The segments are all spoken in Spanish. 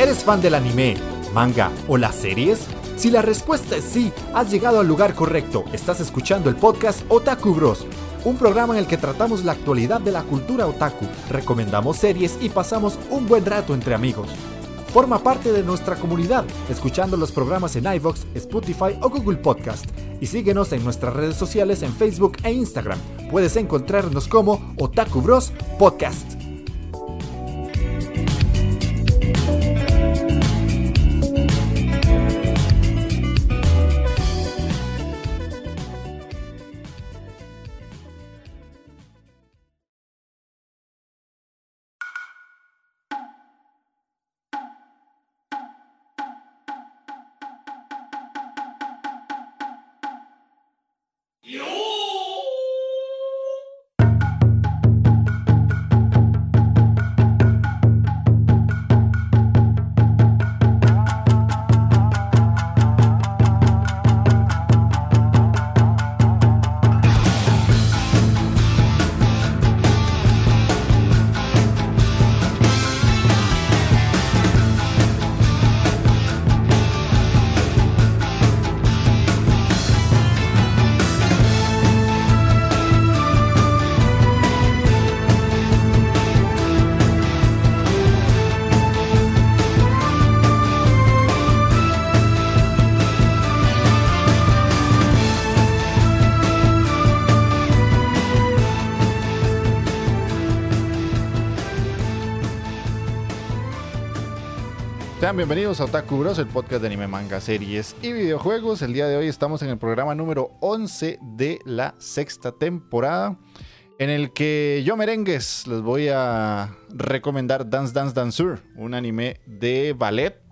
¿Eres fan del anime, manga o las series? Si la respuesta es sí, has llegado al lugar correcto. Estás escuchando el podcast Otaku Bros, un programa en el que tratamos la actualidad de la cultura otaku, recomendamos series y pasamos un buen rato entre amigos. Forma parte de nuestra comunidad, escuchando los programas en iVoox, Spotify o Google Podcast. Y síguenos en nuestras redes sociales en Facebook e Instagram. Puedes encontrarnos como Otaku Bros Podcast. Sean bienvenidos a Otaku Bros, el podcast de anime, manga, series y videojuegos. El día de hoy estamos en el programa número 11 de la sexta temporada, en el que yo, merengues, les voy a recomendar Dance Dance Danseur, un anime de ballet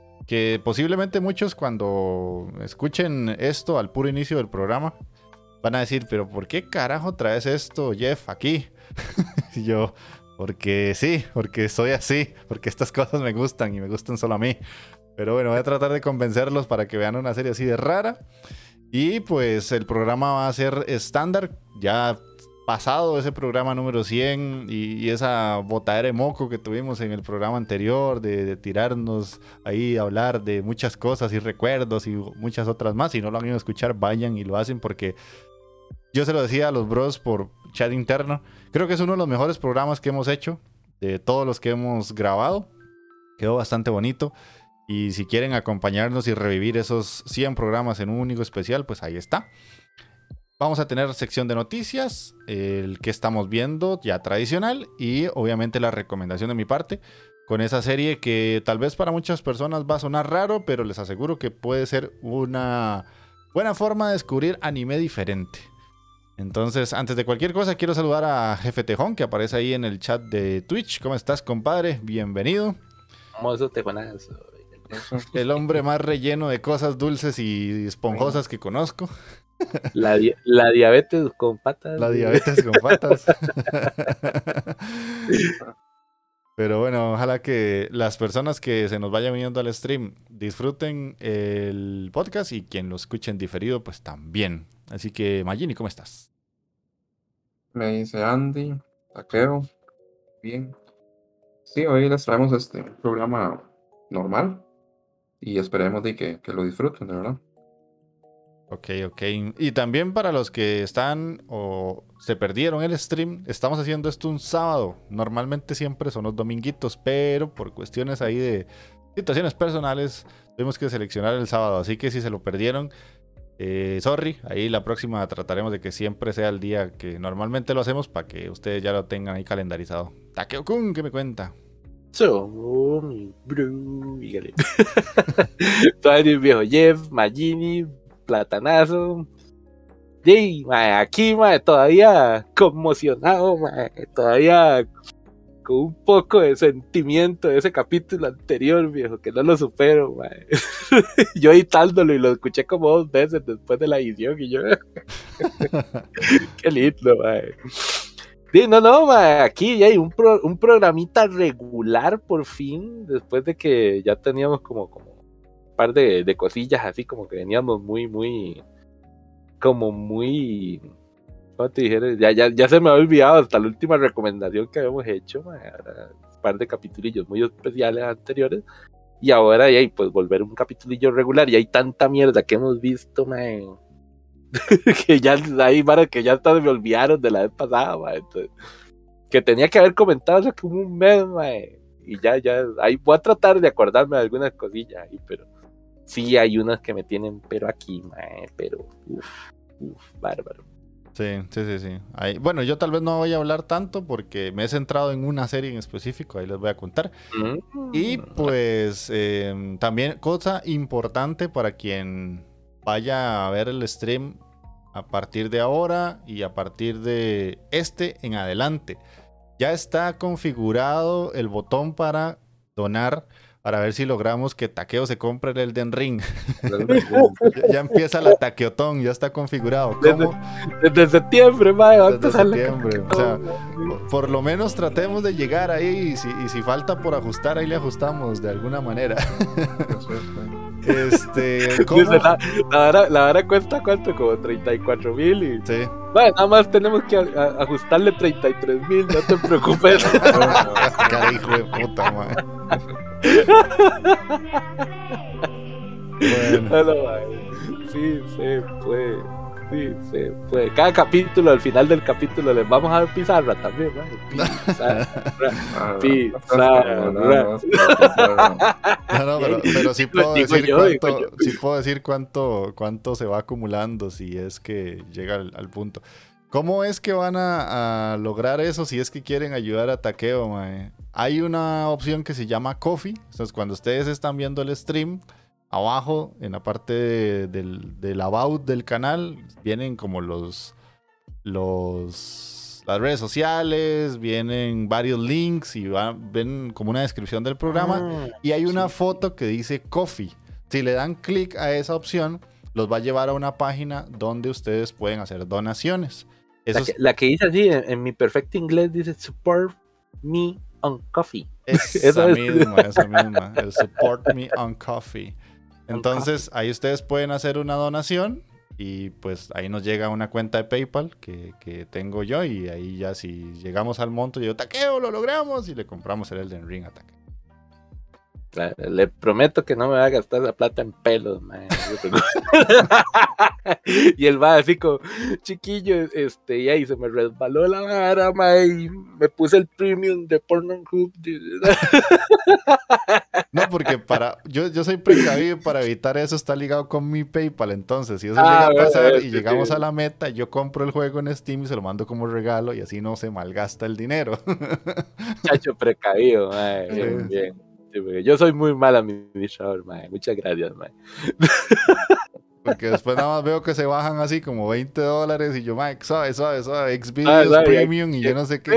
que posiblemente muchos, cuando escuchen esto al puro inicio del programa, van a decir: ¿pero por qué carajo traes esto, Jeff, aquí? Y yo: porque sí, porque soy así, porque estas cosas me gustan y me gustan solo a mí. Pero bueno, voy a tratar de convencerlos para que vean una serie así de rara. Y pues el programa va a ser estándar, ya pasado ese programa número 100 y esa botadera de moco que tuvimos en el programa anterior, de tirarnos ahí a hablar de muchas cosas y recuerdos y muchas otras más. Si no lo han ido a escuchar, vayan y lo hacen, porque yo se lo decía a los bros por chat interno, creo que es uno de los mejores programas que hemos hecho, de todos los que hemos grabado. Quedó bastante bonito. Y si quieren acompañarnos y revivir esos 100 programas en un único especial, pues ahí está. Vamos a tener sección de noticias, el que estamos viendo, ya tradicional, y obviamente la recomendación de mi parte, con esa serie que tal vez para muchas personas va a sonar raro, pero les aseguro que puede ser una buena forma de descubrir anime diferente. Entonces, antes de cualquier cosa, quiero saludar a Jefe Tejón, que aparece ahí en el chat de Twitch. ¿Cómo estás, compadre? Bienvenido. Famoso tejonazo. El hombre más relleno de cosas dulces y esponjosas que conozco. La diabetes con patas. La diabetes con patas. Pero bueno, ojalá que las personas que se nos vayan uniendo al stream disfruten el podcast, y quien lo escuche en diferido, pues también. Así que, Magini, ¿cómo estás? Me dice Andy, taquero, bien. Sí, hoy les traemos este programa normal y esperemos de que lo disfruten, de verdad. Ok. Y también para los que están o se perdieron el stream, estamos haciendo esto un sábado. Normalmente siempre son los dominguitos, pero por cuestiones ahí de situaciones personales tuvimos que seleccionar el sábado. Así que si se lo perdieron, sorry, ahí la próxima trataremos de que siempre sea el día que normalmente lo hacemos, para que ustedes ya lo tengan ahí calendarizado. Takeo-kun, ¿qué me cuenta? Mi bro. Dígale. Todavía el viejo Jeff, Magini, Platanazo. Sí, aquí, todavía conmocionado, todavía con un poco de sentimiento de ese capítulo anterior, viejo, que no lo supero, yo editándolo y lo escuché como 2 veces después de la edición y yo qué lindo, sí, no, aquí ya hay un programita regular por fin, después de que ya teníamos como un par de cosillas así, como que veníamos muy ¿cómo te dijera? Ya se me había olvidado hasta la última recomendación que habíamos hecho, un par de capitulillos muy especiales anteriores, Y ahora, y ahí, pues volver un capitulillo regular. Y hay tanta mierda que hemos visto, mae, que ya hay para que ya hasta me olvidaron de la vez pasada, mae. Entonces, que tenía que haber comentado hace como un mes, mae. Y ya, ahí voy a tratar de acordarme de algunas cosillas ahí, pero sí hay unas que me tienen, pero aquí, mae, pero bárbaro. Sí. Ahí, bueno, yo tal vez no voy a hablar tanto porque me he centrado en una serie en específico, ahí les voy a contar. Y pues también cosa importante para quien vaya a ver el stream a partir de ahora y a partir de en adelante. Ya está configurado el botón para donar, para ver si logramos que Takeo se compre el Elden Ring. Ya empieza la taqueotón, ya está configurado. ¿Cómo? Desde septiembre, mae, va a Desde empezar septiembre. O sea, por lo menos tratemos de llegar ahí y si falta por ajustar, ahí le ajustamos de alguna manera. ¿Cómo? La vara cuesta ¿cuánto? Como 34,000 y... Sí. Bueno, nada más tenemos que ajustarle 33,000, no te preocupes. Cara, hijo de puta, man. Bueno. Bueno, sí se puede. Sí se puede. Cada capítulo, al final del capítulo, les vamos a dar pizarra también, ¿no? Pizarra. No, pero sí puedo decir cuánto se va acumulando si es que llega al punto. ¿Cómo es que van a lograr eso si es que quieren ayudar a Takeo, mae? Hay una opción que se llama Ko-fi. Entonces, cuando ustedes están viendo el stream, abajo, en la parte del about del canal, vienen como las redes sociales, vienen varios links y ven como una descripción del programa. Y hay una foto que dice Ko-fi. Si le dan clic a esa opción, los va a llevar a una página donde ustedes pueden hacer donaciones. La que dice así, en mi perfecto inglés, dice Support Me on Coffee. Esa misma. El Support Me on Coffee. Entonces, ahí ustedes pueden hacer una donación y pues ahí nos llega una cuenta de PayPal que tengo yo y ahí ya si llegamos al monto, yo Takeo, lo logramos y le compramos el Elden Ring a Takeo. Le prometo que no me va a gastar la plata en pelos, man. Y él va así como, chiquillo, y ahí se me resbaló la vara, man, y me puse el premium de Pornhub. No, porque yo soy precavido, para evitar eso está ligado con mi PayPal, entonces si eso llega a pasar y llegamos a la meta, yo compro el juego en Steam y se lo mando como regalo y así no se malgasta el dinero. Chacho precavido, man, bien. Sí, yo soy muy mal administrador, mae. Muchas gracias, mae. Porque después nada más veo que se bajan así como $20 y yo, mae, suave, Xvideos Premium y yo no sé qué.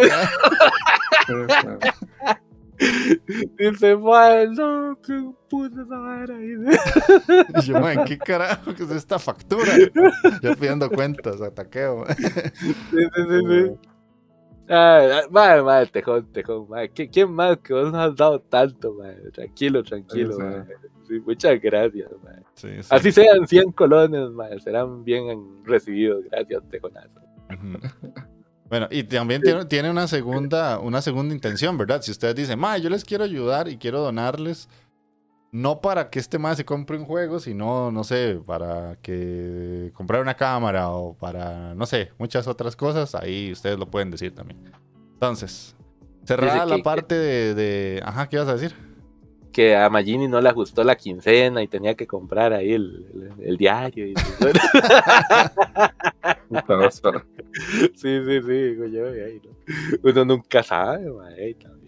Dice, mae, no, qué puta esa vara. Y yo, mae, ¿qué carajo que es esta factura? Yo pidiendo cuentas a Takeo. Sí. Madre, tejón, madre. ¿Quién más que vos nos has dado tanto, madre? Tranquilo, madre. Sí, muchas gracias, madre. Sí. Así sean 100 colones, madre, serán bien recibidos. Gracias, tejonazo. Bueno, y también tiene una segunda intención, ¿verdad? Si ustedes dicen, yo les quiero ayudar y quiero donarles, no para que este mae se compre un juego, sino, no sé, para que comprar una cámara o para, no sé, muchas otras cosas, ahí ustedes lo pueden decir también. Entonces, cerrada la parte de... Ajá, ¿qué ibas a decir? Que a Magini no le ajustó la quincena y tenía que comprar ahí el diario. Y... sí, digo yo. Ahí, ¿no? Uno nunca sabe, mae, también.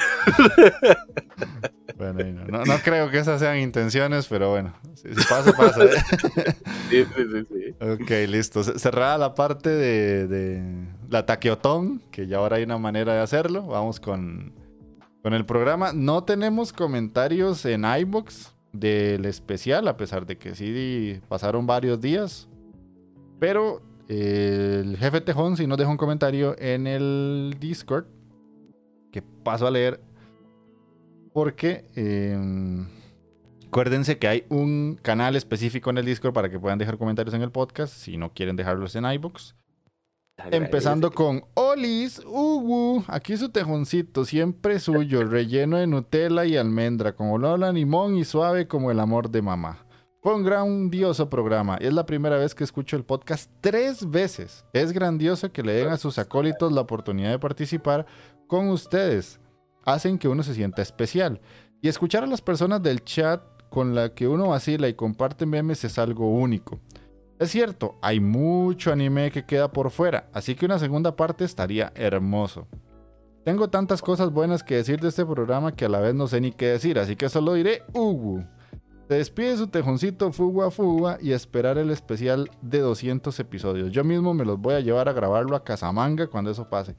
Bueno, no creo que esas sean intenciones, pero bueno, si pasa. Sí. Ok, listo. Cerrada la parte de la taqueotón, que ya ahora hay una manera de hacerlo. Vamos con el programa. No tenemos comentarios en iVoox del especial, a pesar de que sí pasaron varios días. Pero el jefe Tejón sí nos dejó un comentario en el Discord, que paso a leer. Porque acuérdense que hay un canal específico en el Discord para que puedan dejar comentarios en el podcast si no quieren dejarlos en iVoox. Empezando con Olis, aquí su tejoncito, siempre suyo, relleno de Nutella y almendra, con olor a limón y suave como el amor de mamá. Fue un grandioso programa. Es la primera vez que escucho el podcast 3 veces. Es grandioso que le den a sus acólitos la oportunidad de participar con ustedes. Hacen que uno se sienta especial. Y escuchar a las personas del chat con la que uno vacila y comparte memes es algo único. Es cierto, hay mucho anime que queda por fuera, así que una segunda parte estaría hermoso. Tengo tantas cosas buenas que decir de este programa que a la vez no sé ni qué decir, así que solo diré Se despide su tejoncito Fuwa y esperar el especial de 200 episodios. Yo mismo me los voy a llevar a grabarlo a Casamanga cuando eso pase.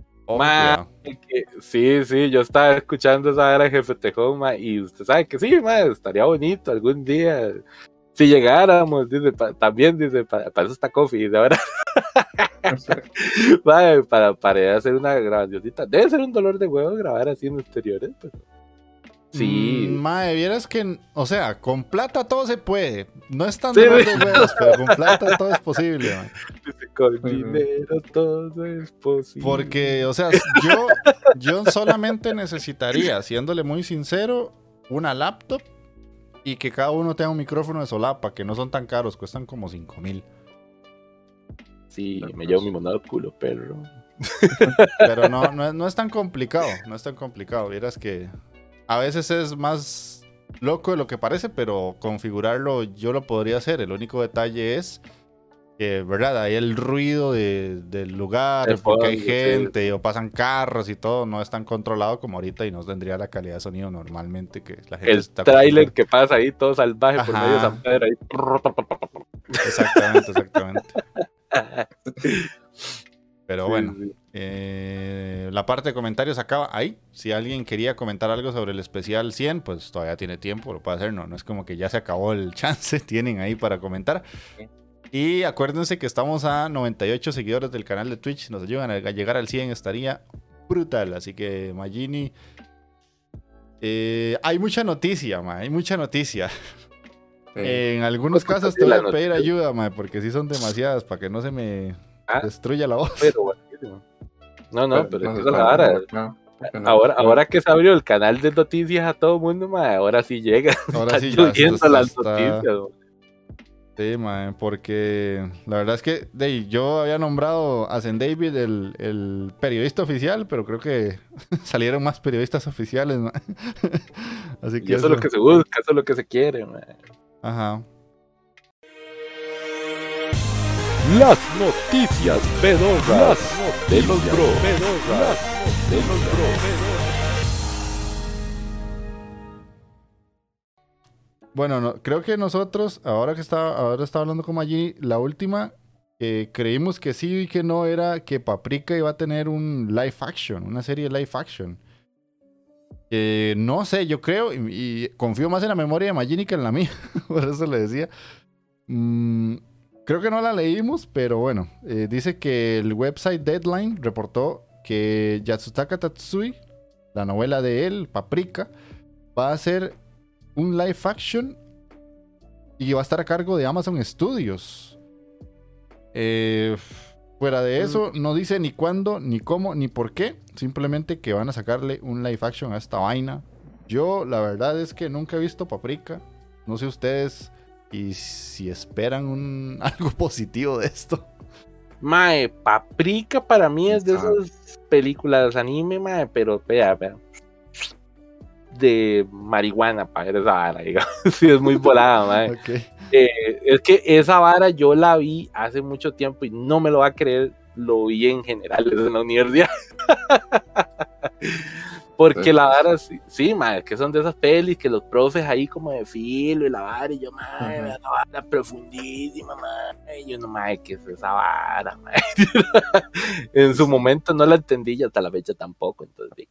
Sí, yo estaba escuchando esa era Jefe Tejón, y usted sabe que sí, estaría bonito algún día. Si llegáramos, dice, también dice, para eso está Coffee, de verdad. Para hacer una grabacióncita. Debe ser un dolor de huevo grabar así en exteriores, pero sí. Vieras que, o sea, con plata todo se puede. No es tan dolor de huevos, pero con plata todo es posible, man. Dice, con dinero todo es posible. Porque, o sea, yo solamente necesitaría, siéndole muy sincero, una laptop y que cada uno tenga un micrófono de solapa, que no son tan caros, cuestan como 5,000. Sí, me llevo mi monóculo, perro. Pero no es tan complicado, Vieras que a veces es más loco de lo que parece, pero configurarlo yo lo podría hacer. El único detalle es que, ¿verdad? Ahí el ruido del lugar, porque hay gente o pasan carros y todo, no es tan controlado como ahorita y no tendría la calidad de sonido normalmente que la gente está. El tráiler que pasa ahí todo salvaje por medio de San Pedro ahí. Exactamente. Pero bueno, sí. La parte de comentarios acaba ahí. Si alguien quería comentar algo sobre el especial 100, pues todavía tiene tiempo, lo puede hacer. No es como que ya se acabó el chance, tienen ahí para comentar. Y acuérdense que estamos a 98 seguidores del canal de Twitch. Nos ayudan a llegar al 100, estaría brutal. Así que, Magini, hay mucha noticia, hay mucha noticia. En algunos casos te voy a pedir ayuda, porque sí son demasiadas para que no se me destruya la voz. Pero es que ahora que se abrió el canal de noticias a todo el mundo, ahora sí llega. Ahora sí ya las noticias. Sí, porque la verdad es que yo había nombrado a Zen David el periodista oficial, pero creo que salieron más periodistas oficiales, Así que eso es lo que se busca, eso es lo que se quiere, Ajá. Las noticias pedorras de los bro. Bueno, creo que nosotros, ahora estaba hablando con Maggi, la última, creímos que sí y que no, era que Paprika iba a tener un live action, una serie live action. No sé, yo creo, y confío más en la memoria de Magini que en la mía, por eso le decía. Creo que no la leímos, pero bueno, dice que el website Deadline reportó que Yatsutaka Tatsui, la novela de él, Paprika, va a ser un live action y va a estar a cargo de Amazon Studios. Fuera de eso, no dice ni cuándo, ni cómo, ni por qué. Simplemente que van a sacarle un live action a esta vaina. Yo, la verdad es que nunca he visto Paprika. No sé ustedes y si esperan algo positivo de esto. Paprika para mí es de esas películas anime, pero vea. De marihuana para ver esa vara, digamos. Sí, es muy volada, Okay. Es que esa vara yo la vi hace mucho tiempo y no me lo va a creer, lo vi en general en la universidad. Porque la vara, sí, que son de esas pelis que los profes ahí como de filo y la vara, y yo, la vara profundísima, y yo, no, ¿qué es esa vara, En su momento no la entendí y hasta la fecha tampoco, entonces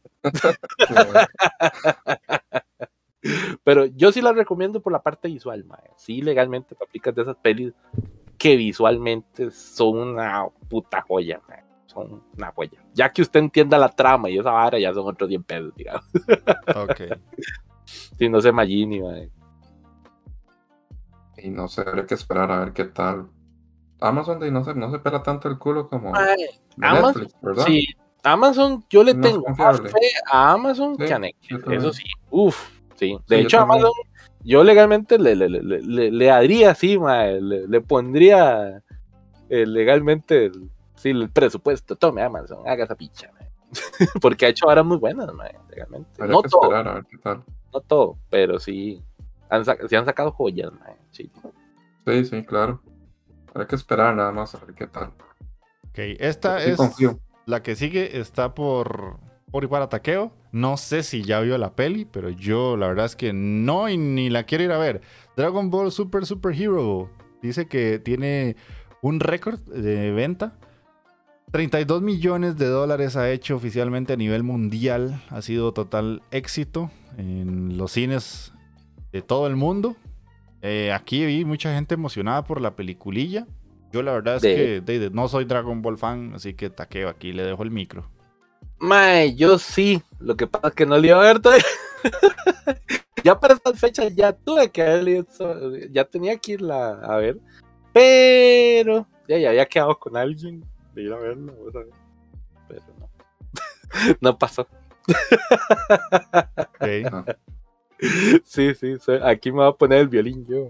pero yo sí la recomiendo por la parte visual, sí, legalmente Paprika de esas pelis que visualmente son una puta joya, son una joya. Ya que usted entienda la trama y esa vara, ya son otros 100 pesos, digamos. Ok. Sí, no sé, Magini, Y no sé, habría que esperar a ver qué tal. Amazon no se pela tanto el culo como Mae, de Amazon, Netflix, ¿verdad? sí, Amazon, yo le Es más tengo más confiable. fe a Amazon Sí, que a yo Netflix, también. eso sí, sí. De Sí, yo hecho, también. Amazon, yo legalmente le daría así, mae, le pondría legalmente el presupuesto. Tome Amazon, haga esa picha, mae. Porque ha hecho horas muy buenas, mae, legalmente. Habría que esperar a ver qué tal. No todo, pero sí sí han sacado joyas, mae, sí. Sí, claro. Habría que esperar nada más a ver qué tal. Ok, esta Sí, es confío. la que sigue, está por ir para Taqueo. No sé si ya vio la peli, pero yo la verdad es que no y ni la quiero ir a ver. Dragon Ball Super Hero dice que tiene un récord de venta. 32 millones de dólares ha hecho oficialmente a nivel mundial. Ha sido total éxito en los cines de todo el mundo. Aquí vi mucha gente emocionada por la peliculilla. Yo la verdad es que no soy Dragon Ball fan, así que taqueo aquí, le dejo el micro. Mae, yo sí, lo que pasa es que no le iba a ver todavía. Ya para estas fechas ya tuve que haberle ya tenía que irla a ver, pero ya había quedado con alguien de ir a verla, pero no, no pasó. Okay. Sí, aquí me va a poner el violín yo.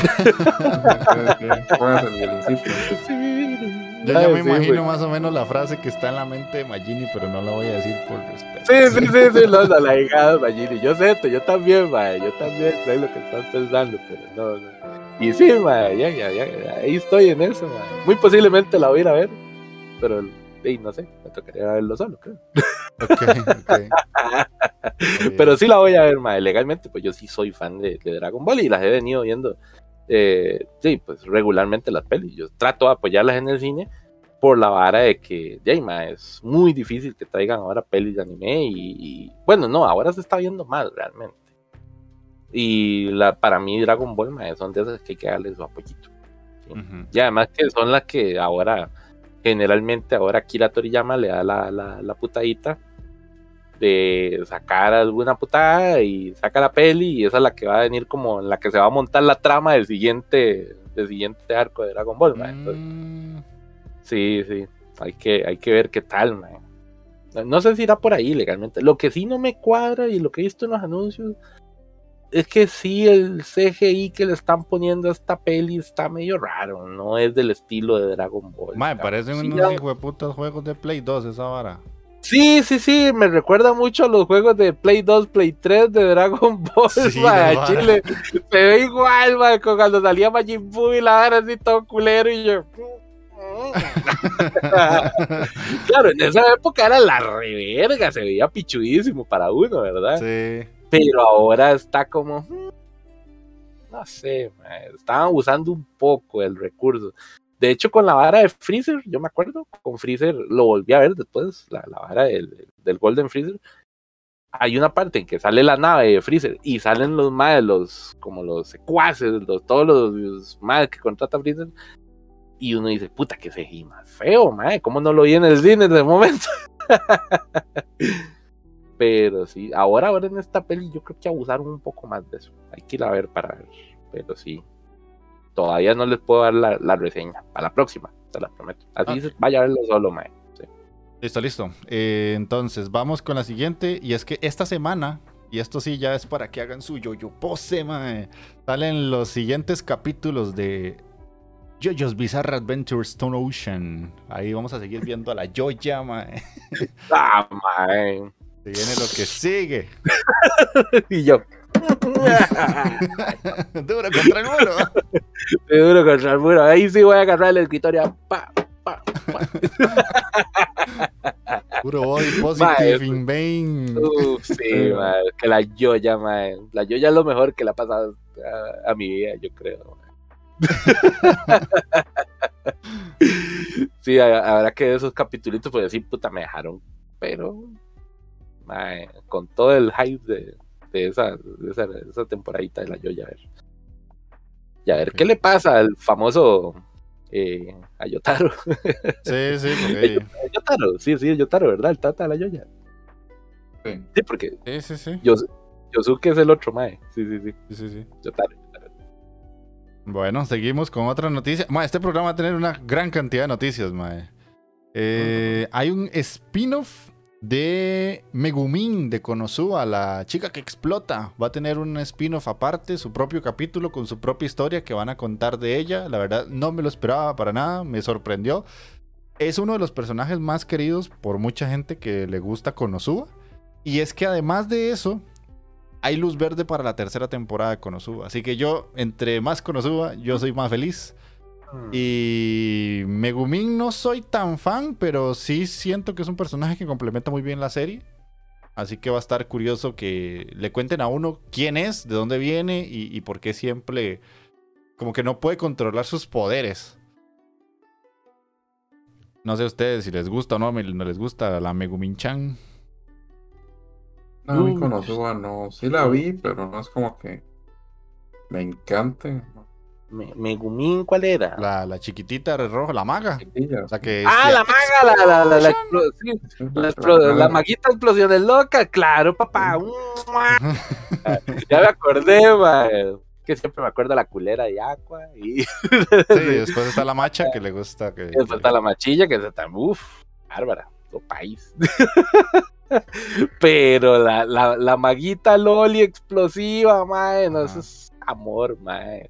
Juegas el violincito. Sí, Yo ya me sí, imagino güey. más o menos la frase que está en la mente de Magini, pero no la voy a decir por respeto. Sí, no, la hija de Magini. Yo sé, yo también, mae, yo también sé lo que estás pensando, pero no. Y sí, mae, ya, ahí estoy en eso, mae. Muy posiblemente la voy a ir a ver, pero no sé, me tocaría verlo solo, creo. Ok. Pero sí la voy a ver, mae, legalmente, pues yo sí soy fan de Dragon Ball y las he venido viendo, sí, pues regularmente las pelis. Yo trato de apoyarlas en el cine por la vara de que, mae, es muy difícil que traigan ahora pelis de anime y bueno, no, ahora se está viendo más realmente. Y para mí Dragon Ball, mae, son de esas que hay que darle su apoyito. ¿Sí? Uh-huh. Y además que son las que ahora, generalmente ahora Akira Toriyama le da la putadita de sacar alguna putada y saca la peli y esa es la que va a venir como en la que se va a montar la trama del siguiente arco de Dragon Ball, mae. Entonces, sí, hay que ver qué tal, mae. No sé si irá por ahí legalmente. Lo que sí no me cuadra y lo que he visto en los anuncios es que sí, el CGI que le están poniendo a esta peli está medio raro, no es del estilo de Dragon Ball. Mae, parecen sí, unos hijueputas juegos de Play 2 esa vara. Sí, me recuerda mucho a los juegos de Play 2, Play 3 de Dragon Ball, Sí, mae, Chile. Se ve igual, mae, cuando salía Majin Buu y la vara así todo culero y yo... Claro, en esa época era la reverga, se veía pichudísimo para uno, ¿verdad? Sí. Pero ahora está como... no sé, mae, estaban usando un poco el recurso. De hecho, con la vara de Freezer, yo me acuerdo, con Freezer lo volví a ver después, la vara del Golden Freezer. Hay una parte en que sale la nave de Freezer y salen los maes, como los secuaces, todos los maes que contrata Freezer. Y uno dice, puta, que CGI más feo, mae, ¿cómo no lo vi en el cine en ese momento? Pero sí, ahora en esta peli yo creo que abusaron un poco más de eso. Hay que ir a ver para ver, pero sí. Todavía no les puedo dar la reseña. Para la próxima, te la prometo. Así vaya a verlo solo, mae. Sí. Listo. Entonces, vamos con la siguiente. Y es que esta semana, y esto sí ya es para que hagan su yo pose, mae, salen los siguientes capítulos de JoJo's Bizarre Adventure Stone Ocean. Ahí vamos a seguir viendo a la Joya, mae. Mae. Se viene lo que sigue. Y yo. Duro contra el muro. Duro contra el muro. Ahí sí voy a agarrar el escritorio. Puro body positive in vain. Sí, mae. Que la Yoya, mae. La Yoya es lo mejor que le ha pasado a mi vida, yo creo. Sí, ahora que esos capitulitos, pues sí, puta, me dejaron. Pero, mae, con todo el hype de esa temporadita de la Yoya, a ver qué le pasa al famoso a Yotaro. Sí, porque... Yotaro, sí, Yotaro, ¿verdad? El tata de la Yoya. Sí, porque sí. Yosuke es el otro mae. Sí. Sí. Yotaro. Bueno, seguimos con otra noticia. Mae, este programa va a tener una gran cantidad de noticias, mae. Hay un spin-off de Megumin de Konosuba, la chica que explota. Va a tener un spin-off aparte, su propio capítulo con su propia historia que van a contar de ella. La verdad, no me lo esperaba para nada, me sorprendió. Es uno de los personajes más queridos por mucha gente que le gusta Konosuba. Y es que además de eso, hay luz verde para la tercera temporada de Konosuba. Así que yo, entre más Konosuba, yo soy más feliz. Y Megumin no soy tan fan, pero sí siento que es un personaje que complementa muy bien la serie. Así que va a estar curioso que le cuenten a uno quién es, de dónde viene y por qué siempre como que no puede controlar sus poderes. No sé a ustedes si les gusta o no les gusta la Megumin-chan. No, a mí Konosuba no. Sí la vi, pero no es como que me encante. Megumin, ¿cuál era? La chiquitita de rojo, la maga. Chiquilla, La que La maga, sí, sí, la maguita explosiones loca, claro, papá. Ya me acordé, mae. Que siempre me acuerdo de la culera de Aqua. Y Sí, después está la macha que le gusta. Que después está la machilla, que está bárbara, todo país. Pero la maguita Loli explosiva, mae, no, eso es amor, mae.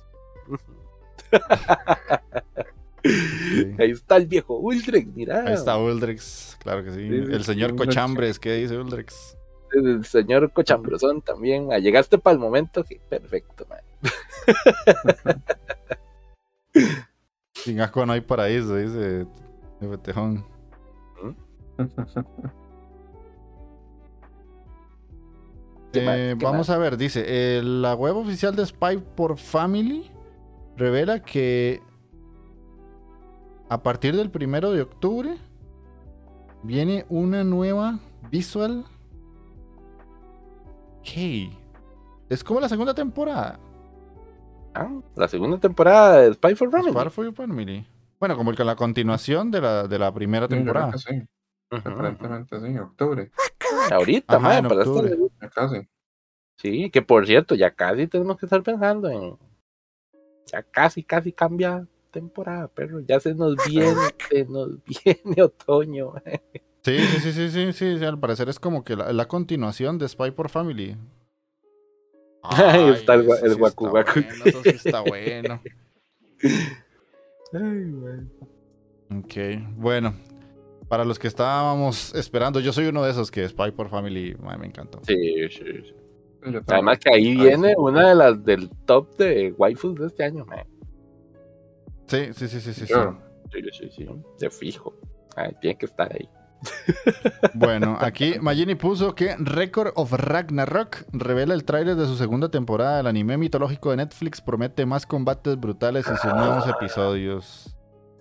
Sí. Ahí está el viejo Uldrex, mira. Ahí está Uldrex, claro que sí. Sí, El señor Uldrex. Cochambres, ¿qué dice Uldrex? El señor Cochambrosón también. Llegaste para el momento, sí, perfecto, man. Sin asco no hay paraíso, dice Tejón. Vamos a ver, dice, la web oficial de Spy por Family revela que a partir del 1 de octubre viene una nueva visual. ¿Qué? Es como la segunda temporada. La segunda temporada de Spy for Family. Spy for Family. Bueno, como la continuación de la primera temporada. Sí, aparentemente sí, octubre. Ahorita, Ajá, man, en para octubre. Ya casi. Sí, que por cierto, ya casi tenemos que estar pensando en. Ya casi cambia temporada, perro. Ya se nos viene otoño. Sí, al parecer es como que la continuación de Spy por Family. Ahí está el eso sí Waku está Waku. bueno, eso sí está bueno. Ay, man. Ok, bueno. Para los que estábamos esperando, yo soy uno de esos que Spy por Family me encantó. Sí. Yo también. Además que ahí viene una de las del top de waifus de este año, man. Sí. Claro. Sí, de fijo. Tiene que estar ahí. Bueno, aquí Magini puso que Record of Ragnarok revela el tráiler de su segunda temporada. El anime mitológico de Netflix promete más combates brutales en sus nuevos episodios.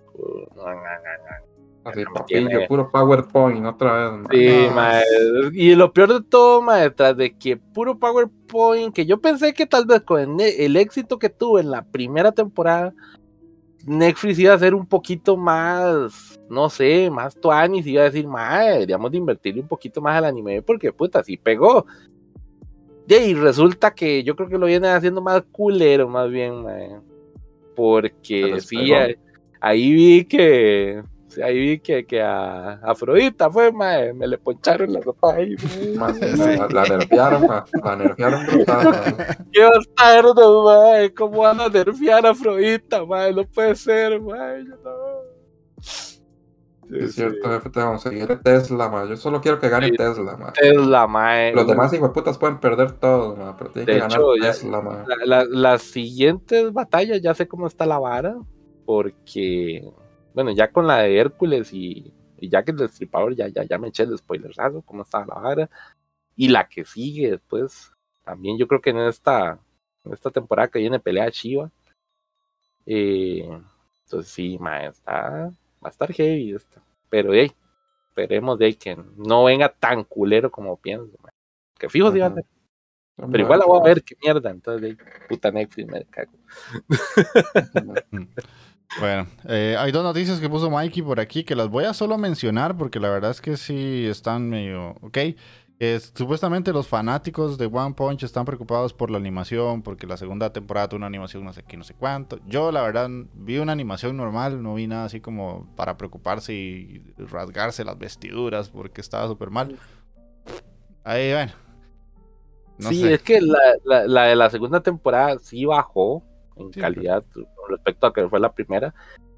Así, papillo, puro PowerPoint, otra vez. Sí, No. mae. Y lo peor de todo, mae, tras de que puro PowerPoint, que yo pensé que tal vez con el éxito que tuvo en la primera temporada, Netflix iba a ser un poquito más, no sé, más tuanis, iba a decir, mae, deberíamos de invertirle un poquito más al anime, porque puta, sí pegó. Y resulta que yo creo que lo vienen haciendo más culero, más bien, mae. Porque sí, ahí vi que a Afrodita fue, mae, me le poncharon la ropa ahí. La nerfearon brutal. Qué bastardo, mae, ¿cómo van a nerfear a Afrodita, mae? No puede ser, mae, yo no. Es cierto, jefe, te vamos a seguir Tesla, ma. Yo solo quiero que gane Sí, Tesla, ma. Tesla, mae. Los demás hijueputas pueden perder todo, ma, pero tiene que ganar Tesla, ma. Las siguientes batallas ya sé cómo está la vara, porque, bueno, ya con la de Hércules y ya que el Destripador ya me eché el spoilerazo, cómo está la vara, y la que sigue después, también yo creo que en esta temporada que viene pelea Shiva, entonces sí, mae, va a estar heavy esta, pero de ahí, esperemos de ahí que no venga tan culero como pienso, mae. Que fijo si va a ser. Pero igual la voy a ver, qué mierda. Entonces, de puta Netflix, me cago. Bueno, hay dos noticias que puso Mikey por aquí que las voy a solo mencionar porque la verdad es que sí están medio ok. Supuestamente los fanáticos de One Punch están preocupados por la animación, porque la segunda temporada tuvo una animación no sé qué, no sé cuánto. Yo, la verdad, vi una animación normal, no vi nada así como para preocuparse y rasgarse las vestiduras porque estaba súper mal. Ahí, bueno. No sí, sé. es que la de la segunda temporada sí bajó en Sí, calidad con respecto a que fue la primera.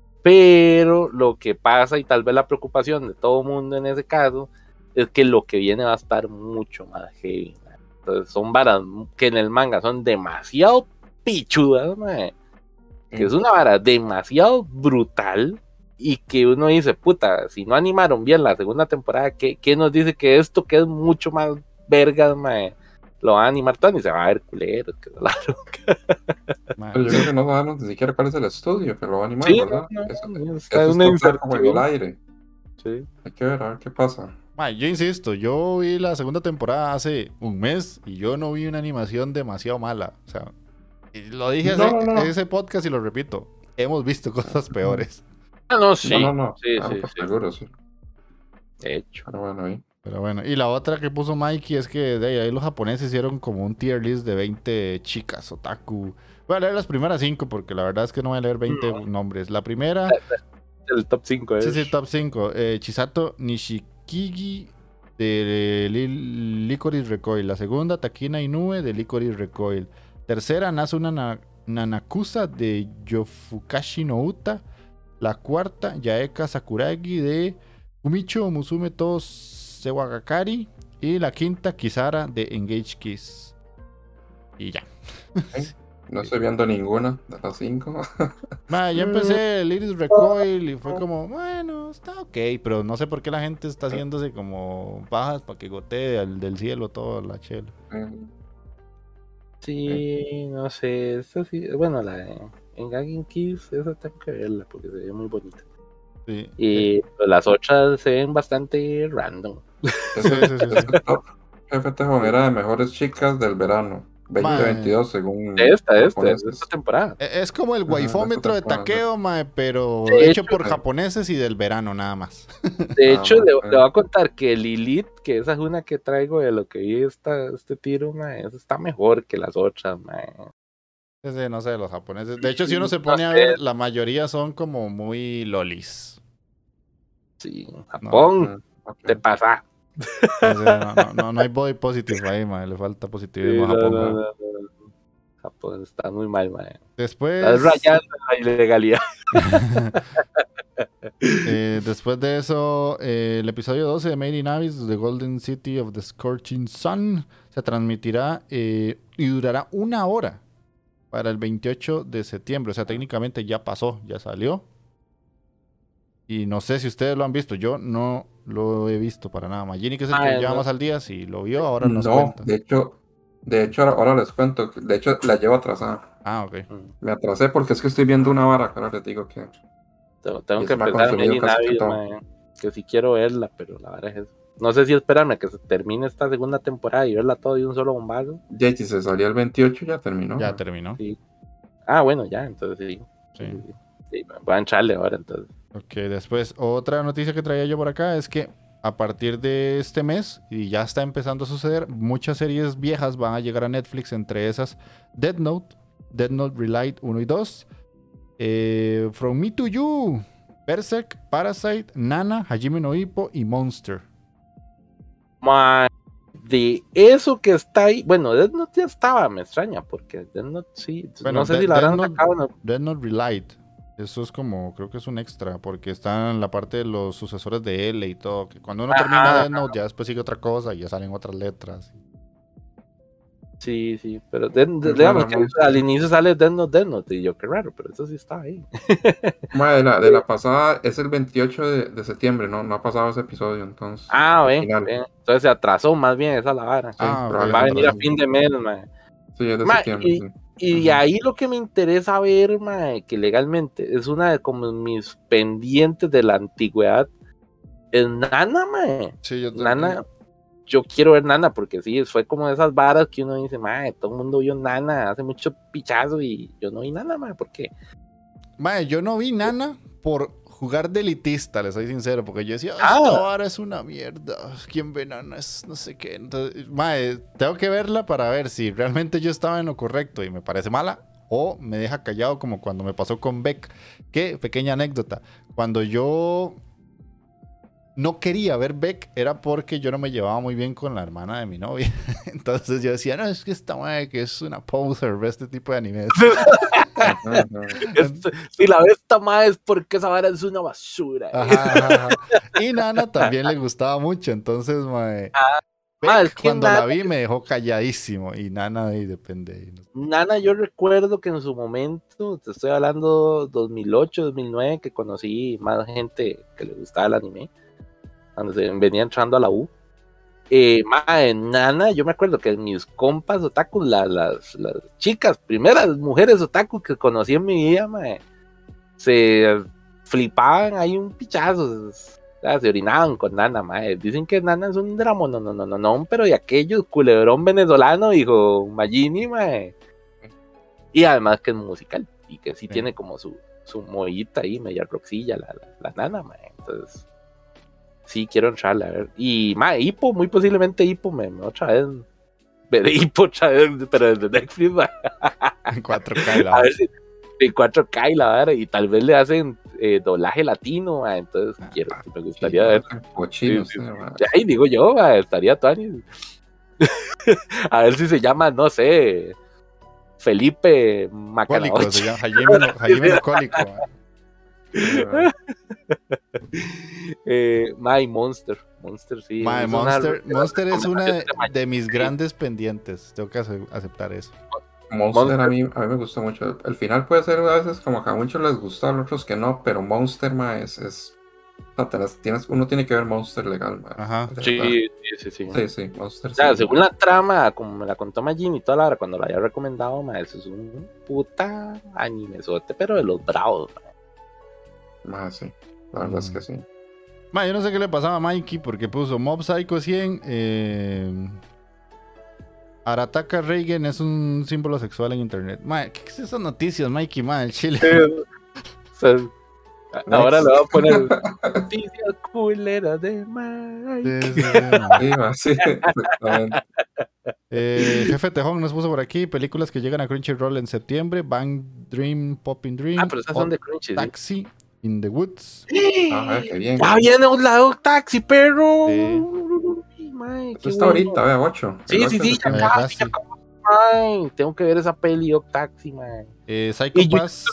Pero lo que pasa, y tal vez la preocupación de todo el mundo en ese caso, es que lo que viene va a estar mucho más heavy. Man. Entonces son varas que en el manga son demasiado pichudas, man, que es una vara demasiado brutal y que uno dice, puta, si no animaron bien la segunda temporada, ¿qué nos dice que esto que es mucho más vergas, man, lo van a animar todo y se va a ver culero? Que claro. Man, Pero yo creo que no sabemos ni siquiera cuál es el estudio que lo va a animar, Sí, ¿verdad? no, Eso está en una está como en el incertidumbre. aire. Sí. Hay que ver, a ver qué pasa. man, yo insisto, yo vi la segunda temporada hace un mes y yo no vi una animación demasiado mala. O sea, y lo dije en No. ese podcast y lo repito, hemos visto cosas peores. Ah, no, sí. No. Sí, Claro, sí, por sí. seguro, sí. De hecho. Pero bueno, ahí. Pero bueno, y la otra que puso Mikey es que de ahí los japoneses hicieron como un tier list de 20 chicas otaku. Voy a leer las primeras 5 porque la verdad es que no voy a leer 20 nombres. La primera, El top 5 es. sí, top 5. Chisato Nishikigi de Licorice Recoil. La segunda, Takina Inoue de Licorice Recoil. Tercera, Nasuna Nanakusa de Yofukashi no Uta. La cuarta, Yaeka Sakuragi de Kumicho Musume to Sewagakari. Y la quinta, Kisara de Engage Kiss. Y ya. No estoy viendo ninguna de las 5. Ya empecé el Iris Recoil y fue como, bueno, está ok, pero no sé por qué la gente está haciéndose como bajas para que gotee del cielo toda la chela. Sí, no sé. Esta sí, bueno, la de Engaging Kiss, esa tengo que verla porque se ve muy bonita. Sí. Y pues, las otras se ven bastante random. Ese Sí. top FTJ era de mejores chicas del verano 2022 según De esta japoneses. temporada. Es como el Ajá, waifómetro de esta temporada. Takeo, mae, pero De hecho hecho, por sí. japoneses y del verano nada más. De hecho, Ah, le ok. voy a contar que Lilith, que esa es una que traigo de lo que vi este tiro, mae, esa está mejor que las otras, mae. Ese, no sé, los japoneses. De hecho, si uno se pone a ver, la mayoría son como muy lolis. Sí, No, Japón, Ok. te pasa. no hay body positive ahí, mae. Le falta positivismo a Sí, Japón. no. Japón está muy mal, mae. Después, Estás rayando la ilegalidad. después de eso, el episodio 12 de Made in Abyss, The Golden City of the Scorching Sun, se transmitirá y durará 1 hora para el 28 de septiembre. O sea, técnicamente ya pasó, ya salió. Y no sé si ustedes lo han visto. Yo no lo he visto para nada. Magini, que es el que lleva más al día, si lo vio, ahora nos No, cuenta. de hecho ahora les cuento. De hecho, la llevo atrasada. Ah, ok. Me atrasé porque es que estoy viendo una vara, ahora les digo que Tengo y que se me ha empezar a consumido medir casi que todo. que si quiero verla, pero la verdad es eso. No sé si esperarme a que se termine esta segunda temporada y verla todo de un solo bombazo. Ya, si se salió el 28, ya terminó. Ya ¿no? terminó. Sí. Ah, bueno, ya, entonces sí. Sí, voy a entrarle ahora, entonces. Ok, después, otra noticia que traía yo por acá es que a partir de este mes, y ya está empezando a suceder, muchas series viejas van a llegar a Netflix, entre esas Death Note Relight 1 y 2, From Me to You, Berserk, Parasite, Nana, Hajime no Ippo y Monster. De eso que está ahí, bueno, Death Note ya estaba, me extraña, porque Death Note sí, Bueno, no sé si la habrán Death Note- sacado, no. Death Note Relight, eso es como, creo que es un extra, porque está en la parte de los sucesores de L y todo, que cuando uno termina Death Note ya después sigue otra cosa y ya salen otras letras. Sí, pero digamos bueno, que Monster. al inicio sale Death Note, y yo, qué raro, pero eso sí está ahí. De la pasada es el 28 de septiembre, no ha pasado ese episodio, entonces. Ah, al ven, final. entonces se atrasó más bien esa la vara. Ah, ok, probablemente Va a venir a atrasó. fin de mes, man. Sí, es de Ma, septiembre. Sí. Y de ahí lo que me interesa ver, mae, que legalmente es una de como mis pendientes de la antigüedad, es Nana, mae. Sí, yo Nana, yo quiero ver Nana porque sí, fue como esas varas que uno dice, mae, todo el mundo vio Nana hace mucho pichazo y yo no vi Nana, mae, ¿por qué? Mae, yo no vi Nana por jugar de elitista, les soy sincero, porque yo decía, esta vara es una mierda, ¿quién ve Nana? Es no sé qué. Entonces, mae, tengo que verla para ver si realmente yo estaba en lo correcto y me parece mala o me deja callado como cuando me pasó con Beck. Que, pequeña anécdota, cuando yo no quería ver Beck era porque yo no me llevaba muy bien con la hermana de mi novia. Entonces yo decía, no, es que esta madre que es una poser, ve este tipo de anime. Si la ves esta madre es porque esa vara es una basura. Ajá. Y Nana también le gustaba mucho, entonces mae, Beck, es que cuando Nana, la vi me dejó calladísimo y Nana ahí depende. Nana, yo recuerdo que en su momento, te estoy hablando 2008, 2009, que conocí más gente que le gustaba el anime, cuando se venía entrando a la U. Nana, yo me acuerdo que mis compas otaku, las chicas, primeras mujeres otaku que conocí en mi vida, se flipaban ahí un pichazo, se orinaban con Nana, dicen que Nana es un drama, no, pero de aquellos, culebrón venezolano, dijo Magini, y además que es musical, y que sí tiene como su mollita ahí, media roxilla, la Nana, entonces... Sí, quiero entrarla, a ver. Y, Hippo, muy posiblemente Hippo me otra vez. Veré Hippo otra vez, pero desde Netflix, En 4K, a ver si en 4K, la verdad. Y tal vez le hacen doblaje latino, entonces me gustaría ver. Cochinos, Ahí digo yo, estaría Tony. A ver si se llama, no sé, Felipe Macalónico. Cólico, se llama Jaime Cólico. Monster, sí. Monster es una de mis grandes pendientes. Tengo que aceptar eso. Monster a mí me gustó mucho. El final puede ser a veces como que a muchos les gusta, a otros que no, pero Monster uno tiene que ver Monster legal. Ajá. Sí, Monster. O sea, sí. según la trama, como me la contó Magini y toda la hora, cuando la había recomendado, eso es un puta animezote, pero de los bravos. Sí, la verdad es que sí. Yo no sé qué le pasaba a Mikey porque puso Mob Psycho 100. Arataka Reigen es un símbolo sexual en internet. ¿Qué es esas noticias, Mikey? El chile. Ahora le voy a poner noticias culeras de Mike. Sí, exactamente. Jefe Tejón nos puso por aquí películas que llegan a Crunchyroll en septiembre: Bang Dream, Popping Dream, pero esas son de Crunchy. Taxi, In the Woods. Qué bien. Ya viene un lado Taxi, perro. Sí. Esto está ahorita, vea, 8. Sí, ya casi. Tengo que ver esa peli, Taxi, Psycho Pass,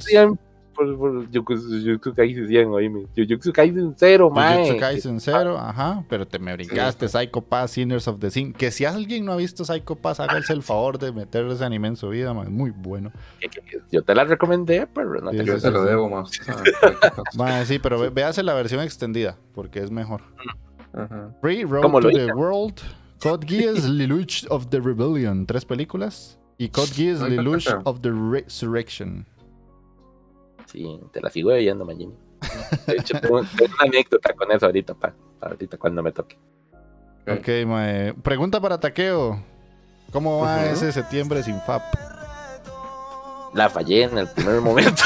Jujutsu Kaisen 100, oíme. Jujutsu Kaisen 0, Jujutsu Kaisen 0, ajá, pero te me brincaste. Psycho Pass, Sinners of the Sin. Que si alguien no ha visto Psycho Pass, hágase el favor de meterle ese anime en su vida, muy bueno. Yo te la recomendé, pero no yo se lo debo más. Sí, pero véase la versión extendida, porque es mejor. Free Road to the World, Code Geass, Lelouch of the Rebellion, 3 películas, y Code Geass, Lelouch of the Resurrection. Sí, te la sigo viendo, Magini. De hecho, tengo una anécdota con eso ahorita cuando me toque. Ok, pregunta para Takeo. ¿Cómo va ese septiembre sin FAP? La fallé en el primer momento.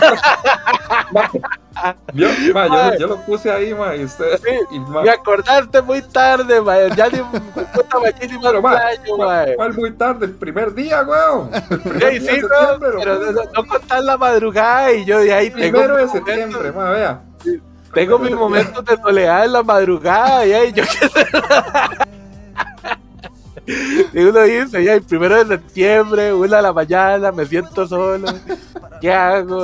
Yo lo puse ahí, y usted... Me acordaste muy tarde, ya ni puta Magini ¿Cuál muy tarde? El primer día, weón. Sí, pero no contar la madrugada y yo de ahí tengo... Primero de septiembre, vea. Tengo mis momentos de soledad en la madrugada y ahí yo qué sé. Y uno dice, ya el 1 de septiembre, 1 de la mañana, me siento solo. ¿Qué hago?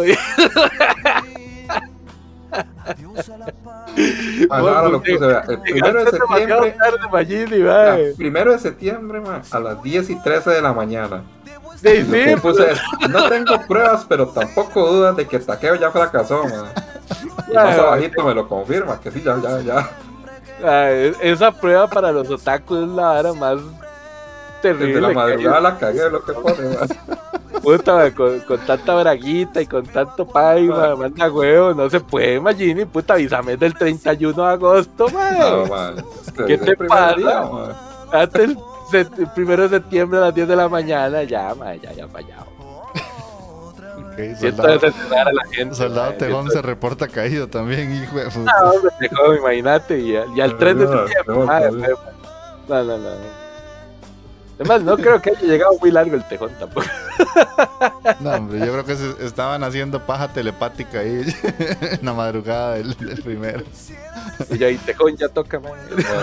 Ahora lo puse, vea. El 1 de septiembre. El 1 de septiembre, a las 10:13 de la mañana. Sí, puse, no tengo pruebas, pero tampoco dudas de que Takeo ya fracasó, Y más abajito me lo confirma, que sí, ya. Esa prueba para los otakus es la vara más terrible. Desde la madrugada la cagué, lo que pone, Puta, con tanta braguita y con tanto pay, manda huevo, no se puede, Magini, puta, avísame del 31 de agosto, ¿Qué te pasa? Antes el 1 de septiembre a las 10 de la mañana, ya fallado. Ok, Siento decepcionar a la gente. Soldado mae, Tejón siento- se reporta caído también, hijo de puta. Ah, hombre, Tejón, imagínate, y al 3 de septiembre. Mae, no. Además, no creo que haya llegado muy largo el Tejón tampoco. No, hombre, yo creo que estaban haciendo paja telepática ahí en la madrugada del primero. Y yo ahí, Tejón ya toca, mae.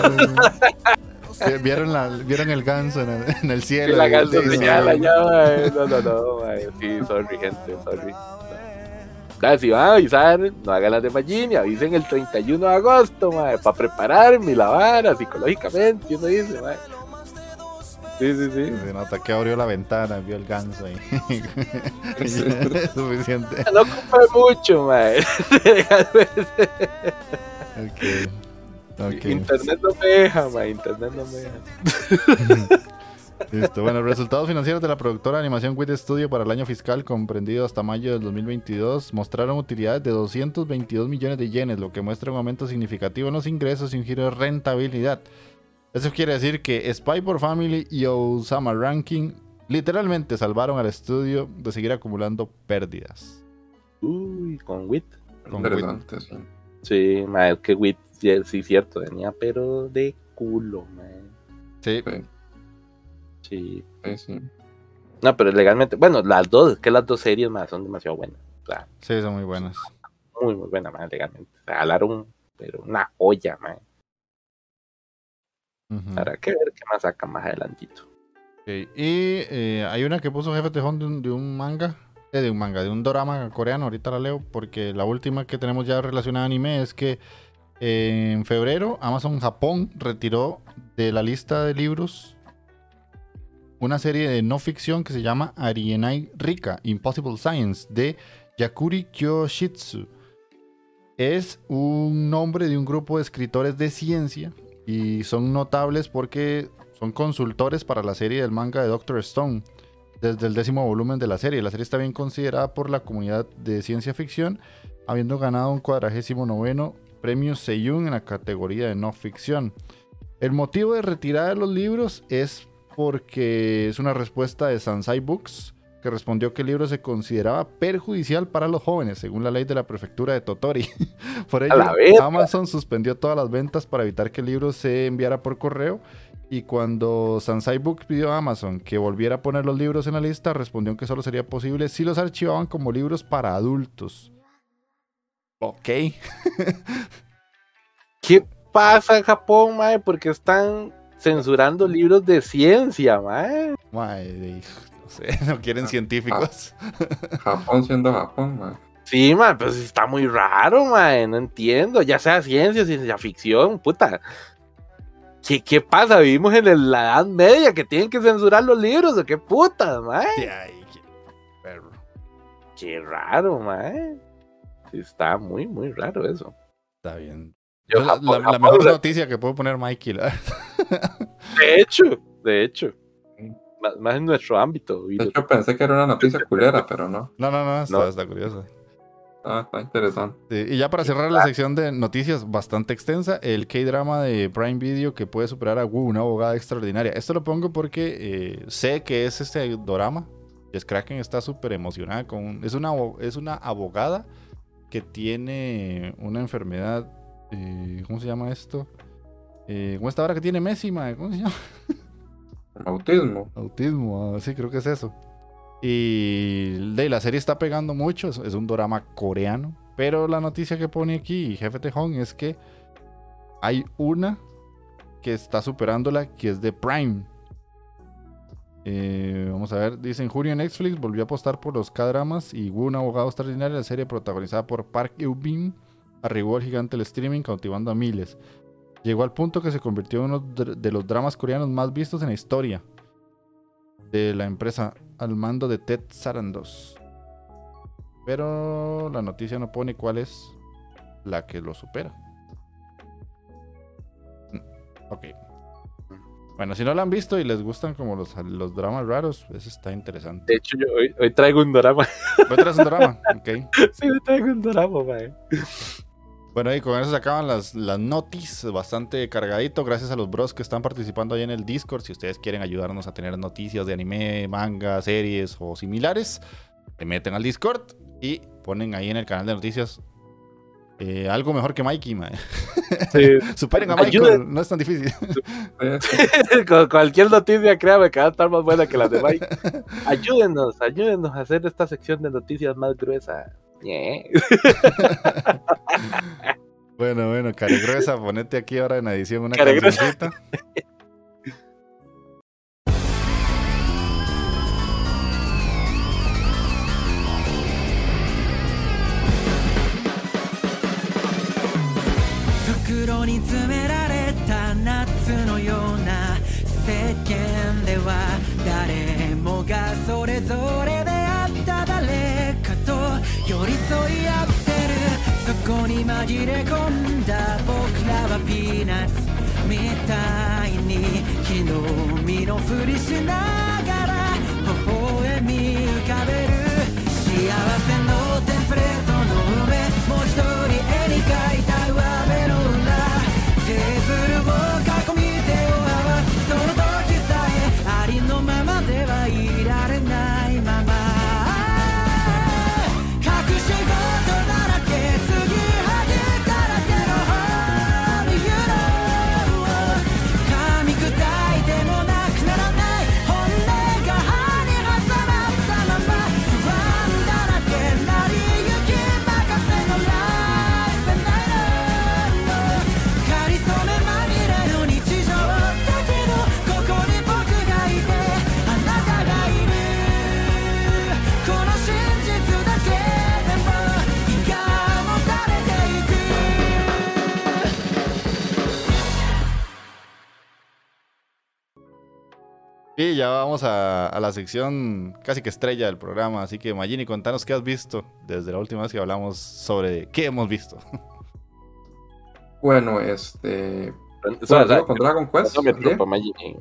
¿Vieron el ganso en el cielo? Y la ganso Sí, señala sí. ya, mae. No, mae. Sí, sorry, gente, sorry. Nada, si van a avisar, no hagan las de Magini, avisen el 31 de agosto, mae, para prepararme la vara psicológicamente, uno dice, mae. Sí. Se nota que abrió la ventana, vio el ganso ahí. Sí. Es suficiente. No ocupe mucho, mae. Ok. Internet no me deja, mae, internet no me deja. Listo. Bueno, resultados financieros de la productora de animación WIT Studio para el año fiscal comprendido hasta mayo del 2022 mostraron utilidades de 222 millones de yenes, lo que muestra un aumento significativo en los ingresos y un giro de rentabilidad. Eso quiere decir que Spy por Family y Osama Ranking literalmente salvaron al estudio de seguir acumulando pérdidas. Uy, con Wit. Con Interesante, sí. Sí, mae, es que Wit, sí, cierto, tenía pero de culo, mae. Sí, Sí. Sí. No, pero legalmente, bueno, las dos series, mae, son demasiado buenas. O sea, sí, son muy buenas. muy buenas, mae, legalmente. Regalaron, pero una joya, mae. Ujú. Habrá que ver qué más sacan más adelantito. Ok, y hay una que puso Jefe Tejón de un manga, de un dorama coreano, ahorita la leo, porque la última que tenemos ya relacionada a anime es que en febrero Amazon Japón retiró de la lista de libros una serie de no ficción que se llama Arienai Rika, Impossible Science, de Yakuri Kyoshitsu. Es un nombre de un grupo de escritores de ciencia y son notables porque son consultores para la serie del manga de Doctor Stone desde el 10º volumen de la serie. La serie está bien considerada por la comunidad de ciencia ficción, habiendo ganado un 49º premio Seiyun en la categoría de no ficción. El motivo de retirada de los libros es porque es una respuesta de Sansai Books, que respondió que el libro se consideraba perjudicial para los jóvenes, según la ley de la prefectura de Totori. Por ello, Amazon suspendió todas las ventas para evitar que el libro se enviara por correo. Y cuando Sansai Books pidió a Amazon que volviera a poner los libros en la lista, respondió que solo sería posible si los archivaban como libros para adultos. Ok. ¿Qué pasa en Japón, mae? Porque están censurando libros de ciencia, mae. Mae, no sé, no quieren científicos. Japón siendo Japón, man. Sí, mae, pues está muy raro, mae. No entiendo. Ya sea ciencia, ciencia ficción, puta. ¿Qué pasa? ¿Vivimos en la Edad Media que tienen que censurar los libros o qué putas, mae? Ay, qué perro. Qué raro, mae. Sí, está muy raro eso. Está bien. Yo, La Japón, mejor noticia que puedo poner Mikey. De hecho. Más en nuestro ámbito. De hecho, pensé que era una noticia culera, pero no. No, está curioso. Está interesante. Sí, y ya para cerrar la sección de noticias bastante extensa, el K-drama de Prime Video que puede superar a Wu, una abogada extraordinaria. Esto lo pongo porque sé que es este dorama. Jess Kraken está súper emocionada con... Es una abogada que tiene una enfermedad... ¿cómo se llama esto? ¿Cómo esta hora que tiene Messi, mae? ¿Cómo se llama? Autismo. Autismo, sí, creo que es eso. Y la serie está pegando mucho, es un dorama coreano. Pero la noticia que pone aquí Jefe Tejón es que hay una que está superándola, que es de Prime. Vamos a ver, dice: en junio Netflix volvió a apostar por los K-dramas y hubo un abogado extraordinario. La serie protagonizada por Park Eun-bin arribó al gigante del streaming cautivando a miles. Llegó al punto que se convirtió en uno de los dramas coreanos más vistos en la historia de la empresa, al mando de Ted Sarandos. Pero la noticia no pone cuál es la que lo supera. Ok. Bueno, si no la han visto y les gustan como los dramas raros, eso está interesante. De hecho, yo hoy traigo un drama. ¿Hoy traes un drama? Ok. Sí, hoy traigo un drama, mae. Bueno, y con eso se acaban las notis, bastante cargadito. Gracias a los bros que están participando ahí en el Discord. Si ustedes quieren ayudarnos a tener noticias de anime, manga, series o similares, se meten al Discord y ponen ahí en el canal de noticias algo mejor que Mikey, mae. Sí. Superen a Michael, no es tan difícil. Con cualquier noticia, créame que va a estar más buena que las de Mike. Ayúdenos a hacer esta sección de noticias más gruesa. Bueno, caregruesa, ponete aquí ahora en edición una Caregruesa. cancioncita. Y ya vamos a la sección casi que estrella del programa. Así que, Magini, contanos qué has visto desde la última vez que hablamos sobre qué hemos visto. Bueno, O sigo sea, con Dragon Quest. no me ¿sí? tropa, Magini.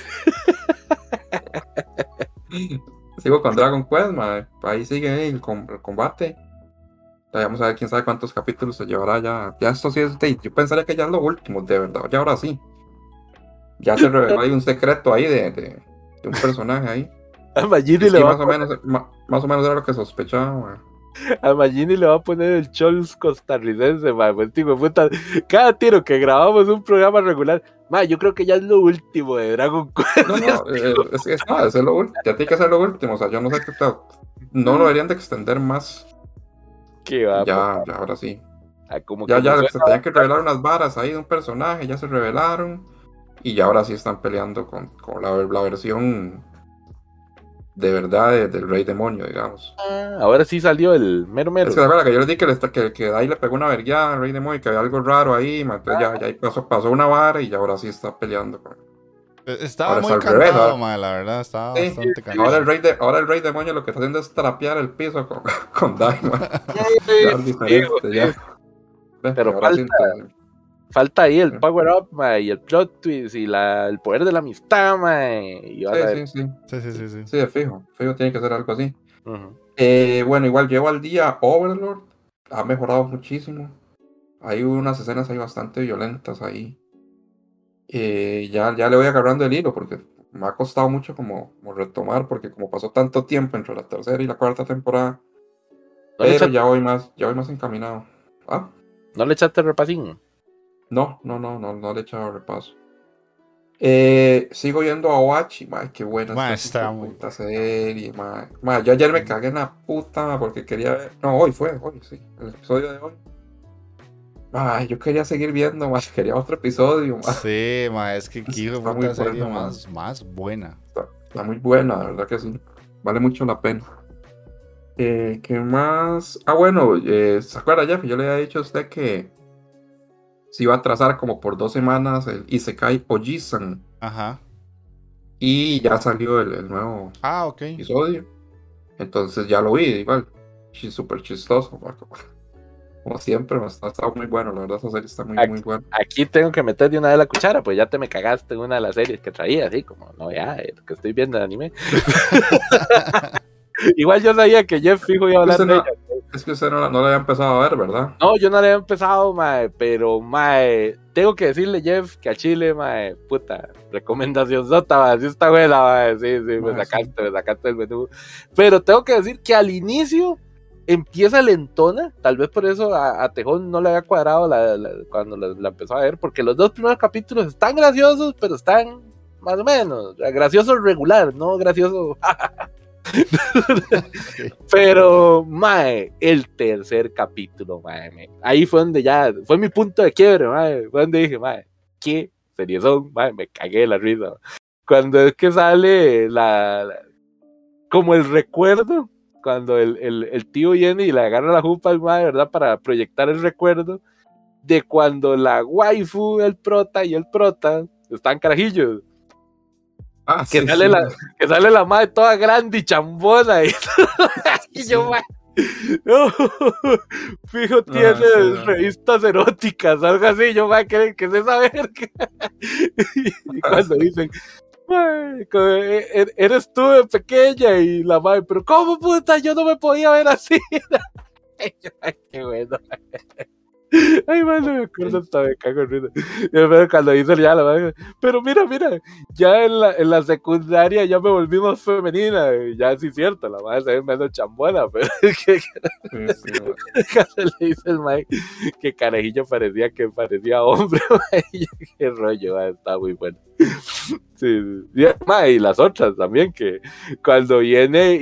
Sigo con Dragon Quest, mae. Ahí sigue el combate. Vamos a ver quién sabe cuántos capítulos se llevará ya. Ya esto sí es. Yo pensaría que ya es lo último, de verdad. Ya ahora sí. Ya se reveló ahí un secreto ahí de un personaje ahí. A Magini Sí, le va más o menos era lo que sospechaba, mae. a Magini le va a poner el Chols costarricense, man. Pues, tipo, puta, cada tiro que grabamos un programa regular, man, yo creo que ya es lo último de Dragon Quest. No, es lo último. Ya tiene que ser lo último. O sea, yo no sé qué tal. No lo deberían de extender más. ¿Qué va? Ya, ahora sí. Como Ya, que no se tenían que revelar unas varas ahí de un personaje, ya se revelaron. Y ya ahora sí están peleando con la versión de verdad del Rey Demonio, digamos. ahora sí salió el mero mero. Es que, ¿verdad? Que yo les dije que ahí le pegó una vergueada al Rey Demonio, que había algo raro ahí. Entonces ya ahí pasó una vara y ya ahora sí está peleando con. Estaba Ahora muy está al revés, cantado, ¿verdad? mae, la verdad. Estaba Sí, bastante cantado. ahora el Rey Demonio lo que está haciendo es trapear el piso con Daima. Ya es diferente, ya. Pero Ahora sí, entonces, falta ahí el power up, ma, y el plot twist y el poder de la amistad, ma, y vas a ver. sí. Sí. Sí, de fijo tiene que ser algo así. Ujú. Bueno, igual llevo al día Overlord, ha mejorado muchísimo. Hay unas escenas ahí bastante violentas ahí. Ya le voy agarrando el hilo porque me ha costado mucho como retomar, porque como pasó tanto tiempo entre la tercera y la cuarta temporada, ¿No, le pero echaste, ya voy más encaminado. ¿Ah? ¿No le echaste repasín? No le he echado repaso. Sigo yendo a Oachi, qué buena Ma, esta está muy puta serie, yo ayer me cagué en la puta, porque quería ver, no, hoy sí, el episodio de hoy. Yo quería seguir viendo, quería otro episodio, Sí, ma, es que aquí Está fue muy una serie buena, más buena. Está muy buena, la verdad que sí, vale mucho la pena. ¿Qué más? Bueno, ¿se acuerda, Jeff? Yo le había dicho a usted que se iba a atrasar como por 2 semanas el Isekai Oji-san. Ajá. Y ya salió el nuevo Ok. episodio. Entonces ya lo vi, igual. Súper chistoso. Como siempre, está muy bueno. La verdad, esa serie está muy buena. Aquí tengo que meter de una vez la cuchara, pues ya te me cagaste en una de las series que traía, así como, no, ya, lo que estoy viendo de anime. Igual yo sabía que Jeff fijo iba a hablar de ella. Es que usted no la había empezado a ver, ¿verdad? No, yo no le había empezado, mae, pero, mae, tengo que decirle, Jeff, que a Chile, mae, puta, recomendación sota, mae, sí está buena, mae, sí, me Mae, sacaste del menú. Pero tengo que decir que al inicio empieza lentona, tal vez por eso a Tejón no le había cuadrado cuando la empezó a ver, porque los 2 primeros capítulos están graciosos, pero están más o menos, gracioso regular, no gracioso... Ok. Pero, mae, el tercer capítulo, mae, ahí fue donde ya, fue mi punto de quiebre, mae, fue donde dije, mae, qué seriezón, mae, me cagué de la risa. Cuando es que sale como el recuerdo, cuando el tío viene y le agarra la jupa al mae, ¿verdad? Para proyectar el recuerdo de cuando la waifu, el prota y el prota están carajillos. sí, Que sale la madre toda grande y chambona. Y yo, mae, no, fijo, tiene sí. revistas eróticas, algo así. Yo, mae, ¿qué es esa verga? Y cuando dicen, mae, eres tú de pequeña, y la madre, pero ¿cómo puta? Yo no me podía ver así. Yo, ay, qué bueno. Ay, man, no me acuerdo, hasta me cago en risa. Pero cuando dice ya la madre, pero mira, ya en la secundaria ya me volví más femenina. Y ya sí es cierto, la madre se ve menos chambona, pero Sí, mae. cuando le dice el mae que carajillo parecía hombre, mae, qué rollo, mae, está muy bueno. Sí, mae, y las otras también, que cuando viene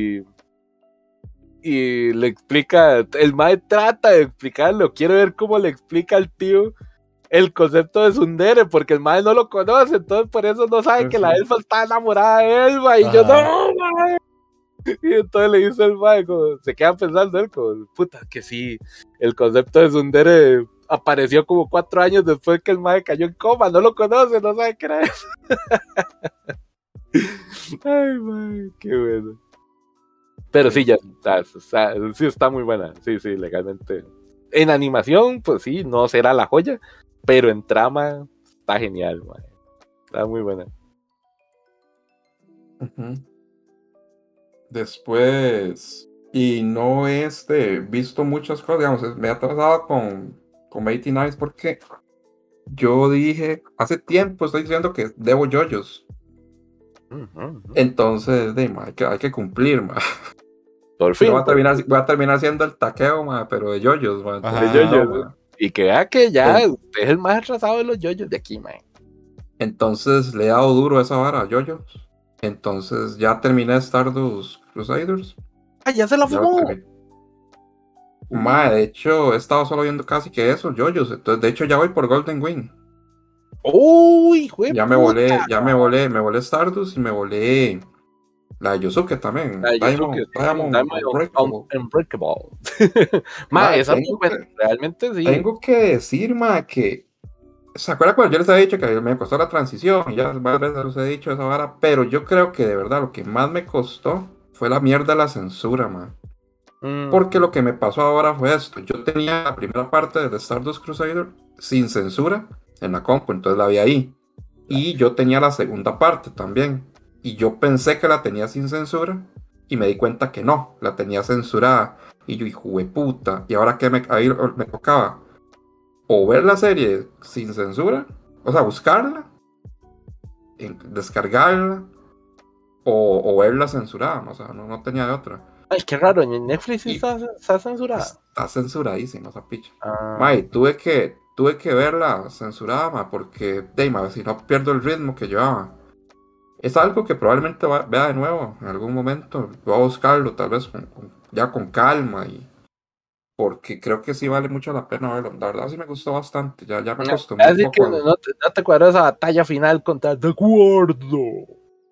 y le explica, el mae trata de explicarlo, quiero ver cómo le explica al tío el concepto de tsundere, porque el mae no lo conoce, entonces por eso no sabe que la elfa está enamorada de él, mae, y yo, no, mae. Y entonces le dice el mae, se queda pensando él, como, puta, que sí, el concepto de tsundere apareció como 4 años después que el mae cayó en coma, no lo conoce, no sabe qué era eso. Ay, mae, qué bueno. Pero sí, ya, sí está muy buena, sí, legalmente. En animación, pues sí, no será la joya, pero en trama está genial, man. Está muy buena. Después, y no visto muchas cosas, digamos, me he atrasado con 89 porque yo dije, hace tiempo estoy diciendo que debo yoyos. Entonces, hay que cumplir, ma. Por fin. Voy a terminar haciendo el taqueo, ma, pero de yoyos, ma. De yoyos. Y que vea que ya usted es el más atrasado de los yoyos de aquí, ma. Entonces le he dado duro a esa vara, yoyos. Entonces ya terminé Stardust Crusaders. Ah, ya se la fumó. Ma, de hecho, he estado solo viendo casi que eso, yoyos. Entonces, de hecho, ya voy por Golden Wing. Uy, güey. Ya me volé Stardust y me volé la de Yosuke también. Diamond Unbreakable. Ma, esa es muy buena. Realmente sí. Tengo que decir, ma, que ¿se acuerdan cuando yo les había dicho que me costó la transición? Y ya varias veces les he dicho esa vara, pero yo creo que de verdad lo que más me costó fue la mierda de la censura, ma. Porque lo que me pasó ahora fue esto. Yo tenía la primera parte de Stardust Crusader sin censura en la compu, entonces la vi ahí. Y yo tenía la segunda parte también. Y yo pensé que la tenía sin censura y me di cuenta que no, la tenía censurada. Y yo, hijo de puta. Y ahora que ahí me tocaba o ver la serie sin censura, o sea, buscarla, descargarla, o verla censurada, o sea, no tenía de otra. Ay, qué raro, en Netflix está censurada. Está censuradísima esa picha. May, tuve que verla censurada, ma, porque, si no pierdo el ritmo que llevaba. Es algo que probablemente vea de nuevo en algún momento. Voy a buscarlo, tal vez ya con calma, porque creo que sí vale mucho la pena verlo. La verdad sí me gustó bastante. Ya me acostumbré un poco. Que no te cuadró esa batalla final contra The Gordo.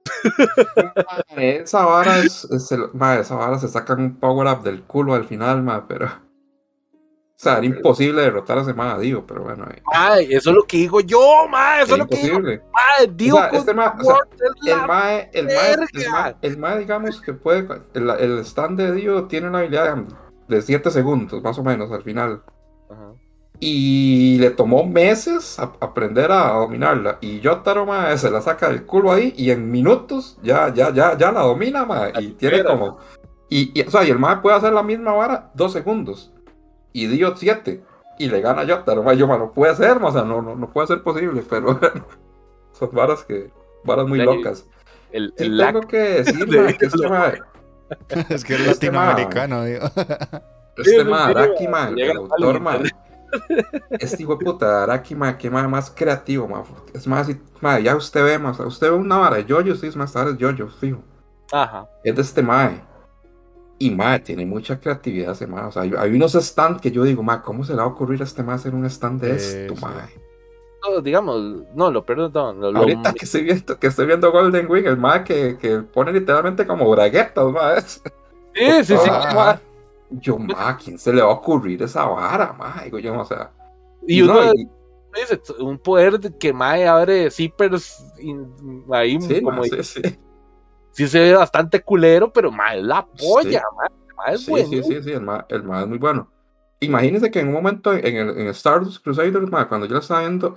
Esa vara esa vara se sacan un power up del culo al final, pero o sea, era imposible derrotar a ese man, digo, pero bueno. Ay, eso es lo que digo yo, ma, eso es lo que digo. Digo, o sea, el mae, digamos que puede, el stand de Dio tiene una habilidad de 7 segundos, más o menos, al final. Ajá. Y le tomó meses aprender a dominarla. Y Yotaro, ma, se la saca del culo ahí y en minutos ya la domina, ma. Y tiene como O sea, y el mae puede hacer la misma vara 2 segundos. Y dio 7. Y le gana a Yotaro, mae. Yo, mae, no puede ser, o sea, no puede ser posible, pero son varas muy locas. El Sí, lag tengo que decir, mae, que este mae, Es que es latinoamericano, digo. este Sí, mae, sí, Araki, mae, llega el al autor, mae. internet. Este hijo de puta, Araki, mae, que mae más creativo, mae. Es más, mae, ya usted ve, mae, usted ve una vara de JoJo, sí, es más tarde es JoJo, fijo. Ajá. Es de este mae. Y mae, tiene mucha creatividad ese mae. O sea, hay unos stands que yo digo, mae, ¿cómo se le va a ocurrir a este mae hacer un stand de esto, Sí. mae? No, digamos, no, lo perdón. Ahorita que estoy viendo Golden Wing, el mae que pone literalmente como braguetas, mae. Sí. Ah, Yo, mae, ¿quién se le va a ocurrir esa vara, mae? Digo yo, o sea. Y no, uno dice, un poder que mae abre zippers ahí sí, como mae, sí. sí se ve bastante culero, pero mae es la polla, Sí. mae es Sí, bueno. sí, el mae es muy bueno. Imagínense que en un momento en Stardust Crusaders, mae, cuando yo lo estaba viendo,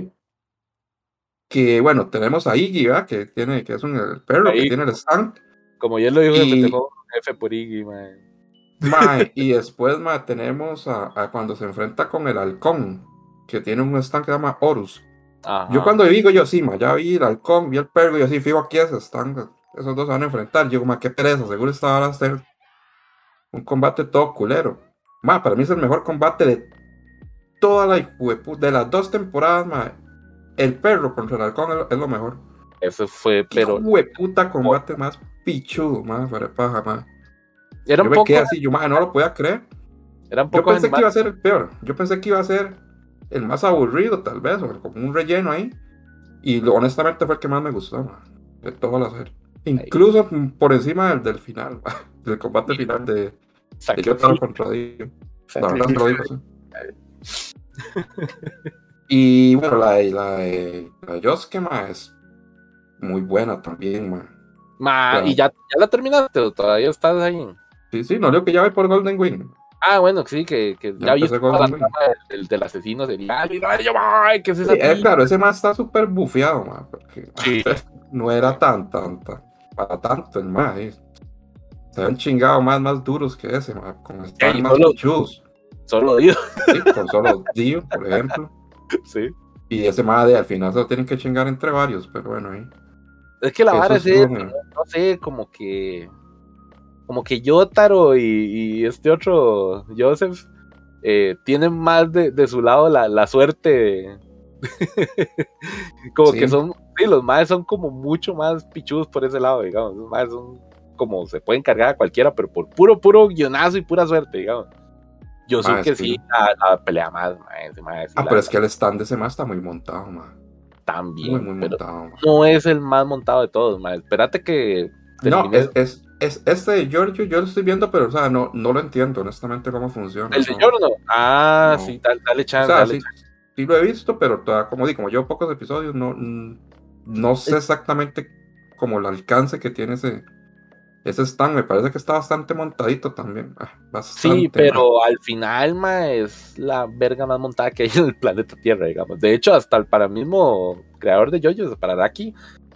que bueno, tenemos a Iggy, ¿verdad? Que es el perro que Ahí, tiene el stand. como ya lo dijo Y, F por Iggy, mae. mae, y después, mae, tenemos a cuando se enfrenta con el halcón, que tiene un stand que se llama Horus. Ajá. Yo cuando digo yo, sí, mae, ya vi el halcón, vi el perro, y así, fijo, aquí ese stand, esos dos se van a enfrentar. Yo, mae, qué pereza, seguro esta va a ser un combate todo culero. Mae, para mí es el mejor combate de toda de las 2 temporadas, mae. El perro contra el halcón es lo mejor. Eso fue, pero Hueputa combate más pichudo, más fuera de paja, más. era Yo un me poco, quedé así, yo más no lo podía creer. era un Yo poco pensé que animal. iba a ser el peor. Yo pensé que iba a ser el más aburrido, tal vez, o como un relleno ahí. Y honestamente fue el que más me gustó, man, de toda la serie. Incluso por encima del final, man, del combate final de Yotaro contra Dio. La verdad te lo digo así. Y bueno, la de Yosuke, man, es muy buena también, man. Claro. ¿Y ya la terminaste o todavía estás ahí? Sí, no digo que ya voy por Golden Wing. Ah, bueno, sí, que ya viste toda la trama del asesino serial. Y yo, ay, ¿qué es esa claro, ese más está súper bufeado, man, porque sí. no era para tanto el más. Se han chingado más duros que ese, man, con están más pichudos. Solo Dio. Sí, con solo Dio, por ejemplo. Sí. Y ese más al final se lo tienen que chingar entre varios, pero bueno, ahí. Es que la vara es no sé, como que Yotaro y este otro Joseph tienen más de su lado la suerte. Como que son, sí, los maes son como mucho más pichudos por ese lado, digamos. Los maes son como se pueden cargar a cualquiera, pero por puro guionazo y pura suerte, digamos. Yo sé que sí, la pelea más, mae. Pero es que el stand de ese más está muy montado, man. También, muy montado, man. No es el más montado de todos, mae. Espérate que no, es este de Giorgio, yo lo estoy viendo, pero o sea, no lo entiendo honestamente cómo funciona. ¿El de Giorgio? Ah, no. Sí, dale chance. O sea, sí lo he visto, pero como llevo pocos episodios, no sé exactamente como el alcance que tiene ese stand. Me parece que está bastante montadito también. Bastante, sí, pero al final, es la verga más montada que hay en el planeta Tierra, digamos. De hecho, hasta el mismo creador de JoJo, para Araki,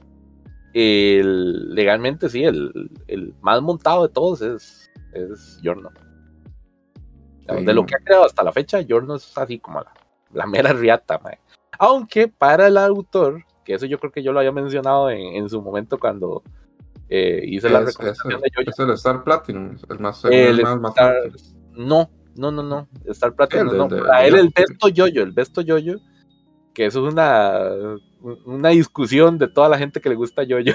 legalmente sí, el más montado de todos es Giorno. Sí, de lo que ha creado hasta la fecha, Giorno es así como la mera riata, mae. Aunque para el autor, que eso yo creo que yo lo había mencionado en su momento cuando hice la recomendación de JoJo. Es el Star Platinum, el más No, Star Platinum para él el Besto JoJo, que eso es una discusión de toda la gente que le gusta JoJo.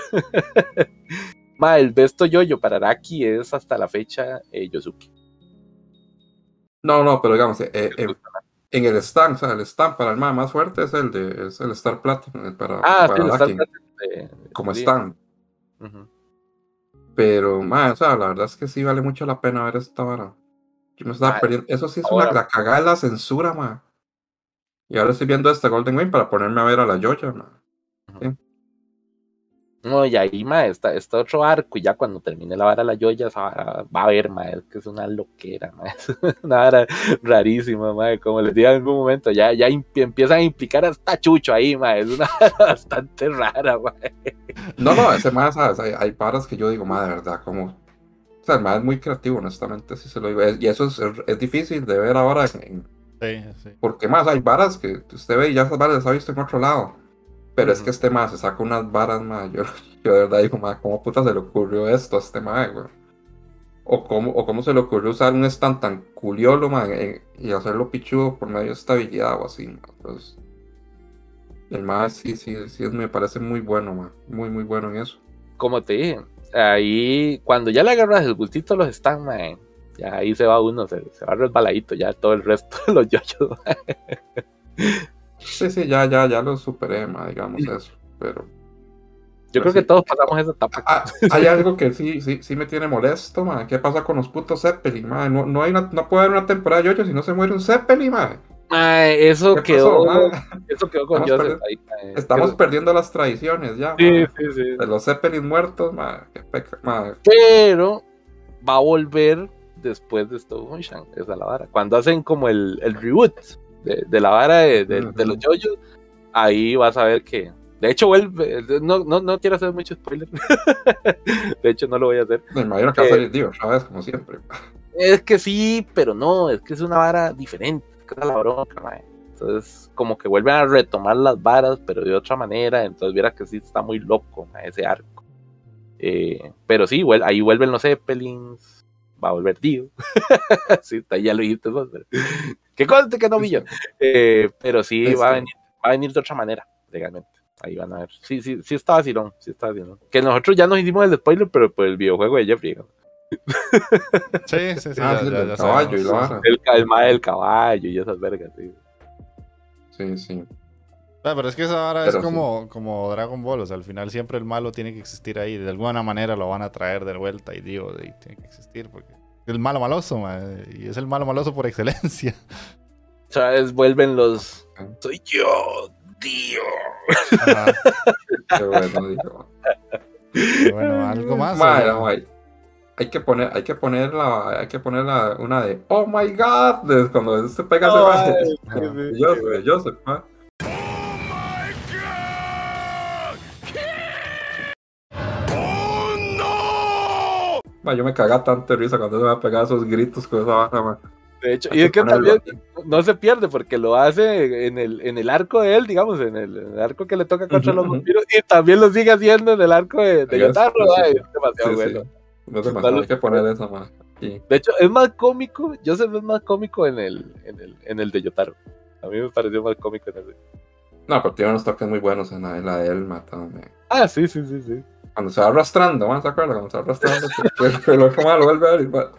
El Besto JoJo para Araki es hasta la fecha Yosuke. No, pero digamos, en el stand, o sea, el stand para el más fuerte es el Star Platinum para sí, el Star Platinum como stand. Uh-huh. Pero, o sea, la verdad es que sí vale mucho la pena ver esta vara. Yo me estaba perdiendo. Eso sí es la cagada de la censura, man. Y ahora estoy viendo Golden Wing para ponerme a ver a la Yoya, man. Uh-huh. ¿Sí? No, y ahí, está otro arco, y ya cuando termine la vara la Yoya, esa vara va a ver, es que es una loquera, es una vara rarísima, como les digo en algún momento, ya empiezan a implicar hasta Chucho ahí, es una bastante rara, No, ese ¿sabes? Hay varas que yo digo, de verdad, como... O sea, el mae es muy creativo, honestamente, sí se lo digo. Y eso es difícil de ver ahora, Sí. porque más hay varas que usted ve y ya esas varas las ha visto en otro lado. Pero es que Ujú. este mae se saca unas varas, mae. Yo de verdad digo, mae, ¿cómo puta se le ocurrió esto a este mae, güey? O cómo se le ocurrió usar un stand tan culiolo, mae, y hacerlo pichudo por medio de estabilidad o así, mae. Entonces, el mae sí, me parece muy bueno, mae. Muy, muy bueno en eso. Como te dije, ahí cuando ya le agarras el gustito a los stands, mae, ya ahí se va uno, se va resbaladito, ya todo el resto de los yoyos. Sí, ya lo superé, mae, digamos eso. Pero Yo creo sí. que todos pasamos esa etapa. Hay algo que sí me tiene molesto, mae. ¿Qué pasa con los putos Zeppelin, mae? No puede haber una temporada de yoyo si no se muere un Zeppelin, mae. Mae, eso ¿Qué quedó, pasó, mae? eso quedó con Estamos Joseph perdi- ahí, mae. Estamos perdiendo las tradiciones ya, Sí, mae. sí. De los Zeppelin muertos, mae. Qué mae. Pero va a volver después de Stop Motion, esa es la vara. Cuando hacen como el reboot de la vara de los yoyos, ahí vas a ver que de hecho vuelve. No quiero hacer mucho spoiler. De hecho no lo voy a hacer. Me imagino que va a salir Dio, ¿sabes? Como siempre. Es que sí, pero no, es que es una vara diferente, que es la bronca, mae. Entonces como que vuelven a retomar las varas, pero de otra manera. Entonces viera que sí está muy loco, mae, ese arco. Pero sí, ahí vuelven los Zeppelins. Va a volver Dio. Sí, ya lo dijiste vos, pero... ¿Qué conste que no vi yo? Pero sí, va a venir de otra manera, legalmente. Ahí van a ver. Sí está vacilón, Que nosotros ya nos hicimos el spoiler, pero por el videojuego de Jeffrey, ¿no? Sí, Ah, sí, el caballo y la vara. El mae del caballo y esas vergas, sí. Sí. Ah, pero es que esa vara Pero es como Dragon Ball, o sea, al final siempre el malo tiene que existir ahí, de alguna manera lo van a traer de vuelta y digo, tiene que existir porque es el malo maloso, man, y es el malo maloso por excelencia. Otra vez vuelven los... Soy yo, Dio. Ajá. Qué bueno, digo. Pero bueno, algo más. Mae. Hay que poner una de Oh my God, cuando se pega ese de Joseph, mae. Ma, yo me cagaba tanto de risa cuando se me pegaba esos gritos con esa vara, man. De hecho, y es que también no se pierde porque lo hace en el arco de él, digamos, en el arco que le toca contra los vampiros, y también lo sigue haciendo en el arco de Yotaro, es demasiado bueno. No es demasiado, hay que poner eso, man. Sí. De hecho, es más cómico, Joseph es más cómico en el de Yotaro. A mí me pareció más cómico en ese. No, pero tiene unos toques muy buenos en la de él, también. Ah, sí. Cuando se va arrastrando, ¿no? ¿Se acuerdan? Cuando se va arrastrando, que lo como lo vuelve a ver y va.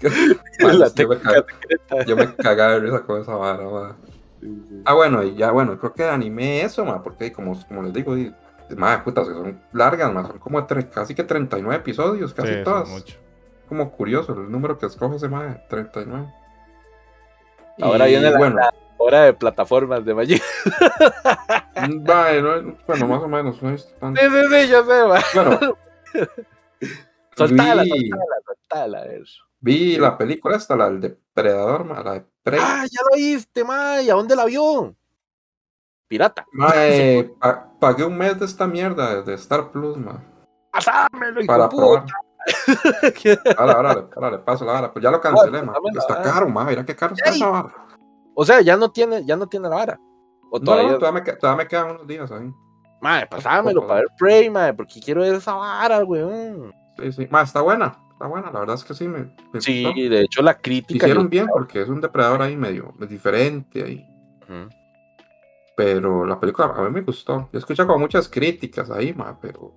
Yo me cagaba de risa con esa vara, man. Sí. Ah, bueno, y ya, bueno, creo que animé eso, man, porque como les digo, madre puta, son largas, man, son como casi que 39 episodios, casi Sí, todas. mucho. Como curioso el número que escoge ese madre, 39. Ahora viene la hora de plataformas de Magic. Bueno, más o menos, no es tanto. Sí, yo sé, man. Bueno, Soltala. vi la película esta, la del Depredador, man, la de Prey. Ah, ya lo viste, man. ¿Y a dónde la vio? Pirata. Mae, pagué un mes de esta mierda de Star Plus, man. Pásamelo, hijo Para de probar. puta. Ahora le paso la vara. Pues ya lo cancelé, man. Está caro, man. Mira qué caro está esa vara. O sea, ya no tiene la vara. O No, todavía me quedan unos días ahí. Mae, pasámelo para ver Prey, mae, porque quiero esa vara, weón. Sí. Mae, está buena, la verdad es que sí me Sí, gustó. de hecho la crítica... Hicieron bien porque es un depredador ahí medio diferente ahí. Pero la película a mí me gustó. Yo escuché como muchas críticas ahí, mae, pero...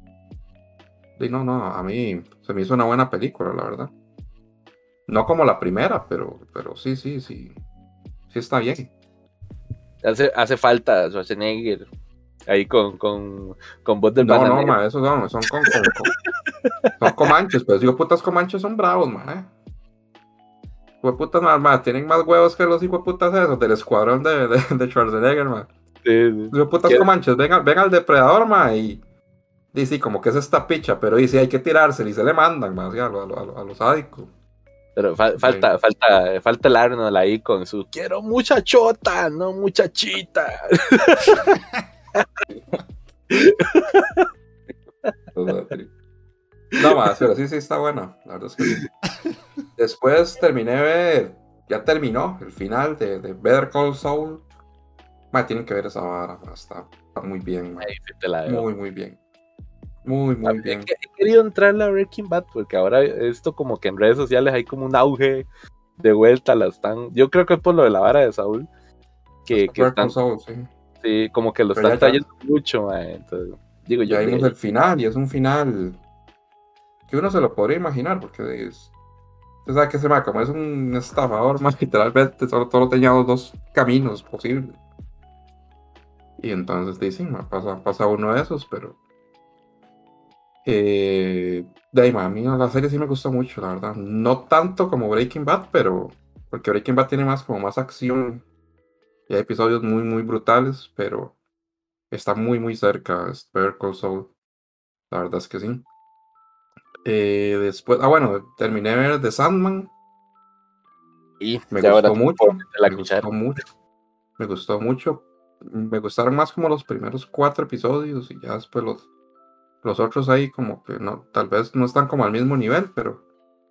No, a mí se me hizo una buena película, la verdad. No como la primera, pero sí. Sí está bien. Hace falta Schwarzenegger ahí con voz del bananero. No, ma, esos son comanches, pero digo, putas comanches son bravos, ma. Hueputas, ma, tienen más huevos que los hijueputas esos del escuadrón de Schwarzenegger, ma. Sí. Putas comanches, ven al depredador, ma, y sí, como que es esta picha, pero dice, hay que tirársela y se le mandan, ma, a los sádicos. Pero falta el Arnold ahí con su quiero muchachota, no muchachita. No más, pero sí está buena. La verdad es que sí. Después terminé de ver, ya terminó el final de Better Call Saul. Ma, tienen que ver esa vara, ma, está muy bien, ma. Ahí sí te la veo. Muy bien. Muy bien. He querido entrar a Breaking Bad porque ahora esto como que en redes sociales hay como un auge de vuelta, yo creo que es por lo de la vara de Saúl, que Better Call están, Saul, sí. sí, como que lo Pero están trayendo mucho, ma, entonces, digo yo Ya vimos que el final y es un final que uno se lo podría imaginar porque usted sabe que ese ma, como es un estafador, más literalmente solo tenía dos caminos posibles. Y entonces dicen, ma, pasa uno de esos, pero de ahí, ma, a mí la serie sí me gustó mucho, la verdad. No tanto como Breaking Bad, pero porque Breaking Bad tiene más acción y hay episodios muy brutales, pero está muy cerca Better Call Saul. La verdad es que sí. Después, bueno, terminé de ver The Sandman. y Me ya ahora gustó mucho. ponete la Me cuchara. gustó mucho. Me gustó mucho. Me gustaron más como los primeros 4 episodios y ya después los otros ahí como que no, tal vez no están como al mismo nivel, pero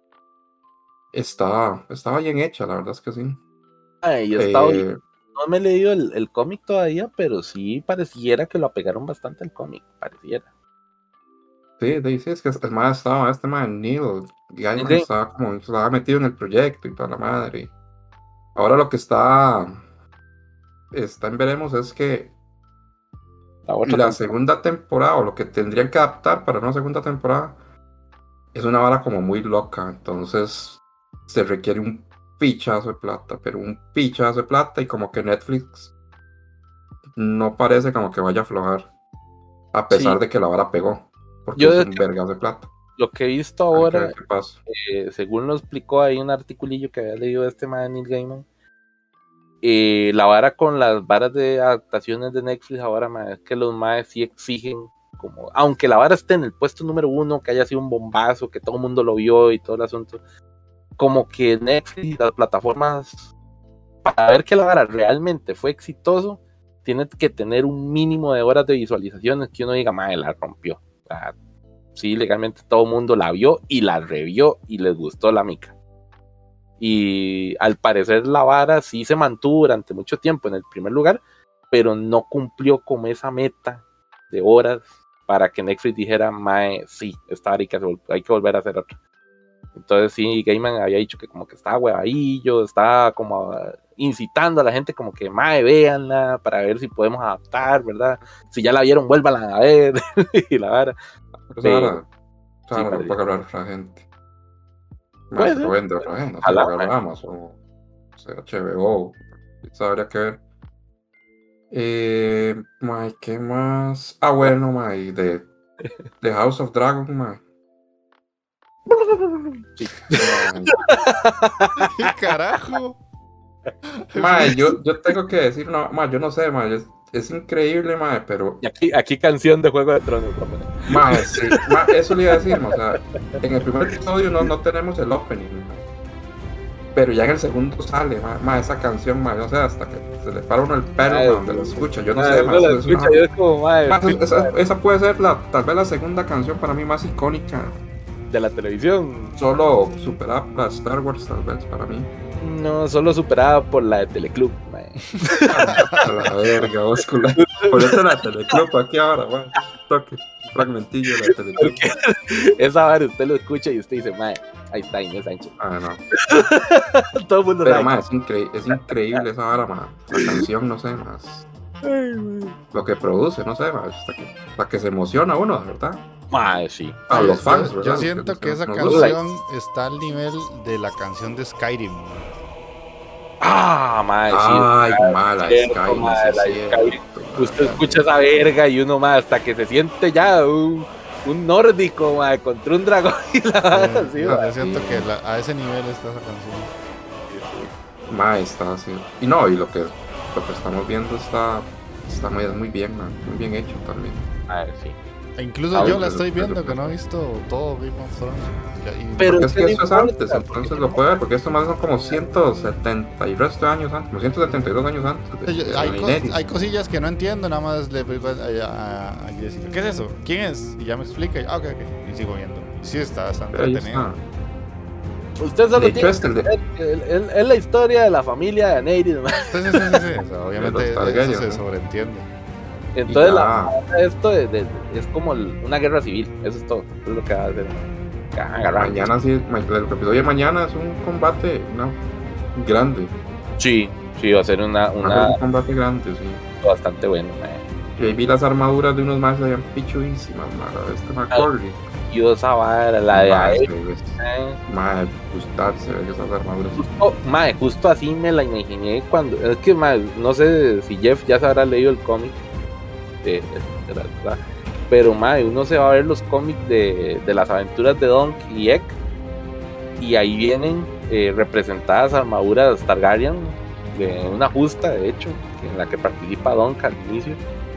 estaba bien hecha, la verdad es que sí. Ay, yo Eh, no me he leído el cómic todavía, pero sí pareciera que lo apegaron bastante al cómic, pareciera. sí, es que el más este más Neil Gaiman Ok. estaba metido en el proyecto y toda la madre. Ahora lo que está en veremos es que La otra la temporada. segunda temporada, o lo que tendrían que adaptar para una segunda temporada, es una vara como muy loca. Entonces se requiere un pichazo de plata, pero un pichazo de plata, y como que Netflix no parece como que vaya a aflojar, a pesar Sí, de que la vara pegó, porque yo es un vergas de plata. lo que he visto Hay que ahora, ver qué pasa. según lo explicó ahí un articulillo que había leído de este man Neil Gaiman, la vara con las varas de adaptaciones de Netflix ahora, ma, es que los maes sí exigen, como, aunque la vara esté en el puesto número 1, que haya sido un bombazo, que todo el mundo lo vio y todo el asunto, como que Netflix y las plataformas, para ver que la vara realmente fue exitoso, tiene que tener un mínimo de horas de visualizaciones que uno diga, madre, la rompió. O sea, sí, legalmente todo el mundo la vio y la revió y les gustó la mica. Y al parecer la vara sí se mantuvo durante mucho tiempo en el primer lugar, pero no cumplió con esa meta de horas para que Netflix dijera, mae, sí, esta vara hay que volver a hacer otra. Entonces sí, Gaiman había dicho que como que estaba huevadillo, estaba como incitando a la gente como que, mae, véanla para ver si podemos adaptar, ¿verdad? Si ya la vieron, vuélvanla a ver. Y la vara. Pero esa sí, vara lo puede hablar otra gente. Puede Lo ser. vende otra gente, no sé, Ojalá, lo agarra Amazon, o sea, HBO, habría que ver. Mae, ¿qué más? Ah, bueno, mae, de House of Dragon, mae. Sí. ¿Qué carajo? Mae, yo tengo que decir, no, mae, yo no sé, mae, es increíble, mae, pero, Y aquí canción de Juego de Tronos. mae, sí, mae, eso le iba a decir, mae, o sea, en el primer episodio no tenemos el opening, mae, pero ya en el segundo sale, mae, esa canción, mae, no sé, hasta que se le para uno el pelo, mae, donde lo escucha, yo no sé, mae, la escucha, yo es como, mae, esa puede ser tal vez la segunda canción para mí más icónica, de la televisión. solo superada a Star Wars, tal vez, para mí. No, solo superada por la de Teleclub, mae. A la verga, óscula. Por eso la Teleclub aquí ahora, wey. Toque, fragmentillo de la Teleclub. Esa vara usted lo escucha y usted dice, mae, ahí está Inés Sánchez. Ah, no. Todo el mundo Pero, sabe. ma, es increíble esa vara, ma. La canción, no sé, más. Lo que produce, no sé, ma. Hasta que se emociona uno, de verdad. Mae, sí. A Sí, los fans, yo ¿verdad? siento que esa nos canción está al nivel de la canción de Skyrim. Ah, mae, sí. Ay, mala, cierto, Skyrim, ma, sí es la cierto, Skyrim. ma. Usted escucha esa verga y uno más hasta que se siente ya un nórdico, mae, contra un dragón y la vara así, Yo mae. siento que a ese nivel está esa canción. Ma, está así. Y no, y lo que estamos viendo está muy bien, ma. Muy bien hecho también. Mae, sí. E incluso Ah, yo la pero- estoy viendo, pero- que no he visto todo Game of Thrones. Pero Porque es que no eso es importa, antes, porque entonces no lo puede ver, porque esto más son como 170 y resto de años antes, como 172 años antes. de hay, la Daenerys. hay cosillas que no entiendo, nada más le digo a Jessica, ¿qué es eso? ¿Quién es? Y ya me explica, y, ok, y sigo viendo. Sí, está bastante Pero ahí entretenido. está. Usted solo De hecho, tiene es que el de- es la historia de la familia de Daenerys, mae. Sí. O sea, obviamente los Targaryen, eso se ¿no? sobreentiende. Entonces ya. es como una guerra civil, eso es todo, eso es lo que va a hacer. Agarrar. Mañana sí, el episodio de mañana es un combate grande. Sí, va a ser Va a ser un combate grande, sí. bastante bueno, mae. Y ahí vi las armaduras de unos más se veían pichuísimas, McCorley. Y esa vara, la de ahí. Gustarse ver esas armaduras. Justo así me la imaginé cuando. Es que, mae, no sé si Jeff ya se habrá leído el cómic. ¿Verdad? Pero, mae, uno se va a ver los cómics de las aventuras de Dunk y Egg. Y ahí vienen representadas armaduras Targaryen. De una justa, de hecho, en la que participa Dunk al inicio.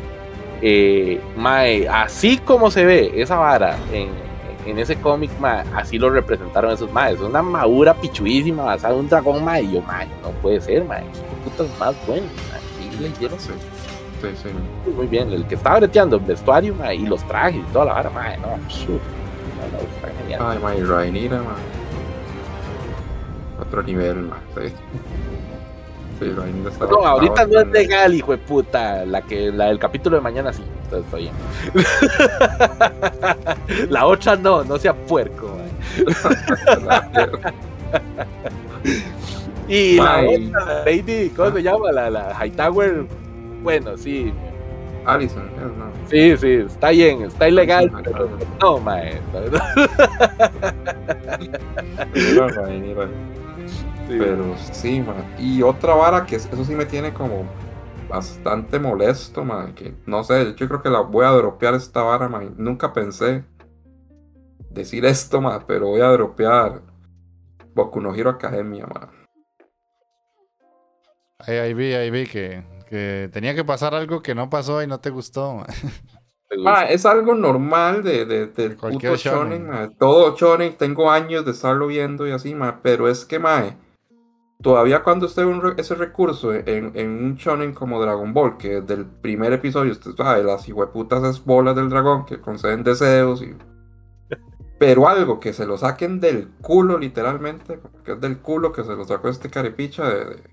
Mae, así como se ve esa vara en ese cómic, mae, así lo representaron esos maes. Es una armadura pichuísima basada en un dragón, mae. Y yo, mae, no puede ser, mae. Qué putas más bueno, mae. Y le hicieron Sí. muy bien. El que estaba breteando el vestuario, mae, y los trajes y toda la vara, mae. No, está genial. Ay, mae, Rhaenyra, mae. Otro nivel, mae. Sí. Sí, Rhaenyra está. No, ahorita no es bastante- legal, hijo de puta. La del capítulo de mañana sí. Entonces está bien. La otra no sea puerco, mae. Y la Mae. otra, Lady, ¿cómo se llama? La Hightower. Bueno, sí, Alison, no. sí, está bien, está ilegal, Sí, pero mae. no, mae. Pero Rhaenyra. Sí. Pero sí, man. Y otra vara que eso sí me tiene como bastante molesto, man. Que no sé, yo creo que la voy a dropear esta vara, man. Nunca pensé decir esto, man, pero voy a dropear Boku no Hero Academia, man. Ahí vi que tenía que pasar algo que no pasó y no te gustó. Man. Man, es algo normal del Cualquier puto shonen, shonen. man. Todo shonen, tengo años de estarlo viendo y así, man. Pero es que, man, todavía cuando usted ve ese recurso en un shonen como Dragon Ball, que desde el primer episodio usted sabe, las hijueputas es bolas del dragón que conceden deseos y... Pero algo que se lo saquen del culo literalmente, que es del culo que se lo sacó este carepicha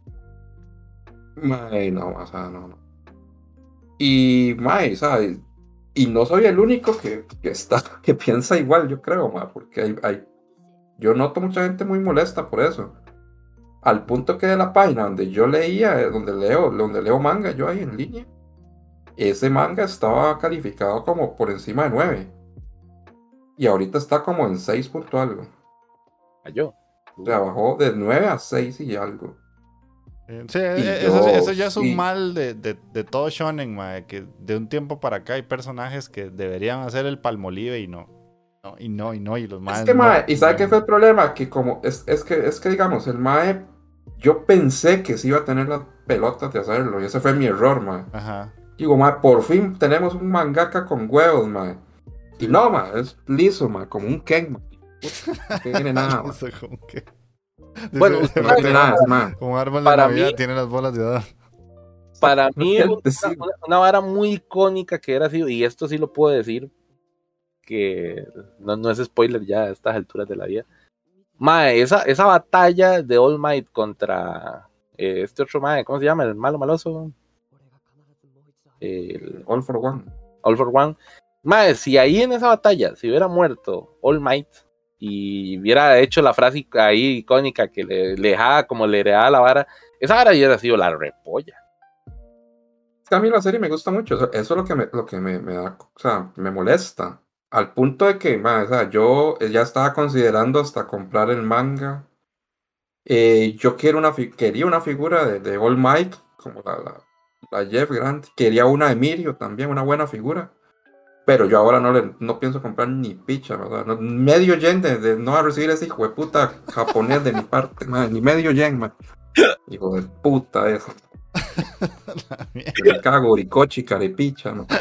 Mae, no, o sea, no. Y, mae, ¿sabes? Y no soy el único que piensa igual, yo creo, mae, porque yo noto mucha gente muy molesta por eso. Al punto que de la página donde yo leía, donde leo manga, yo ahí en línea, ese manga estaba calificado como por encima de 9. Y ahorita está como en 6 punto algo. Yo. O sea, bajó de 9 a 6 y algo. Sí, Y eso ya es sí. un mal de todo shonen, mae, que de un tiempo para acá hay personajes que deberían hacer el palmolive y no. Y los maes Es que, no, mae, ¿y sabe no. qué fue el problema? Que como, es que digamos, el mae, yo pensé que sí iba a tener las pelotas de hacerlo, y ese fue mi error, mae. Ajá. Digo, mae, por fin tenemos un mangaka con huevos, mae. Y no, mae, es liso, mae, como un Ken, mae. No tiene nada, mae. Eso como que... Bueno, Dice, usted No tiene nada, ese mae. como árbol de Para Navidad mí- tiene las bolas de edad. Para mí es Sí. una vara muy icónica que era así, y esto sí lo puedo decir, que no es spoiler ya a estas alturas de la vida. Mae, esa batalla de All Might contra este otro mae, ¿cómo se llama? El malo maloso. El All for One. All for One. Mae, si ahí en esa batalla se hubiera muerto All Might y hubiera hecho la frase ahí icónica que le dejaba como le heredaba la vara, esa vara hubiera sido la repolla. Es que a mí la serie me gusta mucho, eso es lo que me da, o sea, me molesta. Al punto de que, mae, o sea, yo ya estaba considerando hasta comprar el manga. Yo quería una figura de All Might, como la Jeff Grant. Quería una de Mirio también, una buena figura. Pero yo ahora no pienso comprar ni picha, ¿verdad? Medio yen de no a recibir ese hijo de puta japonés de mi parte, man, ni medio yen, man. Hijo de puta eso. Me cago, Orikochi, carepicha, ¿no?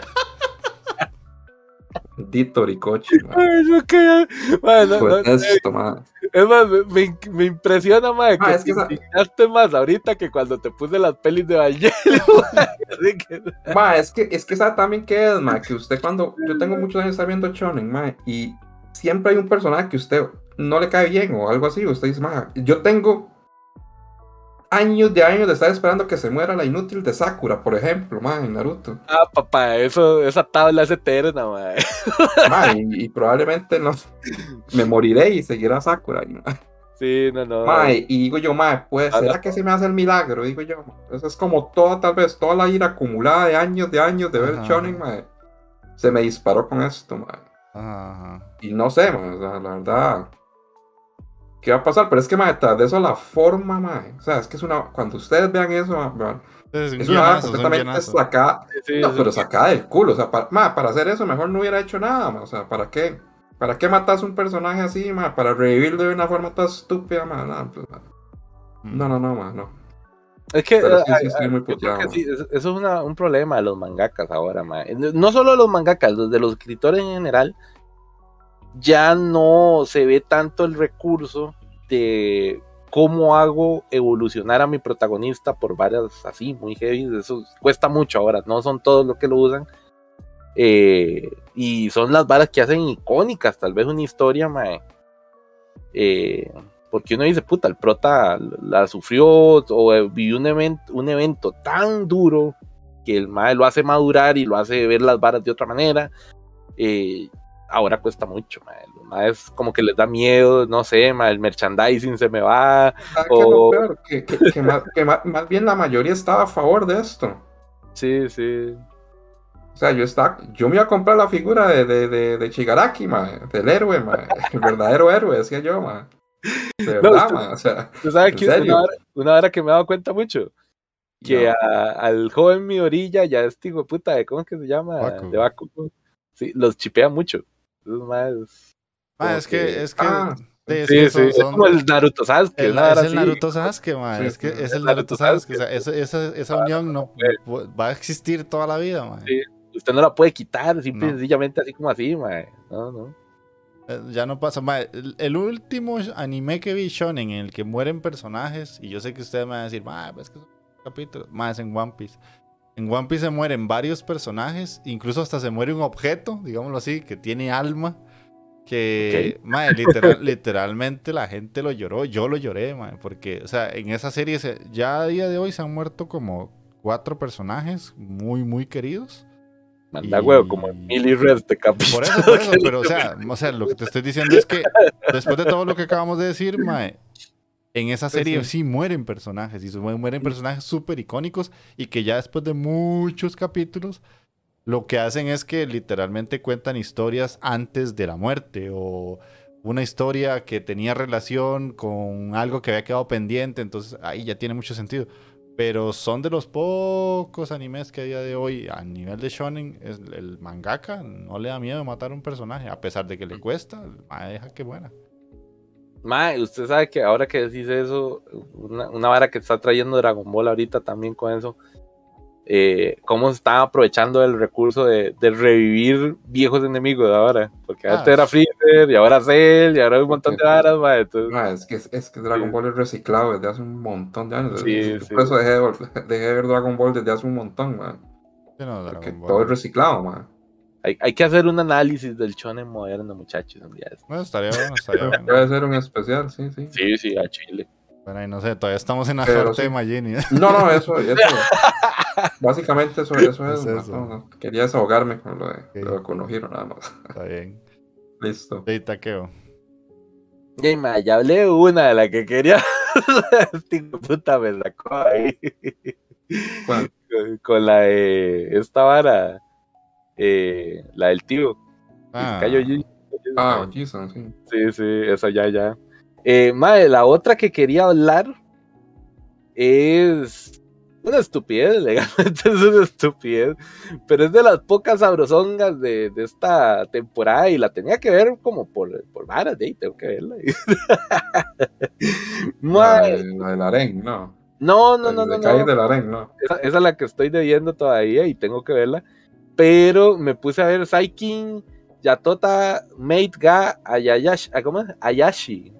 Dito Orikochi, man. Ay, no, que, man, Pues esto, man. es más, me impresiona más que Es que te esa- indignaste más ahorita que cuando te puse las pelis de Evangelion. Así que, Ma, es que esa también que es, ma, que usted cuando... Yo tengo muchos años estar viendo shonen, ma, y siempre hay un personaje que usted no le cae bien o algo así. Usted dice, mae, yo tengo años de estar esperando que se muera la inútil de Sakura, por ejemplo, mae, en Naruto. Ah, papá, esa tabla es eterna, mae. Mae, y probablemente no me moriré y seguirá Sakura. Mae. Sí, no. Mae, y digo yo, mae, pues, ¿será que se me hace el milagro? Digo yo, mae. Eso es como tal vez toda la ira acumulada de años de ver shonen, mae. Se me disparó con esto, mae. Ajá. Y no sé, mae, o sea, la verdad, ¿qué va a pasar? Pero es que, mae, tras de eso la forma, mae. O sea, es que es una... Cuando ustedes vean eso, mae, es una completamente sacada... Sí, no, pero sacada del culo. O sea, para hacer eso mejor no hubiera hecho nada, mae. O sea, ¿para qué? ¿Para qué matas un personaje así, mae? Para revivirlo de una forma tan estúpida, mae. No, pues, mae. No, mae, no. Es que, sí, estoy muy puteado. Sí, eso es un problema de los mangakas ahora, mae. No solo de los mangakas, de los escritores en general. Ya no se ve tanto el recurso de cómo hago evolucionar a mi protagonista por varias así, muy heavy. Eso cuesta mucho ahora, no son todos los que lo usan. Y son las varas que hacen icónicas, tal vez una historia, mae. Porque uno dice, puta, el prota la sufrió o vivió un evento tan duro que el mae lo hace madurar y lo hace ver las varas de otra manera. Ahora cuesta mucho, mae. Los maes como que les da miedo, no sé, mae, el merchandising se me va. O... Peor, que más bien la mayoría estaba a favor de esto. Sí. O sea, yo me iba a comprar la figura de Shigaraki, mae, del héroe, mae, el verdadero héroe, decía yo, mae. De verdad, mae, o sea, ¿tú sabes que una hora que me he dado cuenta mucho? Que al joven Midoriya ya es tipo puta, ¿cómo es que se llama? Bakugo. De Bakugo. Sí, los chipea mucho. Es que sí. Es como el Naruto Sasuke. Es el Naruto Sasuke, man. Es que es el Naruto Sasuke. O sea, esa unión no va a existir toda la vida, man. Sí. Usted no la puede quitar, sencillamente así como así, man. No. Ya no pasa, man. El último anime que vi shonen en el que mueren personajes, y yo sé que ustedes me van a decir, man, es que son capítulos, más en One Piece. En One Piece se mueren varios personajes, incluso hasta se muere un objeto, digámoslo así, que tiene alma. Que, mae, literalmente la gente lo lloró, yo lo lloré, mae, porque, o sea, en esa serie ya a día de hoy se han muerto como 4 personajes muy, muy queridos. Manda huevo, como Emily Red de capítulo. Por eso, pero, o sea, lo que te estoy diciendo es que después de todo lo que acabamos de decir, mae, en esa serie sí mueren personajes, y mueren personajes súper icónicos, y que ya después de muchos capítulos lo que hacen es que literalmente cuentan historias antes de la muerte o una historia que tenía relación con algo que había quedado pendiente, entonces ahí ya tiene mucho sentido. Pero son de los pocos animes que a día de hoy, a nivel de shonen, el mangaka no le da miedo matar a un personaje, a pesar de que le cuesta, deja que muera. Mae, usted sabe que ahora que decís eso, una vara que está trayendo Dragon Ball ahorita también con eso, cómo se están aprovechando el recurso de revivir viejos enemigos de ahora, porque antes era Freezer y ahora Cell y ahora hay un montón de varas, mae, entonces... es que Dragon Ball es reciclado desde hace un montón de años. Sí. Por eso dejé de ver Dragon Ball desde hace un montón, mae. Porque todo es reciclado, mae. Hay que hacer un análisis del shonen moderno, muchachos. Bueno, estaría bueno. Puede ser un especial, sí. Sí, a Chile. Bueno, y no sé, todavía estamos en la suerte de Magini. No, eso. Básicamente eso es. No. Quería desahogarme con lo de Konohiro, nada más. Está bien. Listo. Sí, taqueo. Ya hablé de una de la que quería. Este puta me sacó ahí. ¿Cuál? Con la de esta vara. La del tío. Jason, sí. Sí, esa ya. Madre, la otra que quería hablar es una estupidez, legalmente es una estupidez, pero es de las pocas sabrosongas de esta temporada y la tenía que ver como por varas, tengo que verla. La del harén, ¿no? No. Del harén, ¿no? Esa es la que estoy debiendo todavía y tengo que verla, pero me puse a ver Saikin Yatota Mate Ga Ayashi. ¿Cómo es? Ayashi.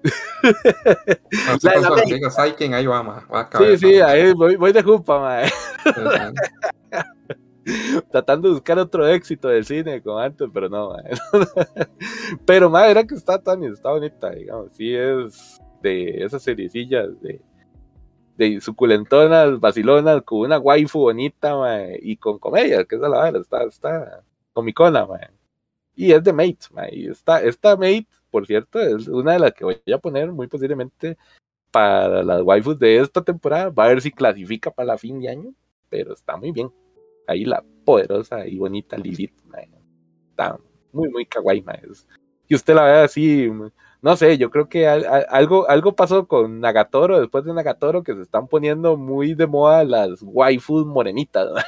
Diga Saiken, ahí va a Sí, ahí voy de jupa, mae. Tratando de buscar otro éxito del cine como antes, pero no, mae. Pero madre, era que está bonita, digamos, sí es de esas seriecillas de suculentonas, vacilonas, con una waifu bonita, mae, y con comedia, que es la verdad, está comicona, mae. Y es de Mate, mae, y esta Mate, por cierto, es una de las que voy a poner muy posiblemente para las waifus de esta temporada. Va a ver si clasifica para la fin de año, pero está muy bien. Ahí la poderosa y bonita Lilith, mae. Está muy, muy kawaii, mae. Y usted la ve así, no sé, yo creo que algo pasó con Nagatoro, después de Nagatoro, que se están poniendo muy de moda las waifus morenitas, mae.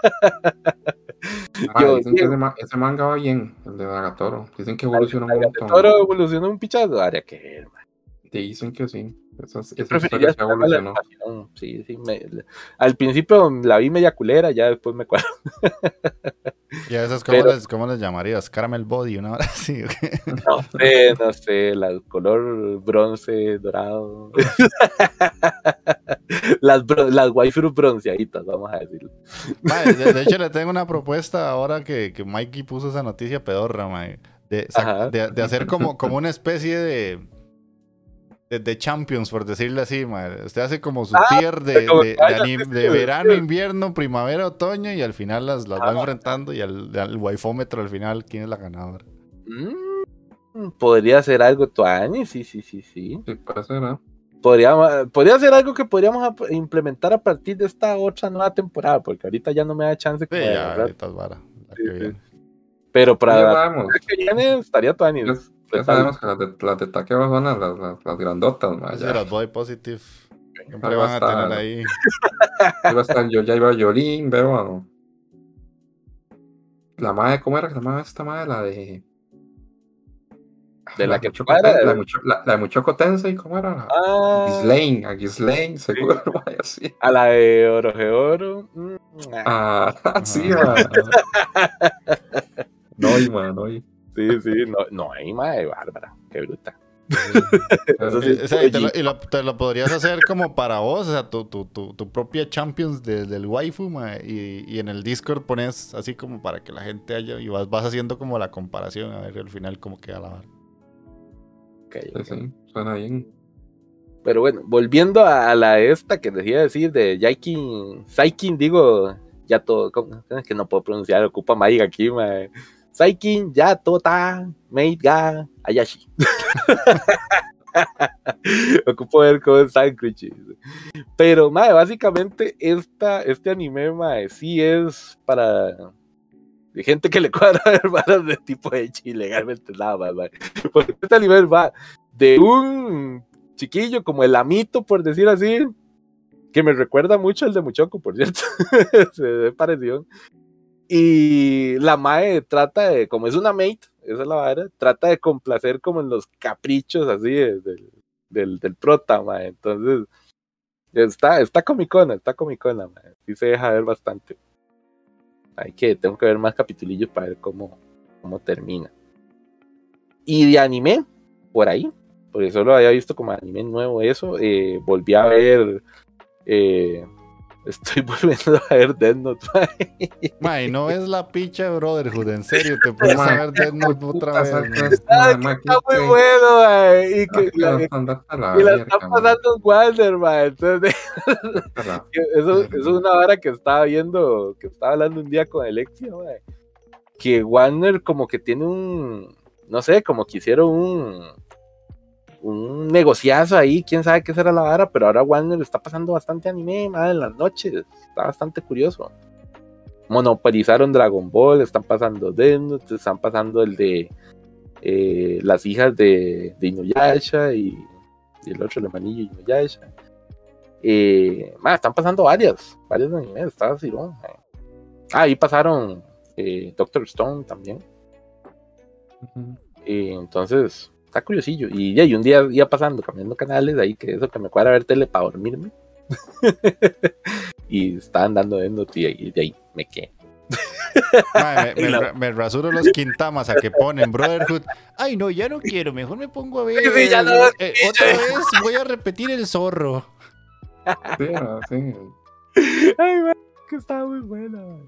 Dicen que ese manga va bien, el de Nagatoro. Dicen que evoluciona un montón. Nagatoro evoluciona un pichazo, habría que ver, mae. Dicen que sí. Esa Preferiría historia se evolucionó. Sí, al principio la vi media culera, ya después me cuadro. ¿Y a esas cómo les llamarías? ¿Caramel Body? ¿Una hora así? No sé, la color bronce, dorado. las waifu bronceaditas, vamos a decirlo. Mae, de hecho, le tengo una propuesta ahora que Mikey puso esa noticia pedorra, mae, de hacer como una especie de Champions, por decirlo así, mae. Usted hace como su tier de verano, invierno, primavera, otoño, y al final las va enfrentando, y al waifómetro al final, ¿quién es la ganadora? Podría ser algo tuani, sí. Sí, puede ser, ¿no? Podría ser algo que podríamos implementar a partir de esta otra nueva temporada, porque ahorita ya no me da chance. Sí, ya, ahorita es vara, la que viene. Pero para la que viene estaría tuani. Ya sabemos que las de Takeo son las grandotas, ¿no? Sí, las body positive siempre van a tener ahí. Yo ya iba a Yolín, veo la madre, ¿cómo era que se llamaba esta madre? La de la que la de Muchoco Tensei, ¿cómo era? Ghislaine, seguro, vaya así. A la de Orojeoro. Sí, man. No. Sí, no hay madre bárbara, qué bruta. Te lo podrías hacer como para vos, o sea, tu propia Champions del waifu, mae, y en el Discord pones así como para que la gente haya, y vas haciendo como la comparación, a ver al final cómo queda la vara. Okay. Sí, suena bien. Pero bueno, volviendo a la esta que decía decir de Saikin, digo, ya todo, es que no puedo pronunciar, ocupa Maiga aquí, mae. Saikin, ya, Tota, Mate, Ga, Ayashi. Ocupo ver cómo están, Crunchy. Pero, mae, básicamente, este anime, mae, sí es para gente que le cuadra ver varas de tipo de ilegalmente nada más, mae. Porque este anime va de un chiquillo como el amito, por decir así, que me recuerda mucho al de Muchoco, por cierto. Se ve parecido. Y la mae trata de, como es una mate, esa es la vara, trata de complacer como en los caprichos así del prota, mae. Entonces, está comicona, mae. Sí se deja ver bastante. Tengo que ver más capitulillos para ver cómo termina. Y de anime, por ahí, porque solo había visto como anime nuevo eso, volví a ver... Estoy volviendo a ver Death Note, mae, no es la picha Brotherhood, en serio, te puedes ver Death Note otra vez. Está muy bueno, mae. Y la está pasando en Warner, mae. Entonces, eso es una vara que estaba viendo, que estaba hablando un día con Alexia, mae. Que Warner como que tiene no sé, como que hicieron un negociazo ahí, quién sabe qué será la vara, pero ahora Warner está pasando bastante anime, madre, en las noches, está bastante curioso. Monopolizaron Dragon Ball, están pasando Death Note, están pasando el de las hijas de Inuyasha y el otro, el hermanillo Inuyasha. Están pasando varios animes, está así, ¿no? Ahí pasaron Doctor Stone también. Entonces está curiosillo. Y un día iba pasando, cambiando canales, ahí que eso que me cuadra ver tele para dormirme. Y estaban dando y de ahí me quedé. Me rasuro los quintamas a que ponen Brotherhood. Ay, no, ya no quiero, mejor me pongo a ver. Sí, ya no, otra vez voy a repetir el zorro. Sí. Ay, que estaba muy buena, mae.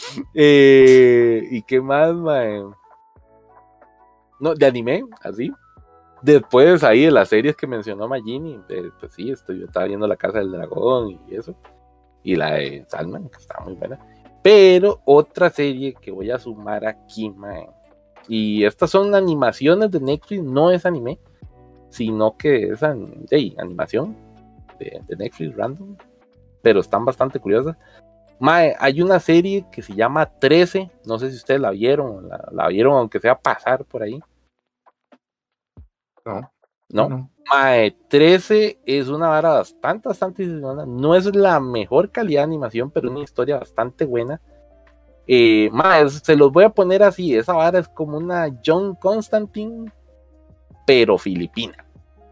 ¿Y qué más, mae? No, de anime, así. Después ahí de las series que mencionó Magini, pues sí, yo estaba viendo La Casa del Dragón y eso. Y la de Salman, que está muy buena. Pero otra serie que voy a sumar aquí, mae. Y estas son animaciones de Netflix, no es anime, sino que es animación de Netflix random. Pero están bastante curiosas. Mae, hay una serie que se llama 13, no sé si ustedes la vieron, la vieron aunque sea pasar por ahí. ¿No? Mae, 13 es una vara bastante buena. No es la mejor calidad de animación, pero es una historia bastante buena. Mae, se los voy a poner así, esa vara es como una John Constantine, pero filipina.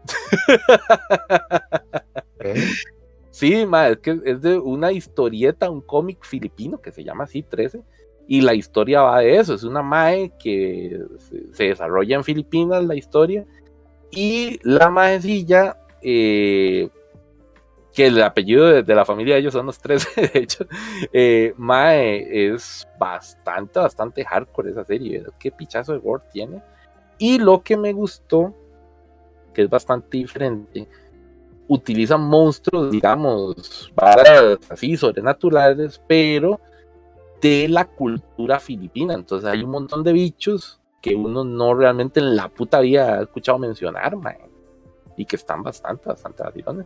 Sí, mae, es que es de una historieta, un cómic filipino que se llama así, 13. Y la historia va de eso, es una mae que se desarrolla en Filipinas la historia. Y la maecilla, que el apellido de la familia de ellos son los 13, de hecho, mae, es bastante hardcore esa serie, ¿verdad? Qué pichazo de gore tiene. Y lo que me gustó, que es bastante diferente, utilizan monstruos, digamos, varas así sobrenaturales, pero de la cultura filipina. Entonces hay un montón de bichos que uno no realmente en la puta vida ha escuchado mencionar, man, y que están bastante vacilones.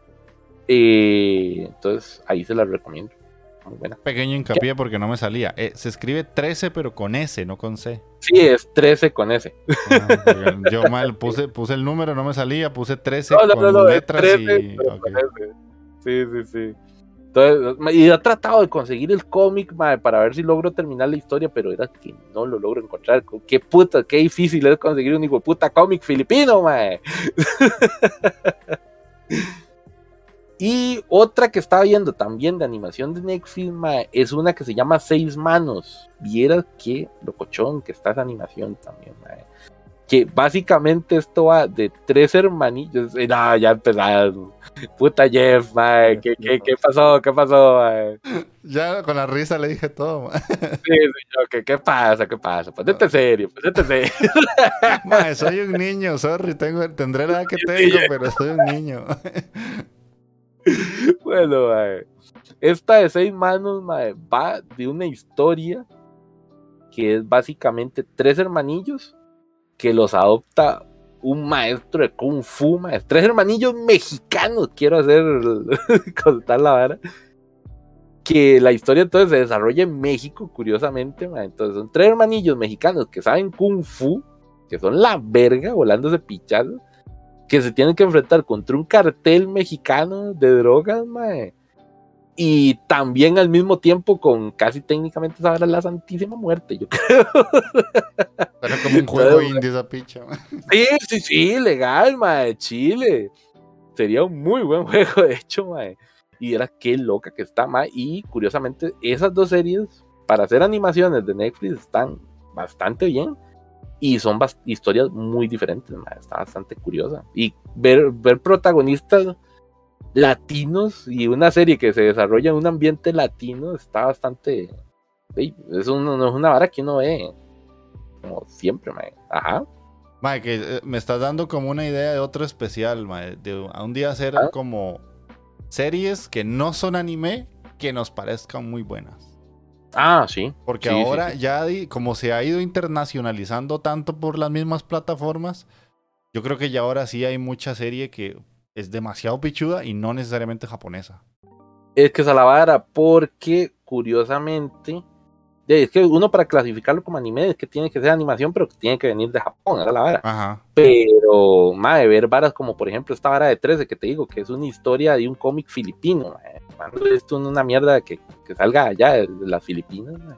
Entonces ahí se las recomiendo, muy buena. Pequeño hincapié porque no me salía. Se escribe 13 pero con S, no con C. Sí, es 13 con S. Yo mal puse el número, no me salía, puse 13 con letras 13, y... Okay. Sí. Entonces, y he tratado de conseguir el cómic, mae, para ver si logro terminar la historia, pero era que no lo logro encontrar. Qué puta, qué difícil es conseguir un hijo de puta cómic filipino, mae. Y otra que estaba viendo también de animación de Netflix, mae, es una que se llama 6 Manos. Vieras qué locochón que está esa animación también, mae. Que básicamente esto va de 3 hermanillos. No, ya empezaron. Puta Jeff, mae. ¿Qué pasó? ¿Qué pasó, mae? Ya con la risa le dije todo, mae. Sí, señor, ¿qué pasa? Ponete serio. Mae, soy un niño, sorry. Tendré la edad que tengo, pero soy un niño. Bueno, mae. Esta de 6 Manos, mae, va de una historia que es básicamente 3 hermanillos que los adopta un maestro de Kung Fu, 3 hermanillos mexicanos, quiero contar la vara, que la historia entonces se desarrolla en México, curiosamente, entonces son 3 hermanillos mexicanos que saben Kung Fu, que son la verga, volándose pichazos, que se tienen que enfrentar contra un cartel mexicano de drogas, y también al mismo tiempo con casi técnicamente saber la Santísima Muerte, yo creo. Era como un juego indie esa picha. Sí, legal, mae, Chile. Sería un muy buen juego, de hecho, mae. Y era qué loca que está, mae. Y curiosamente, esas 2 series, para hacer animaciones de Netflix, están bastante bien. Y son historias muy diferentes, mae. Está bastante curiosa. Y ver protagonistas latinos y una serie que se desarrolla en un ambiente latino está bastante... Es una vara que uno ve como siempre, mae. Ajá. Mae, que me estás dando como una idea de otro especial, mae, de a un día hacer como series que no son anime que nos parezcan muy buenas. Sí. Porque ahora ya como se ha ido internacionalizando tanto por las mismas plataformas, yo creo que ya ahora sí hay mucha serie que es demasiado pichuda y no necesariamente japonesa. Es que es a la vara, porque curiosamente, es que uno para clasificarlo como anime es que tiene que ser animación, pero que tiene que venir de Japón, era la vara. Ajá. Pero, mae, ver varas como por ejemplo esta vara de 13 que te digo, que es una historia de un cómic filipino, cuando esto es una mierda que salga allá de las Filipinas, mae.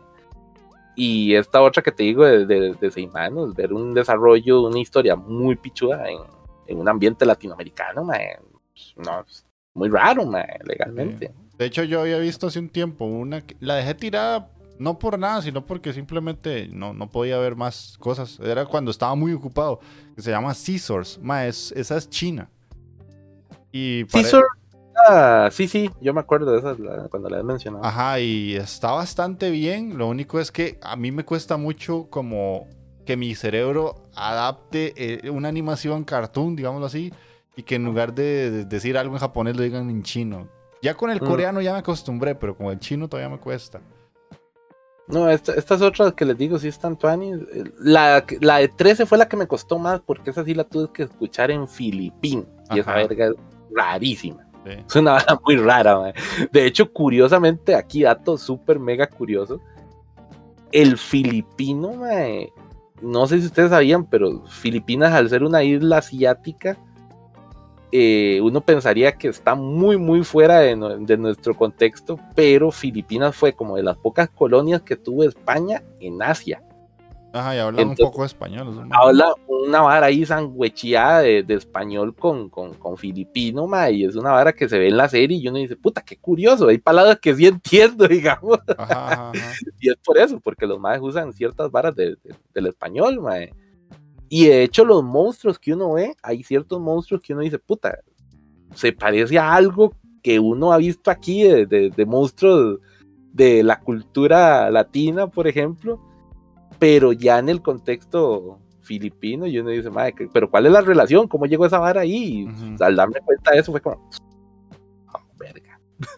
Y esta otra que te digo de 6 Manos, ver un desarrollo de una historia muy pichuda en un ambiente latinoamericano, mae, no, es muy raro, mae, legalmente. De hecho, yo había visto hace un tiempo la dejé tirada, no por nada, sino porque simplemente no podía ver más cosas. Era cuando estaba muy ocupado, que se llama Scissors, mae, esa es china. Y Scissors, Sí, yo me acuerdo de esa cuando la has mencionado. Ajá, y está bastante bien. Lo único es que a mí me cuesta mucho como que mi cerebro adapte una animación cartoon, digámoslo así, y que en lugar de decir algo en japonés lo digan en chino. Ya con el coreano ya me acostumbré, pero con el chino todavía me cuesta. No, estas otras que les digo sí están tuanis. La de 13 fue la que me costó más porque esa sí la tuve que escuchar en filipino. Y esa verga es rarísima. Sí. Es una vara muy rara, man. De hecho, curiosamente, aquí dato súper mega curioso. El filipino, man, no sé si ustedes sabían, pero Filipinas, al ser una isla asiática, uno pensaría que está muy muy fuera de nuestro contexto, pero Filipinas fue como de las pocas colonias que tuvo España en Asia. Ajá, y hablan un poco español. ¿No? Habla una vara ahí sangüecheada de español con filipino, ma, y es una vara que se ve en la serie y uno dice, puta, qué curioso, hay palabras que sí entiendo, digamos. Ajá. Y es por eso, porque los maes usan ciertas varas del español, ma. Y de hecho los monstruos que uno ve, hay ciertos monstruos que uno dice, puta, se parece a algo que uno ha visto aquí de monstruos de la cultura latina, por ejemplo, pero ya en el contexto filipino, y uno dice, madre, pero ¿cuál es la relación? ¿Cómo llegó esa vara ahí? Y al darme cuenta de eso fue como, oh, verga.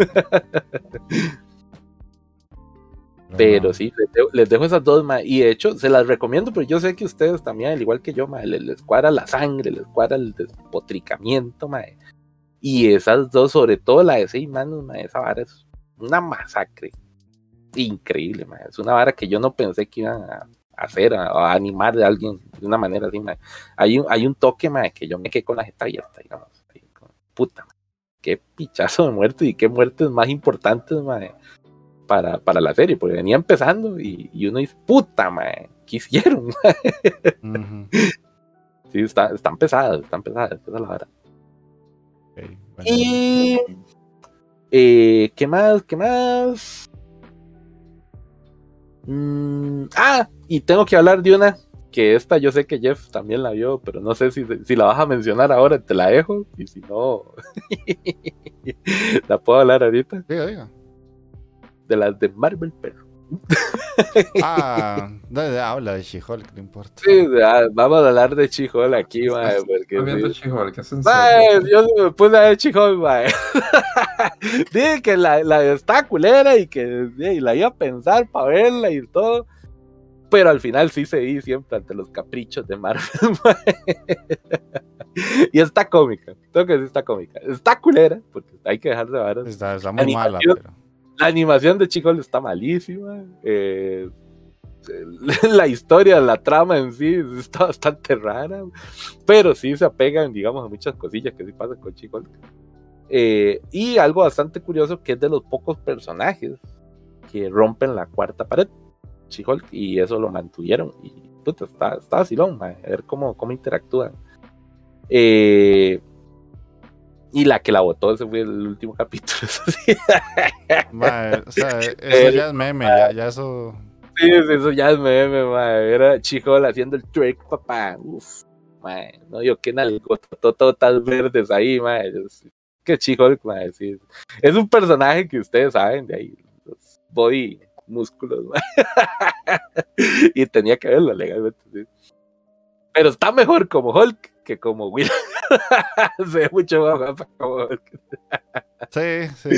Pero sí, les dejo esas dos, ma, y de hecho se las recomiendo, pero yo sé que ustedes también, al igual que yo, ma, les cuadra la sangre, les cuadra el despotricamiento, ma, y esas dos, sobre todo la de 6 manos, ma, esa vara es una masacre increíble, ma, es una vara que yo no pensé que iban a hacer, a animar a alguien de una manera así, ma. Hay un toque, ma, que yo me quedé con la jeta abierta, digamos, puta, ma, qué pichazo de muerte y qué muertes más importantes, ma, para la serie, porque venía empezando y uno dice, puta, man, ¿qué hicieron? Sí, están pesadas, esa es la vara. Okay, bueno. Y ¿qué más? Y tengo que hablar de una que esta yo sé que Jeff también la vio, pero no sé si la vas a mencionar ahora, te la dejo, y si no la puedo hablar ahorita. Diga. De las de Marvel, pero Habla de She-Hulk, no importa. sí, vamos a hablar de She-Hulk aquí, mae, porque viendo She-Hulk, es en mae, serio. yo me puse a ver She-Hulk, mae. Dije que la está culera y que la iba a pensar para verla y todo, pero al final sí cedí siempre ante los caprichos de Marvel, mae. Y está cómica, tengo que decir, está cómica, está culera, porque hay que dejar de varas. Está muy mala, pero... La animación de She-Hulk está malísima. La historia, la trama en sí está bastante rara. Pero sí se apegan, digamos, a muchas cosillas que sí pasan con She-Hulk. Y algo bastante curioso, que es de los pocos personajes que rompen la cuarta pared, She-Hulk, y eso lo mantuvieron. Y puta, está vacilón, a ver cómo interactúan. Y la que la votó, ese fue el último capítulo. Eso sí. O sea, eso ya es meme, ya eso... Sí, eso ya es meme, mae. Era She-Hulk haciendo el trick, papá. Uf, mae. No, yo qué nalgotototas verdes ahí, mae. Que She-Hulk, mae, sí. Es un personaje que ustedes saben de ahí. Los body músculos, mae. Y tenía que verlo legalmente, sí. Pero está mejor como Hulk que como Will. Se ve mucho más guapa como Hulk. Sí.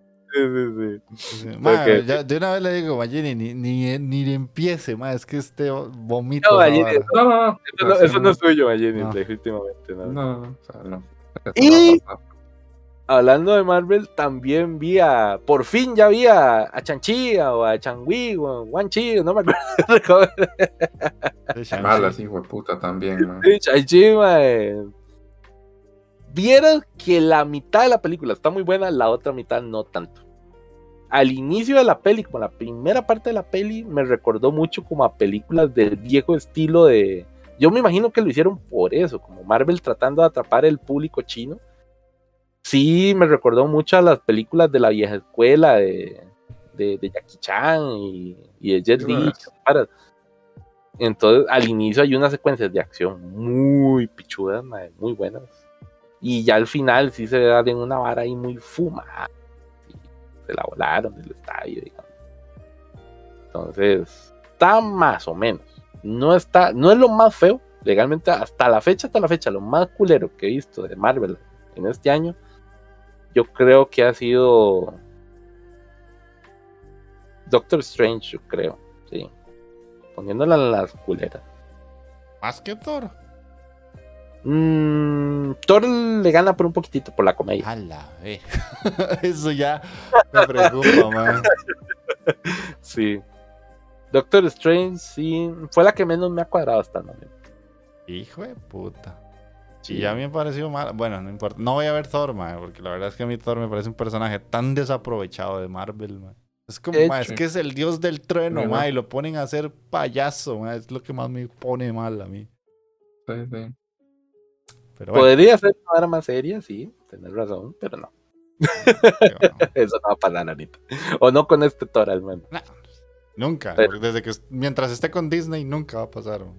Okay. Ya, de una vez le digo, Magini, ni le empiece, es que vomito. No, Magini, No. Eso no es suyo, Magini, definitivamente. No, o sea, no. Y hablando de Marvel, también por fin ya vi a Shang-Chi o a Shang-Wi o a Wan-Chi, no me acuerdo. Malas, hijo de puta, también, ¿no? Sí, Shang-Chi, mae. Vieras que la mitad de la película está muy buena, la otra mitad no tanto. Al inicio de la peli, como la primera parte de la peli, me recordó mucho como a películas del viejo estilo de... Yo me imagino que lo hicieron por eso, como Marvel tratando de atrapar el público chino. Sí, me recordó mucho a las películas de la vieja escuela de Jackie Chan y de Jet Li. Entonces, al inicio hay unas secuencias de acción muy pichudas, muy buenas. Y ya al final sí se da en una vara ahí muy fumada. Y se la volaron del estadio, digamos. Entonces, está más o menos. No es lo más feo. Legalmente, hasta la fecha, lo más culero que he visto de Marvel en este año, yo creo que ha sido Doctor Strange, yo creo, sí. Poniéndola en las culeras. Más que Thor. Thor le gana por un poquitito, por la comedia. A la vez. Eso ya me preocupa, man. Sí. Doctor Strange, sí, fue la que menos me ha cuadrado hasta el momento. Hijo de puta. Sí. Y ya me pareció mal. Bueno, no importa. No voy a ver Thor, man, porque la verdad es que a mí Thor me parece un personaje tan desaprovechado de Marvel, man. Es como, De man, hecho. es que es el dios del trueno, Sí, man, ¿no? y lo ponen a hacer payaso, man. Es lo que más me pone mal a mí. Sí, sí. Pero bueno, Podría ser una vara más seria, sí, tenés razón, pero no. pero bueno. Eso no va a pasar ahorita. O no con este Thor, al menos. Nah, nunca. Pero- Porque mientras esté con Disney, nunca va a pasar, man.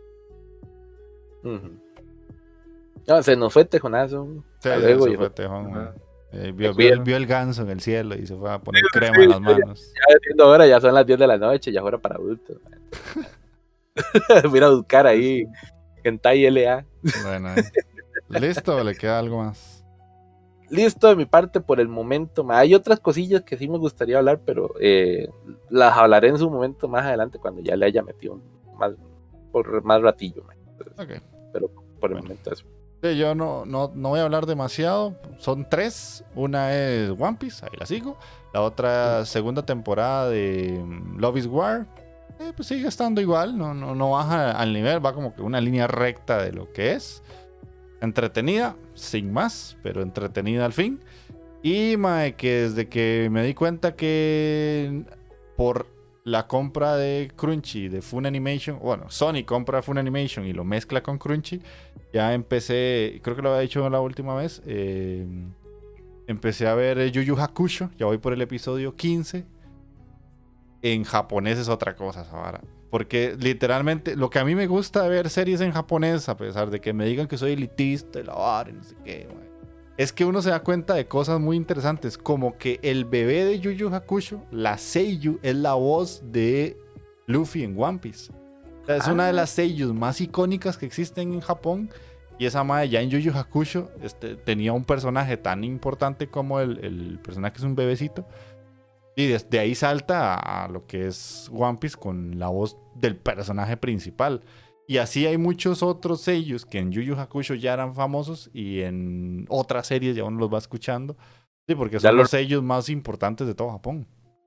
Ujú. No, se nos fue Tejonazo. Sí, Hasta luego, se hijo. fue Tejón, man. Ajá. Vio el ganso en el cielo y se fue a poner crema en las manos. Ya siendo hora, ya son las 10 de la noche, ya fuera para adultos. Voy a ir a buscar ahí Hentai LA. Bueno, listo, ¿o le queda algo más? Listo de mi parte por el momento. Hay otras cosillas que sí me gustaría hablar, pero las hablaré en su momento más adelante cuando ya le haya metido por más ratillo. Ok. Pero por el Bueno. momento eso. Sí, yo no voy a hablar demasiado. Son 3. Una es One Piece, ahí la sigo. La otra, segunda temporada de Love is War. Pues sigue estando igual, no baja al nivel, va como que una línea recta de lo que es. Entretenida, sin más, pero entretenida al fin. Y mae, que desde que me di cuenta que por la compra de Crunchy, de Funimation, bueno, Sony compra Funimation y lo mezcla con Crunchy, ya empecé, creo que lo había dicho la última vez, empecé a ver Yu Yu Hakusho, ya voy por el episodio 15. En japonés es otra cosa, Sabara. Porque literalmente lo que a mí me gusta de ver series en japonés, a pesar de que me digan que soy elitista y la vara y no sé qué, güey, es que uno se da cuenta de cosas muy interesantes, como que el bebé de Yu Yu Hakusho, la Seiyu, es la voz de Luffy en One Piece. O sea, es una de las Seiyus más icónicas que existen en Japón. Y esa madre ya en Yu Yu Hakusho tenía un personaje tan importante como el personaje que es un bebecito. Y desde ahí salta a lo que es One Piece con la voz del personaje principal. Y así hay muchos otros sellos que en Yu Yu Hakusho ya eran famosos y en otras series ya uno los va escuchando. Sí, porque son los sellos más importantes de todo Japón.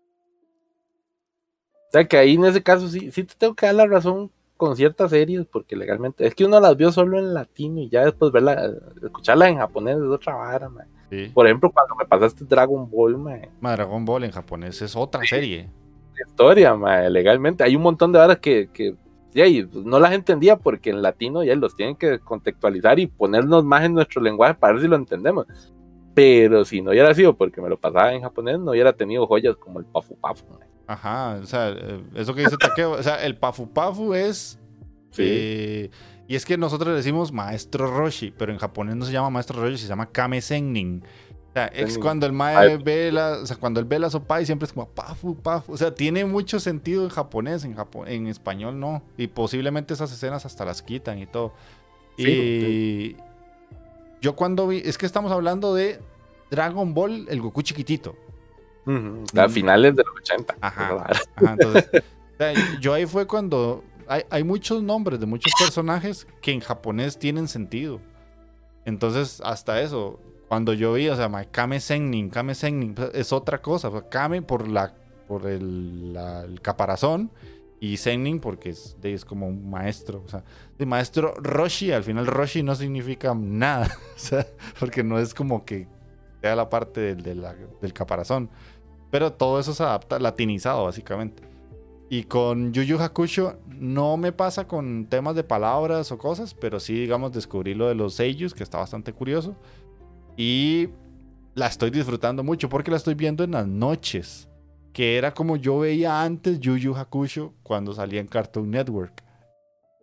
O sea que ahí en ese caso sí te tengo que dar la razón con ciertas series, porque legalmente es que uno las vio solo en latino y ya después escucharlas en japonés es otra vara, man. Sí. Por ejemplo, cuando me pasaste Dragon Ball, man. Dragon Ball en japonés es otra serie. Historia, man, legalmente. Hay un montón de varas que pues, no las entendía porque en latino ya los tienen que contextualizar y ponernos más en nuestro lenguaje para ver si lo entendemos. Pero si no hubiera sido porque me lo pasaba en japonés, no hubiera tenido joyas como el Pafu Pafu, man. Ajá, o sea, eso que dice Takeo, o sea, el Pafu Pafu es... Sí. Y es que nosotros decimos Maestro Roshi, pero en japonés no se llama Maestro Roshi, se llama Kame Sennin. O sea, es cuando el mae ve cuando él ve la sopa y siempre es como Pafu Pafu. O sea, tiene mucho sentido en japonés, en español no. Y posiblemente esas escenas hasta las quitan y todo. Sí, y yo cuando vi, es que estamos hablando de Dragon Ball, el Goku chiquitito. A finales de los 80. Ajá, entonces, o sea, yo ahí fue cuando hay muchos nombres de muchos personajes que en japonés tienen sentido. Entonces, hasta eso, cuando yo vi, o sea, Kame Sennin es otra cosa. O sea, Kame por el caparazón y Sennin porque es como un maestro. O sea, el maestro Roshi, al final Roshi no significa nada. O sea, porque no es como que sea la parte del caparazón. Pero todo eso se adapta latinizado, básicamente. Y con Yu Yu Hakusho no me pasa con temas de palabras o cosas, pero sí, digamos, descubrí lo de los seiyus, que está bastante curioso. Y la estoy disfrutando mucho porque la estoy viendo en las noches, que era como yo veía antes Yu Yu Hakusho cuando salía en Cartoon Network.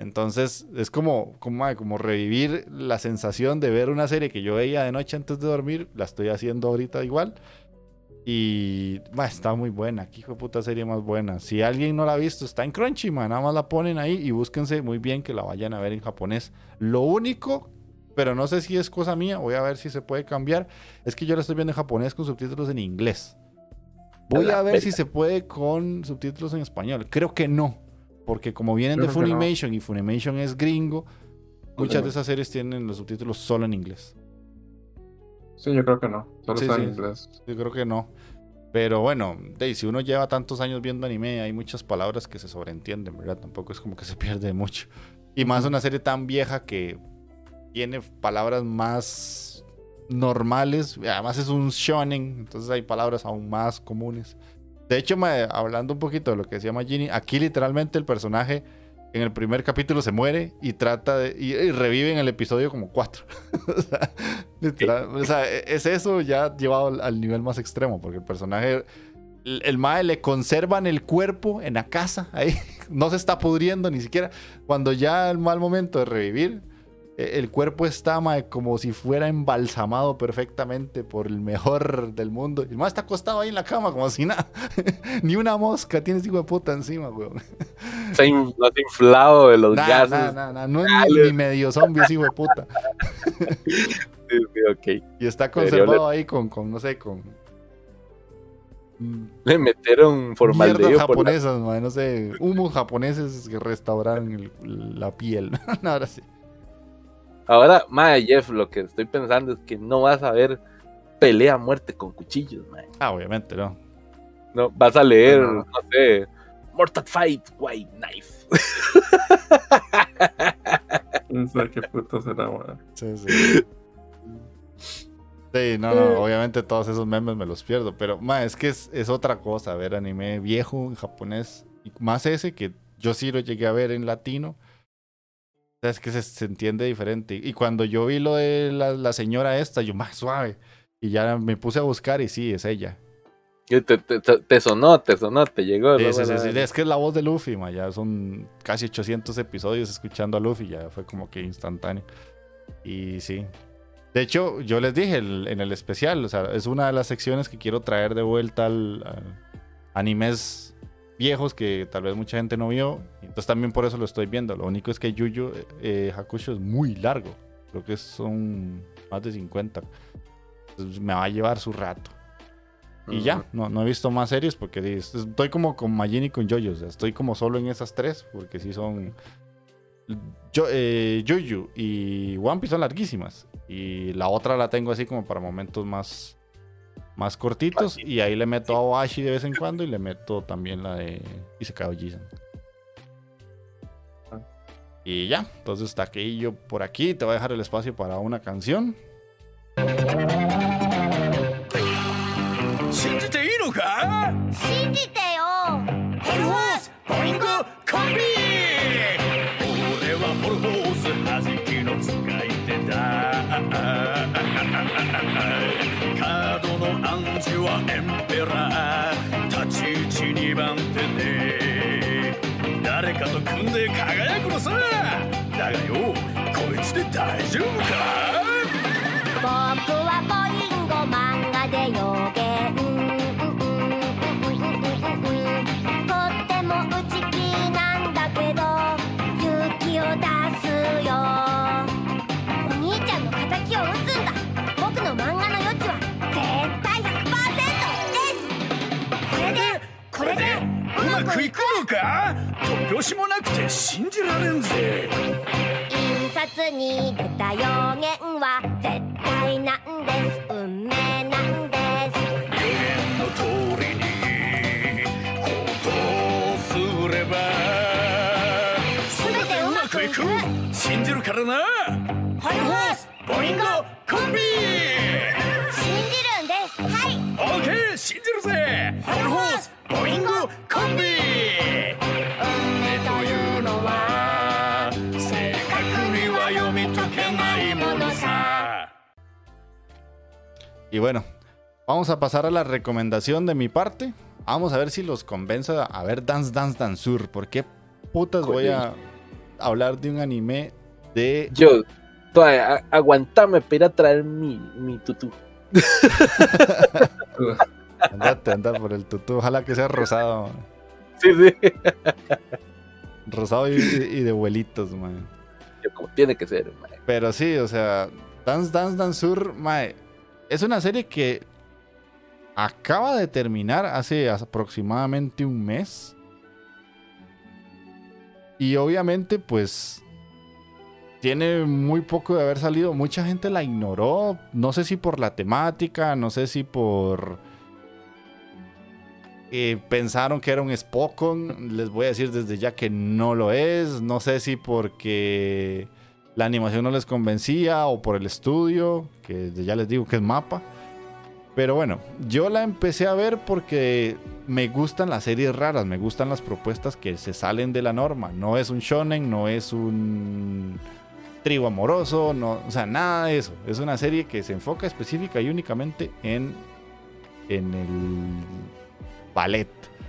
Entonces es como revivir la sensación de ver una serie que yo veía de noche antes de dormir. La estoy haciendo ahorita igual. Y está muy buena. Qué hijo de puta serie más buena. Si alguien no la ha visto, está en Crunchy, man. Nada más la ponen ahí y búsquense muy bien que la vayan a ver en japonés. Lo único, pero no sé si es cosa mía, voy a ver si se puede cambiar, es que yo la estoy viendo en japonés con subtítulos en inglés. Voy a ver si se puede con subtítulos en español. Creo que no, porque como vienen de Funimation y Funimation es gringo, muchas de esas series tienen los subtítulos solo en inglés. Sí, yo creo que no. Solo está en inglés. Yo creo que no. Pero bueno, si uno lleva tantos años viendo anime, hay muchas palabras que se sobreentienden, ¿verdad? Tampoco es como que se pierde mucho. Y más una serie tan vieja que tiene palabras más normales. Además es un shonen, entonces hay palabras aún más comunes. De hecho, hablando un poquito de lo que decía Magini, aquí literalmente el personaje en el primer capítulo se muere y y revive en el episodio como 4. O sea, literal, o sea, es eso ya llevado al nivel más extremo, porque el personaje, el mae le conservan el cuerpo en la casa, ahí no se está pudriendo ni siquiera. Cuando ya el mal momento de revivir, el cuerpo está como si fuera embalsamado perfectamente por el mejor del mundo. El mae está acostado ahí en la cama como si nada. Ni una mosca tiene ese hijo de puta encima, weón. No se ha inflado de los gases. No es ni medio zombie ese hijo de puta. Sí, okay. Y está conservado ahí con no sé, con... Le metieron formaldehído japonesas, no sé, humos japoneses que restauraron la piel. Ahora sí. Ahora, Jeff, lo que estoy pensando es que no vas a ver pelea a muerte con cuchillos, Obviamente no. No, vas a leer, no sé, Mortal Fight, White Knife. No sé qué puto será, man. Sí. Sí, no, obviamente todos esos memes me los pierdo, pero es que es otra cosa ver anime viejo en japonés, y más ese que yo sí lo llegué a ver en latino. Es que se entiende diferente. Y cuando yo vi lo de la señora esta, yo más suave. Y ya me puse a buscar y sí, es ella. Te sonó, te llegó. Sí. Es que es la voz de Luffy, ya son casi 800 episodios escuchando a Luffy, ya fue como que instantáneo. Y sí. De hecho, yo les dije en el especial, o sea, es una de las secciones que quiero traer de vuelta al animes viejos que tal vez mucha gente no vio. Entonces también por eso lo estoy viendo. Lo único es que Yu Yu Hakusho es muy largo. Creo que son más de 50. Entonces me va a llevar su rato. Y ya, no he visto más series porque estoy como con Majin y con JoJo. O sea, estoy como solo en esas tres porque sí son... Yu y One Piece son larguísimas. Y la otra la tengo así como para momentos más cortitos. Y ahí le meto a Oashi de vez en cuando y le meto también la de Isekai Oji-san. Y ya, entonces está aquí yo por aquí. Te voy a dejar el espacio para una canción. Y bueno, vamos a pasar a la recomendación de mi parte. Vamos a ver si los convenzo a ver Dance Dance Danseur. ¿Por qué putas voy a hablar de un anime de... Yo, todavía, aguantame para ir a traer mi tutú. Anda por el tutú. Ojalá que sea rosado. Man. Sí. Rosado y de vuelitos, man. Como tiene que ser, man. Pero sí, o sea, Dance Dance Danseur, man, es una serie que acaba de terminar hace aproximadamente un mes. Y obviamente, pues, tiene muy poco de haber salido. Mucha gente la ignoró. No sé si por la temática, no sé si por... pensaron que era un Spokon. Les voy a decir desde ya que no lo es. No sé si porque la animación no les convencía o por el estudio, que desde ya les digo que es MAPPA. Pero bueno, yo la empecé a ver porque me gustan las series raras, me gustan las propuestas que se salen de la norma. No es un shonen, no es un trío amoroso, no, o sea, nada de eso. Es una serie que se enfoca específica y únicamente en el ballet.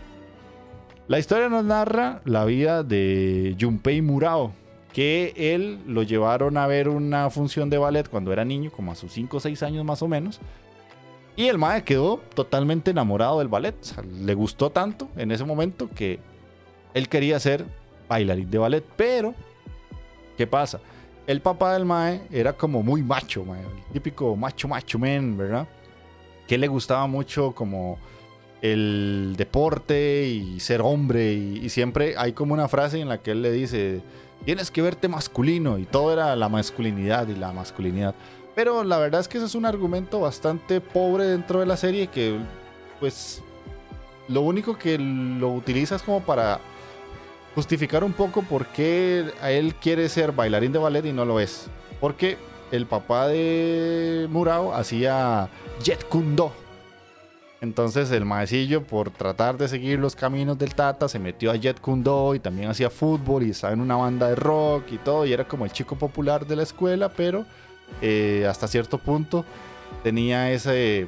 La historia nos narra la vida de Junpei Murao, que él lo llevaron a ver una función de ballet cuando era niño, como a sus 5 o 6 años más o menos. Y el mae quedó totalmente enamorado del ballet. O sea, le gustó tanto en ese momento que él quería ser bailarín de ballet. Pero, ¿qué pasa? El papá del mae era como muy macho, mae, el típico macho man, ¿verdad? Que le gustaba mucho como el deporte y ser hombre. Y siempre hay como una frase en la que él le dice: tienes que verte masculino. Y todo era la masculinidad y la masculinidad. Pero la verdad es que ese es un argumento bastante pobre dentro de la serie, que pues lo único que lo utiliza es como para justificar un poco por qué a él quiere ser bailarín de ballet y no lo es. Porque el papá de Murao hacía Jeet Kune Do. Entonces el maecillo, por tratar de seguir los caminos del tata, se metió a Jeet Kune Do y también hacía fútbol y estaba en una banda de rock y todo, y era como el chico popular de la escuela, pero hasta cierto punto tenía ese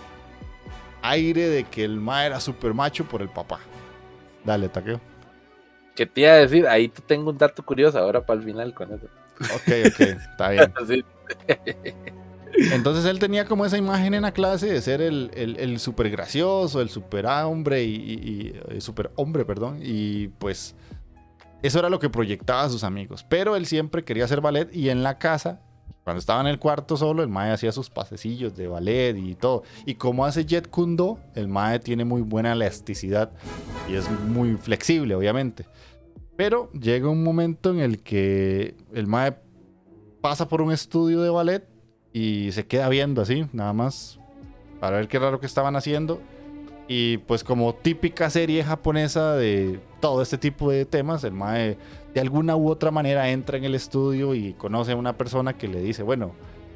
aire de que el ma era super macho por el papá. Dale, Takeo. ¿Qué te iba a decir? Ahí te tengo un dato curioso ahora para el final con eso. Ok, está bien. Sí. Entonces él tenía como esa imagen en la clase de ser el super gracioso, el super hombre y super hombre, perdón, y pues eso era lo que proyectaba a sus amigos. Pero él siempre quería hacer ballet y en la casa, cuando estaba en el cuarto solo, el mae hacía sus pasecillos de ballet y todo. Y como hace Jeet Kune Do, el mae tiene muy buena elasticidad y es muy flexible, obviamente. Pero llega un momento en el que el mae pasa por un estudio de ballet y se queda viendo así, nada más, para ver qué era lo que estaban haciendo. Y pues como típica serie japonesa de todo este tipo de temas, el mae de alguna u otra manera entra en el estudio y conoce a una persona que le dice, bueno,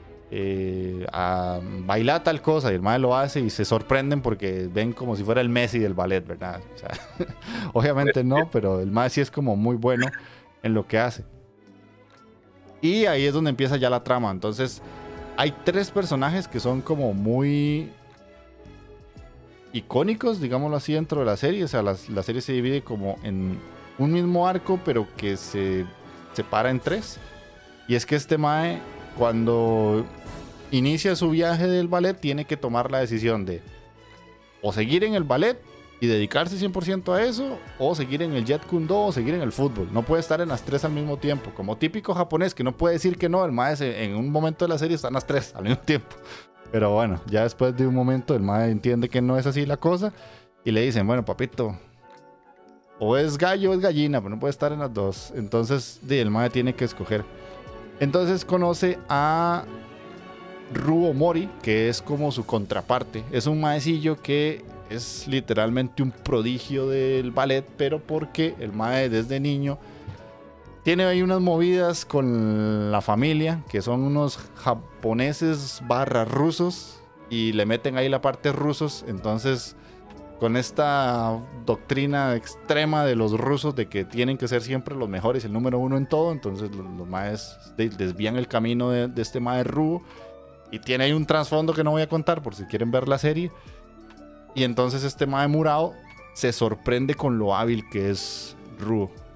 a bailar tal cosa, y el mae lo hace y se sorprenden porque ven como si fuera el Messi del ballet, ¿verdad? O sea, obviamente no, pero el mae sí es como muy bueno en lo que hace. Y ahí es donde empieza ya la trama. Entonces hay 3 personajes que son como muy icónicos, digámoslo así, dentro de la serie. O sea, la serie se divide como en un mismo arco, pero que se separa en 3. Y es que este mae, cuando inicia su viaje del ballet, tiene que tomar la decisión de o seguir en el ballet y dedicarse 100% a eso, o seguir en el Jeet Kune Do, o seguir en el fútbol. No puede estar en las 3 al mismo tiempo. Como típico japonés que no puede decir que no, el mae en un momento de la serie están las 3 al mismo tiempo. Pero bueno, ya después de un momento el mae entiende que no es así la cosa y le dicen, bueno, papito, o es gallo o es gallina, pero no puede estar en las 2. Entonces el mae tiene que escoger. Entonces conoce a Ruo Mori, que es como su contraparte. Es un maecillo que es literalmente un prodigio del ballet, pero porque el mae desde niño tiene ahí unas movidas con la familia, que son unos japoneses / rusos, y le meten ahí la parte rusos. Entonces, con esta doctrina extrema de los rusos de que tienen que ser siempre los mejores, el número 1 en todo, entonces los maes desvían el camino de este mae Ruo, y tiene ahí un trasfondo que no voy a contar por si quieren ver la serie. Y entonces este mae Murao se sorprende con lo hábil que es Ruo.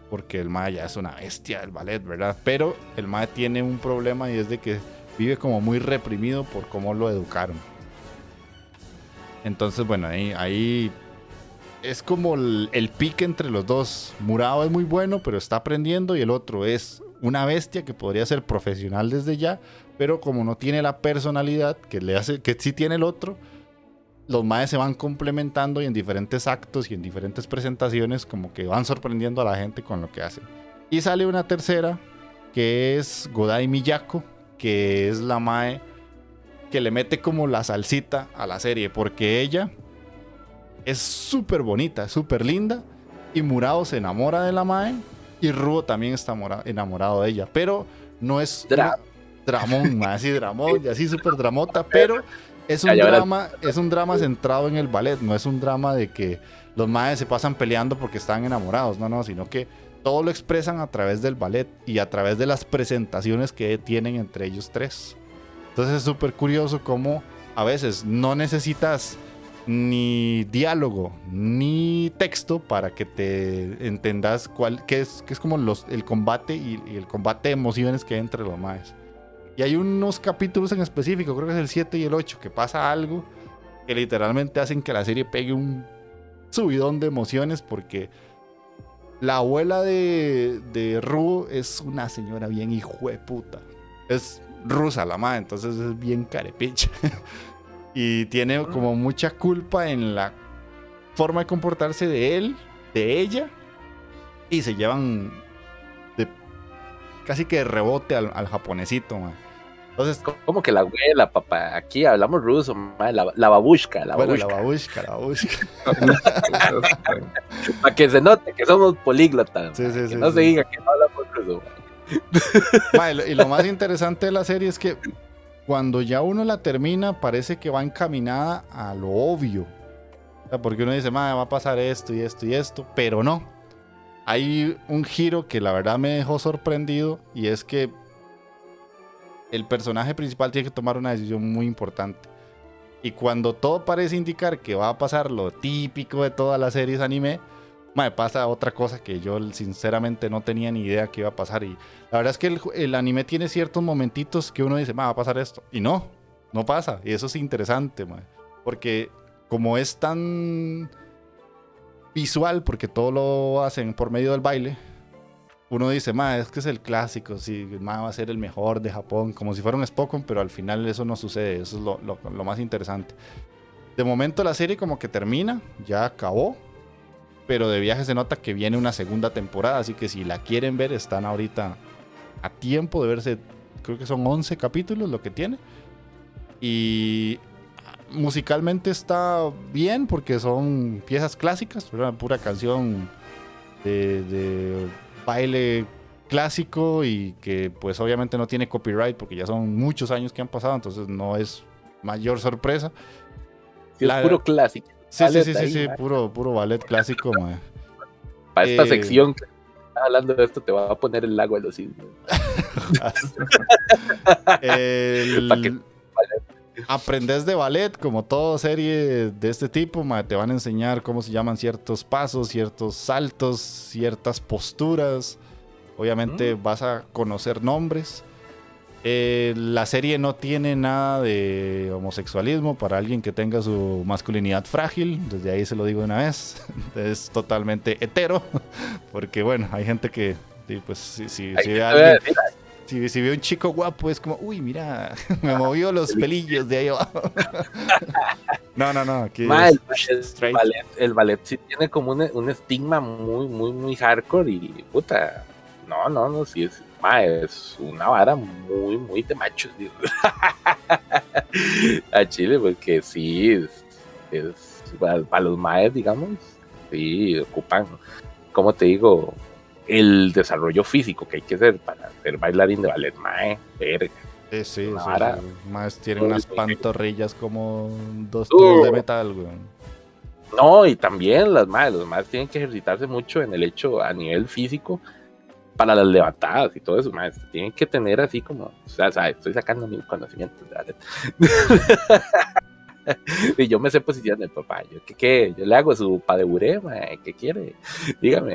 porque el mae ya es una bestia del ballet, ¿verdad? Pero el mae tiene un problema y es de que vive como muy reprimido por cómo lo educaron. Entonces, bueno, ahí es como el pique entre los dos. Murao es muy bueno, pero está aprendiendo, y el otro es una bestia que podría ser profesional desde ya, pero como no tiene la personalidad que le hace, que sí tiene el otro, los maes se van complementando y en diferentes actos y en diferentes presentaciones como que van sorprendiendo a la gente con lo que hacen. Y sale una tercera que es Godai Miyako, que es la mae que le mete como la salsita a la serie, porque ella es súper bonita, súper linda, y Murao se enamora de la mae, y Ruo también está enamorado de ella, pero no es dramón, así dramón, y así súper dramota, pero es un drama centrado en el ballet, no es un drama de que los maes se pasan peleando porque están enamorados, no, sino que todo lo expresan a través del ballet y a través de las presentaciones que tienen entre ellos tres. Entonces es súper curioso cómo a veces no necesitas ni diálogo ni texto para que te entendas qué es como el combate y el combate de emociones que hay entre los maes. Y hay unos capítulos en específico, creo que es el 7 y el 8, que pasa algo que literalmente hacen que la serie pegue un subidón de emociones, porque la abuela de Ru es una señora bien hijueputa. Es rusa la madre, entonces es bien carepicha. Y tiene como mucha culpa en la forma de comportarse de él, de ella, y se llevan casi que de rebote al japonesito, man. Entonces, como que la abuela, papá, aquí hablamos ruso, man, la babushka, la bueno, babushka. la babushka. Para que se note que somos políglotas, sí, que no se diga que no hablamos ruso, man. Y lo más interesante de la serie es que cuando ya uno la termina, parece que va encaminada a lo obvio. O sea, porque uno dice, va a pasar esto y esto y esto, pero no. Hay un giro que la verdad me dejó sorprendido, y es que el personaje principal tiene que tomar una decisión muy importante. Y cuando todo parece indicar que va a pasar lo típico de todas las series anime, pasa otra cosa que yo sinceramente no tenía ni idea que iba a pasar. Y la verdad es que el anime tiene ciertos momentitos que uno dice, va a pasar esto. Y no pasa. Y eso es interesante, porque como es tan visual, porque todo lo hacen por medio del baile, uno dice, es que es el clásico, sí, va a ser el mejor de Japón, como si fuera un Spokon, pero al final eso no sucede. Eso es lo más interesante. De momento la serie como que termina, ya acabó, pero de viaje se nota que viene una segunda temporada, así que si la quieren ver, están ahorita a tiempo de verse. Creo que son 11 capítulos lo que tiene, y musicalmente está bien porque son piezas clásicas, una pura canción de baile clásico, y que pues obviamente no tiene copyright porque ya son muchos años que han pasado, entonces no es mayor sorpresa. Sí, es puro clásico. Sí, puro ballet clásico, man. Para esta sección que estás hablando de esto, te va a poner el lago de los cisnes. Aprendes de ballet, como toda serie de este tipo, te van a enseñar cómo se llaman ciertos pasos, ciertos saltos, ciertas posturas. Obviamente vas a conocer nombres. La serie no tiene nada de homosexualismo para alguien que tenga su masculinidad frágil. Desde ahí se lo digo de una vez. Es totalmente hetero. Porque bueno, hay gente que pues, si ve a alguien, si ve un chico guapo, es como, uy, mira, me movió los pelillos de ahí abajo. No. Aquí el ballet sí tiene como un estigma muy, muy, muy hardcore, y puta, no, sí es una vara muy, muy de machos, digo. A Chile, porque sí, es para los maes, digamos, sí, ocupan, como te digo, el desarrollo físico que hay que hacer para ser bailarín de ballet, verga. Sí. Más tienen unas pantorrillas como 2 tubos de metal, güey. No, y también los maes tienen que ejercitarse mucho en el hecho a nivel físico para las levantadas y todo eso, tienen que tener así como, o sea, estoy sacando mis conocimientos de ballet. Y yo me sé posiciones, papá. Yo, ¿qué? Yo le hago su padeburé, mae. ¿Qué quiere? Dígame.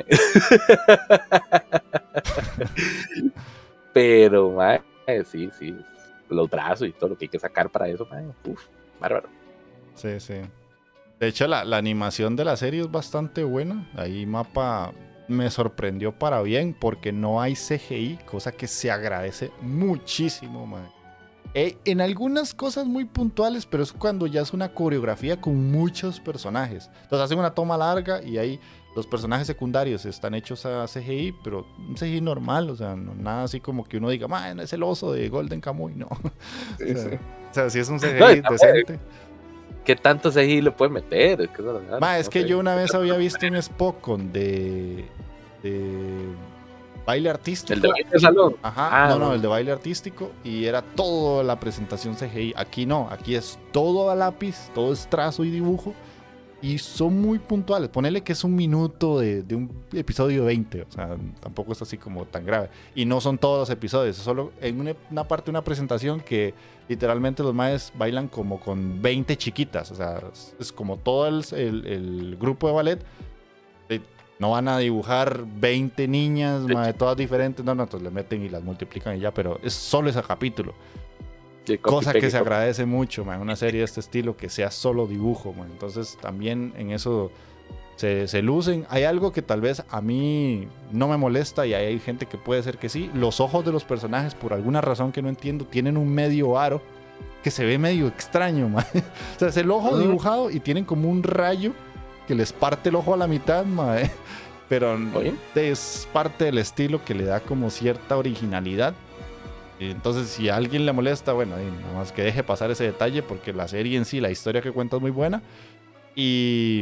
Pero, mae, sí. Los brazos y todo lo que hay que sacar para eso, mae. Uf, bárbaro. Sí. De hecho, la animación de la serie es bastante buena. Ahí Mapa me sorprendió para bien porque no hay CGI, cosa que se agradece muchísimo, man. En algunas cosas muy puntuales, pero es cuando ya es una coreografía con muchos personajes. Entonces hacen una toma larga y ahí los personajes secundarios están hechos a CGI, pero un CGI normal, o sea, no, nada así como que uno diga, man, es el oso de Golden Kamuy, no. Sí. O sea, si es un CGI decente. ¿Qué tanto CGI le puede meter? Es que, Es que yo una vez había visto un Spokon de baile artístico. ¿El de baile de salón? Ajá, no, el de baile artístico, y era toda la presentación CGI. Aquí no, aquí es todo a lápiz, todo es trazo y dibujo, y son muy puntuales. Ponele que es un minuto de un episodio 20, o sea, tampoco es así como tan grave. Y no son todos los episodios, es solo en una parte de una presentación que literalmente los maes bailan como con 20 chiquitas, o sea, es como todo el grupo de ballet. No van a dibujar 20 niñas, todas diferentes, no, entonces le meten y las multiplican y ya, pero es solo ese capítulo. Cosa que se agradece mucho, una serie de este estilo, que sea solo dibujo, entonces también en eso se lucen. Hay algo que tal vez a mí no me molesta y hay gente que puede ser que sí. Los ojos de los personajes, por alguna razón que no entiendo, tienen un medio aro que se ve medio extraño, O sea, es el ojo dibujado y tienen como un rayo que les parte el ojo a la mitad, pero es parte del estilo que le da como cierta originalidad. Entonces, si a alguien le molesta, bueno, nada más que deje pasar ese detalle, porque la serie en sí, la historia que cuenta es muy buena. Y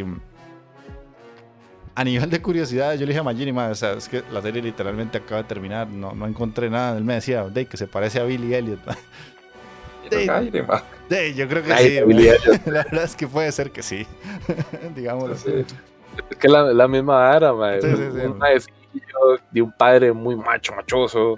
a nivel de curiosidad, yo le dije a Magini, o sea, es que la serie literalmente acaba de terminar, no encontré nada. Él me decía, que se parece a Billy Elliot. Yo creo que sí. La verdad es que puede ser que sí. Digámoslo. Sí. Es que la misma vara, man. Sí, un maecillo de un padre muy machoso.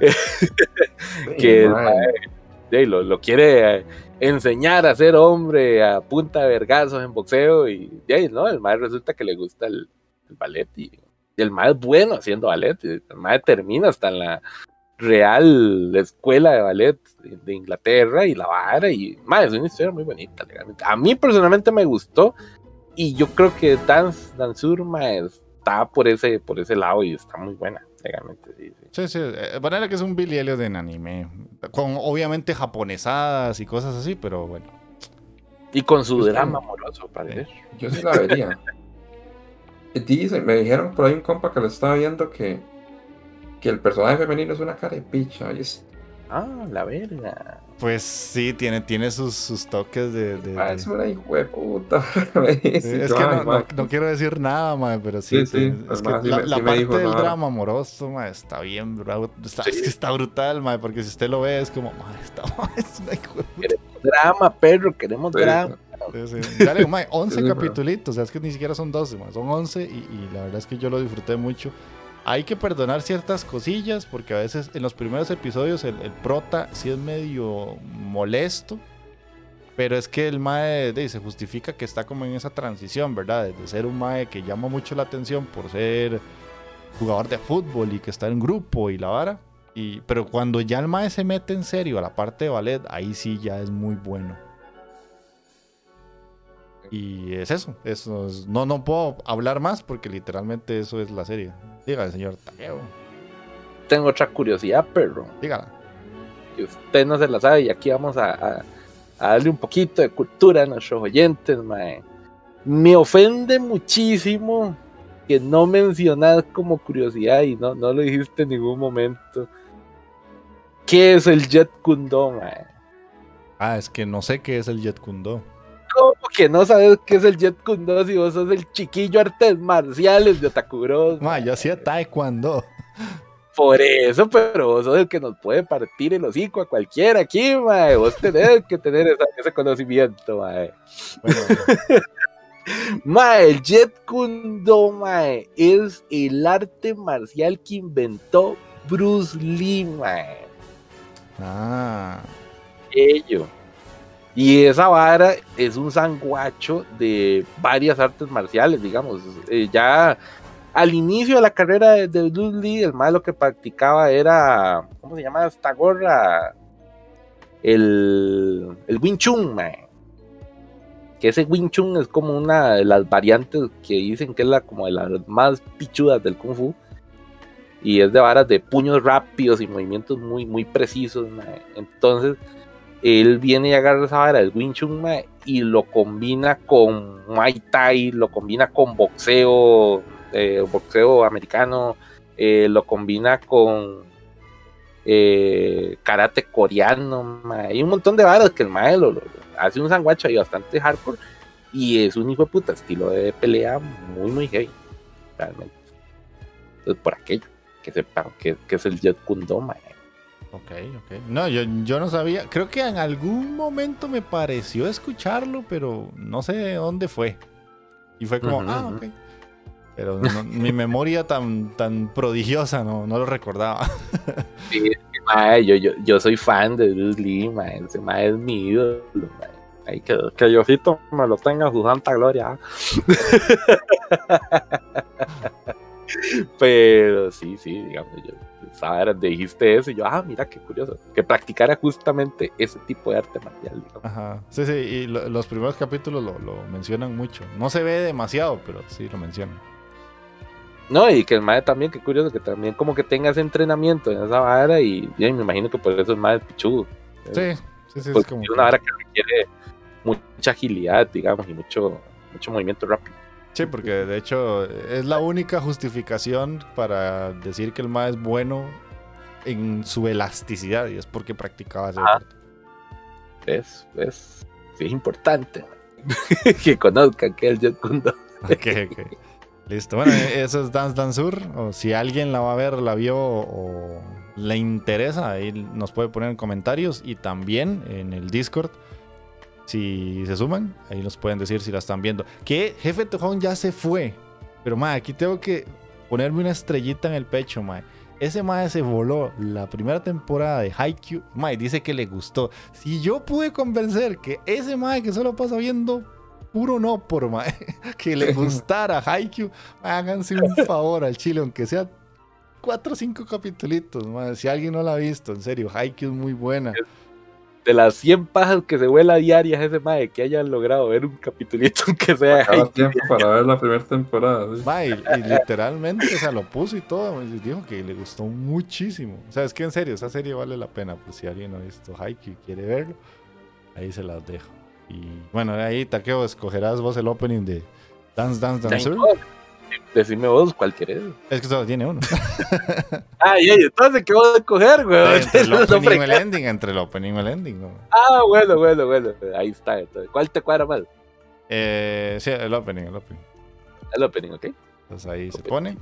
Que lo quiere enseñar a ser hombre a punta de vergazos en boxeo. Y ¿no? El mae resulta que le gusta el ballet. Y el mae es bueno haciendo ballet. El mae termina hasta en la Real Escuela de Ballet de Inglaterra y la vara, y es una historia muy bonita, legalmente. A mí personalmente me gustó, y yo creo que Dansur está por ese lado y está muy buena, legalmente. Sí. Bueno, que es un Billy Elliot en anime, con obviamente japonesadas y cosas así, pero bueno. Y con su drama amoroso, parece. Yo sí la vería. Me dijeron por ahí un compa que lo estaba viendo que el personaje femenino es una cara de picha. La verga. Pues sí, tiene sus toques de... Es una hijo de puta. Es que no quiero decir nada, pero sí. Es que la parte del drama amoroso, está bien, bro. Está brutal, porque si usted lo ve, es como, es una hijo de puta. Queremos drama, perro, queremos drama. Sí. Dale, 11 capitulitos, o sea, es que ni siquiera son 12, son 11 y la verdad es que yo lo disfruté mucho. Hay que perdonar ciertas cosillas porque a veces en los primeros episodios el prota sí es medio molesto, pero es que el mae se justifica que está como en esa transición, ¿verdad? De ser un mae que llama mucho la atención por ser jugador de fútbol y que está en grupo y la vara, pero cuando ya el mae se mete en serio a la parte de ballet, ahí sí ya es muy bueno. Y es eso no puedo hablar más porque literalmente eso es la serie. Dígale, señor Takeo. Tengo otra curiosidad, perro. Dígala. Que usted no se la sabe y aquí vamos a darle un poquito de cultura a nuestros oyentes, mae. Me ofende muchísimo que no mencionas como curiosidad y no lo dijiste en ningún momento. ¿Qué es el Jet Kundo, mae? Es que no sé qué es el Jet Kundo. ¿Cómo que no sabes qué es el Jet Kundo si vos sos el chiquillo artes marciales de Otaku Bros? Yo hacía taekwondo. Por eso, pero vos sos el que nos puede partir el hocico a cualquiera aquí, mae. Vos tenés que tener ese conocimiento, mae. Bueno. Mae, el Jet Kundo, mae, es el arte marcial que inventó Bruce Lee, mae. Ah. Ello. Y esa vara es un sanguacho de varias artes marciales, digamos. Ya al inicio de la carrera de Bruce Lee, el mae lo que practicaba era, ¿cómo se llama esta gorra? El Wing Chun, mae. Que ese Wing Chun es como una de las variantes que dicen que es como de las más pichudas del Kung Fu. Y es de varas de puños rápidos y movimientos muy, muy precisos, mae. Entonces, él viene y agarra esa vara del Wing Chun, mae, y lo combina con Muay Thai, lo combina con boxeo americano, lo combina con karate coreano, mae. Hay un montón de varas que el mae lo hace un sanguacho ahí bastante hardcore y es un hijo de puta estilo de pelea muy muy heavy realmente. Entonces por aquello que sepan que es el Jeet Kune Do, mae. Ok. No, yo no sabía. Creo que en algún momento me pareció escucharlo, pero no sé dónde fue. Y fue como, ok. Pero mi memoria tan prodigiosa no lo recordaba. Sí, mae, yo soy fan de Bruce Lee, mae. Ese mae es mi ídolo, mae. Ay, que Diosito me lo tenga su santa gloria. Pero sí, digamos, dijiste eso y yo, mira qué curioso, que practicara justamente ese tipo de arte marcial, digamos. Ajá, sí, y los primeros capítulos lo mencionan mucho. No se ve demasiado, pero sí lo mencionan. No, y que el mae también, qué curioso, que también como que tenga ese entrenamiento en esa vara y me imagino que por eso es más pichudo. Sí, es como una vara que requiere mucha agilidad, digamos, y mucho movimiento rápido. Sí, porque de hecho es la única justificación para decir que el mae es bueno en su elasticidad y es porque practicaba ese deporte. Es importante que conozcan que el Jeet Kune Do. Okay. Listo, bueno, eso es Dance Dance Sur, o si alguien la va a ver, la vio o le interesa, ahí nos puede poner en comentarios y también en el Discord. Si se suman, ahí nos pueden decir si la están viendo. Que Jefe Tejón ya se fue. Pero, mae, aquí tengo que ponerme una estrellita en el pecho, mae. Ese mae se voló la primera temporada de Haikyuu. Mae, dice que le gustó. Si yo pude convencer que ese mae que solo pasa viendo puro no por mae, que le gustara Haikyuu, háganse un favor al chile, aunque sea 4 o 5 capitulitos, mae. Si alguien no la ha visto, en serio, Haikyuu es muy buena. De las 100 pajas que se vuela diarias ese mae, que hayan logrado ver un capitulito que sea cada tiempo para ver la primera temporada, ¿sí? Mae, y literalmente, o sea, lo puso y todo, y dijo que le gustó muchísimo. O sea, es que en serio, esa serie vale la pena, pues si alguien no ha visto Haikyuu y quiere verlo, ahí se las dejo. Y bueno, ahí, Takeo, escogerás vos el opening de Dance Dance Dancer. Decime vos cuál querés. Es que solo tiene uno. Entonces, ¿qué vas a escoger, güey? Entre el opening y el ending, ¿no? Bueno. Ahí está. Entonces, ¿cuál te cuadra más? Sí, el opening. El opening, ¿ok? Entonces ahí se pone.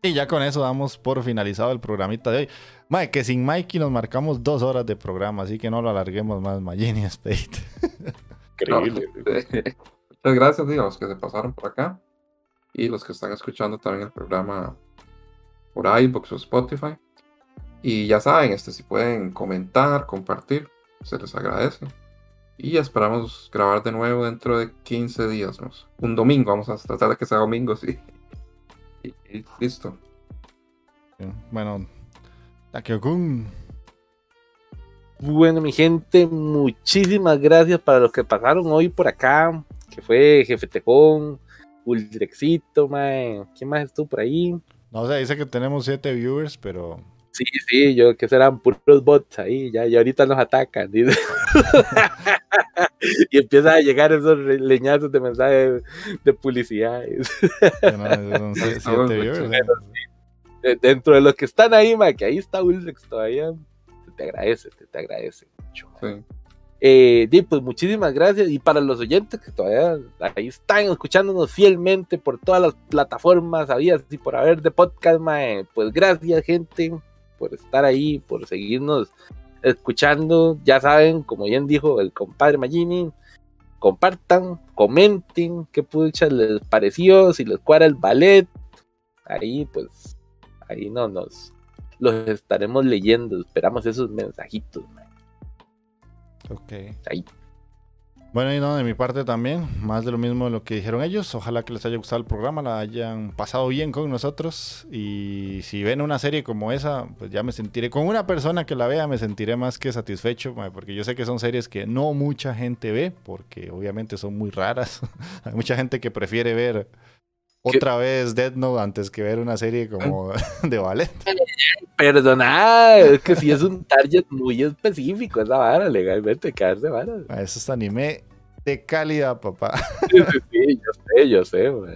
Y ya con eso damos por finalizado el programita de hoy. Mae, que sin Mikey nos marcamos 2 horas de programa, así que no lo alarguemos más, Magini Spade. Increíble. Muchas gracias, a los que se pasaron por acá y los que están escuchando también el programa por iVoox o Spotify. Y ya saben, si pueden comentar, compartir, se les agradece. Y esperamos grabar de nuevo dentro de 15 días más. Un domingo, vamos a tratar de que sea domingo, sí. Y listo. Bueno, Takeo-kun. Bueno, mi gente, muchísimas gracias para los que pasaron hoy por acá, que fue Jefe Tejón, Ultrexito, mae. ¿Quién más estuvo por ahí? No sé, dice que tenemos 7 viewers, pero... Sí, yo que serán puros bots ahí, ya ahorita nos atacan. Dice. Y empiezan a llegar esos leñazos de mensajes de publicidad. Son 7 viewers. Dentro de los que están ahí, mae, que ahí está Ultrex todavía, te agradece mucho. Pues muchísimas gracias. Y para los oyentes que todavía ahí están escuchándonos fielmente por todas las plataformas habidas y por haber de podcast, mae, pues gracias, gente, por estar ahí, por seguirnos escuchando. Ya saben, como bien dijo el compadre Magini, compartan, comenten qué pucha les pareció, si les cuadra el ballet. Ahí pues ahí los estaremos leyendo. Esperamos esos mensajitos, man. Ok. Ahí. Bueno, y no, de mi parte también, más de lo mismo de lo que dijeron ellos. Ojalá que les haya gustado el programa, la hayan pasado bien con nosotros. Y si ven una serie como esa, pues ya me sentiré, con una persona que la vea, me sentiré más que satisfecho, porque yo sé que son series que no mucha gente ve, porque obviamente son muy raras. Hay mucha gente que prefiere ver otra vez Death Note antes que ver una serie como de ballet. Perdona, es que si es un target muy específico esa vara, legalmente caerse vara. Eso es anime de calidad, papá. Sí, yo sé, man.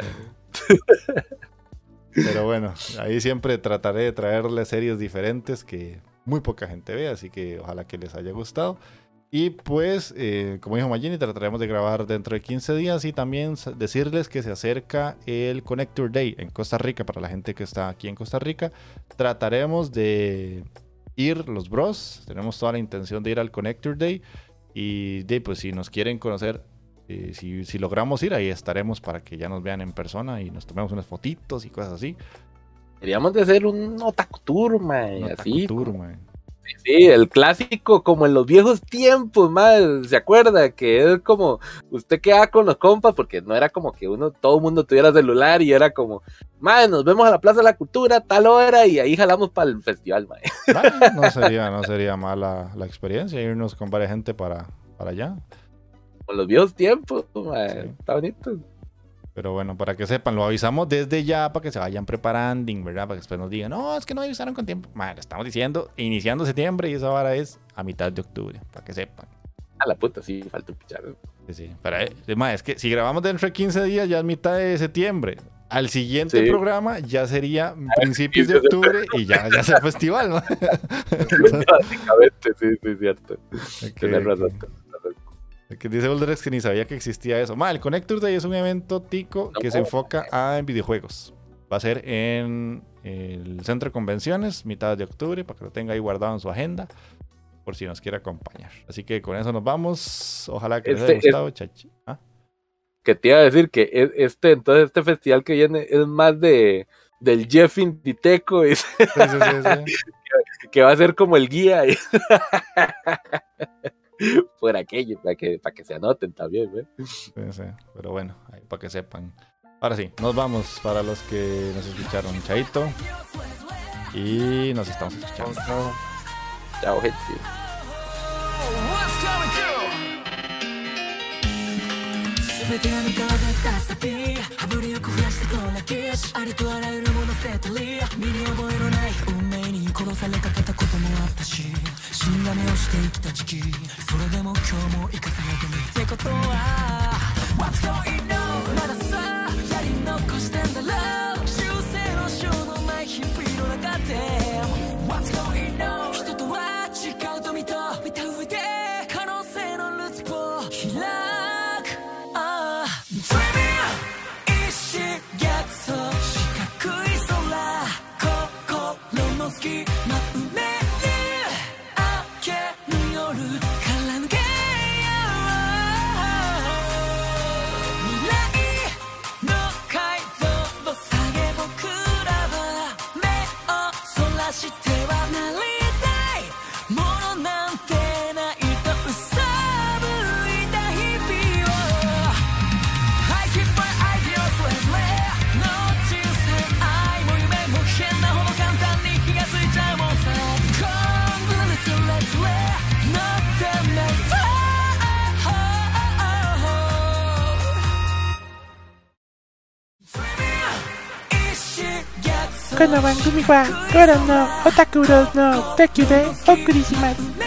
Pero bueno, ahí siempre trataré de traerles series diferentes que muy poca gente ve, así que ojalá que les haya gustado. Y pues, como dijo Magini, trataremos de grabar dentro de 15 días y también decirles que se acerca el Connector Day en Costa Rica. Para la gente que está aquí en Costa Rica, trataremos de ir los bros. Tenemos toda la intención de ir al Connector Day. Y pues si nos quieren conocer, si logramos ir, ahí estaremos para que ya nos vean en persona y nos tomemos unas fotitos y cosas así. Deberíamos de hacer un otaku tour, man. Así. Tour, man. Sí, el clásico como en los viejos tiempos, man, ¿se acuerda? Que es como, usted queda con los compas, porque no era como que todo el mundo tuviera celular y era como, man, nos vemos a la Plaza de la Cultura, tal hora, y ahí jalamos para el festival, man. No sería mala la experiencia, irnos con varias gente para allá. Con los viejos tiempos, man, sí. Está bonito. Pero bueno, para que sepan, lo avisamos desde ya para que se vayan preparando, ¿verdad? Para que después nos digan, no, es que no avisaron con tiempo. Madre, estamos diciendo, iniciando septiembre y esa vara es a mitad de octubre, para que sepan. A la puta, sí, falta un pichar. Sí, pero es que si grabamos dentro de 15 días ya es mitad de septiembre. Al siguiente programa ya sería principios de octubre y ya es el festival, ¿no? Básicamente, sí, cierto. Tienes razón. Que dice Ultrex que ni sabía que existía eso. El Connector Day es un evento tico que se enfoca en videojuegos. Va a ser en el centro de convenciones, mitad de octubre, para que lo tenga ahí guardado en su agenda, por si nos quiere acompañar. Así que con eso nos vamos. Ojalá que les haya gustado, chachi. Que te iba a decir que entonces este festival que viene es más del Jeff Inditeco. Sí. Que va a ser como el guía. Por aquello, para que se anoten también, ¿eh? Sí, pero bueno, ahí para que sepan. Ahora sí, nos vamos para los que nos escucharon, chaito. Y nos estamos escuchando. Chao, gente. 全てが見から出たサピー羽振りよく増やしてこなきありとあらゆるものセットリー身に覚えのない運命に殺されかけたこともあったし死んだ目をして生きた時期それでも今日も生かされてるってことは What's going on まださやり残してんだろう修正の章のない日々の中で What's going on 人とは違うと認めた上で可能性のルーツを開くDreaming 一瞬逆走四角い空この番組はご覧のオタクブローの提供でお送りします。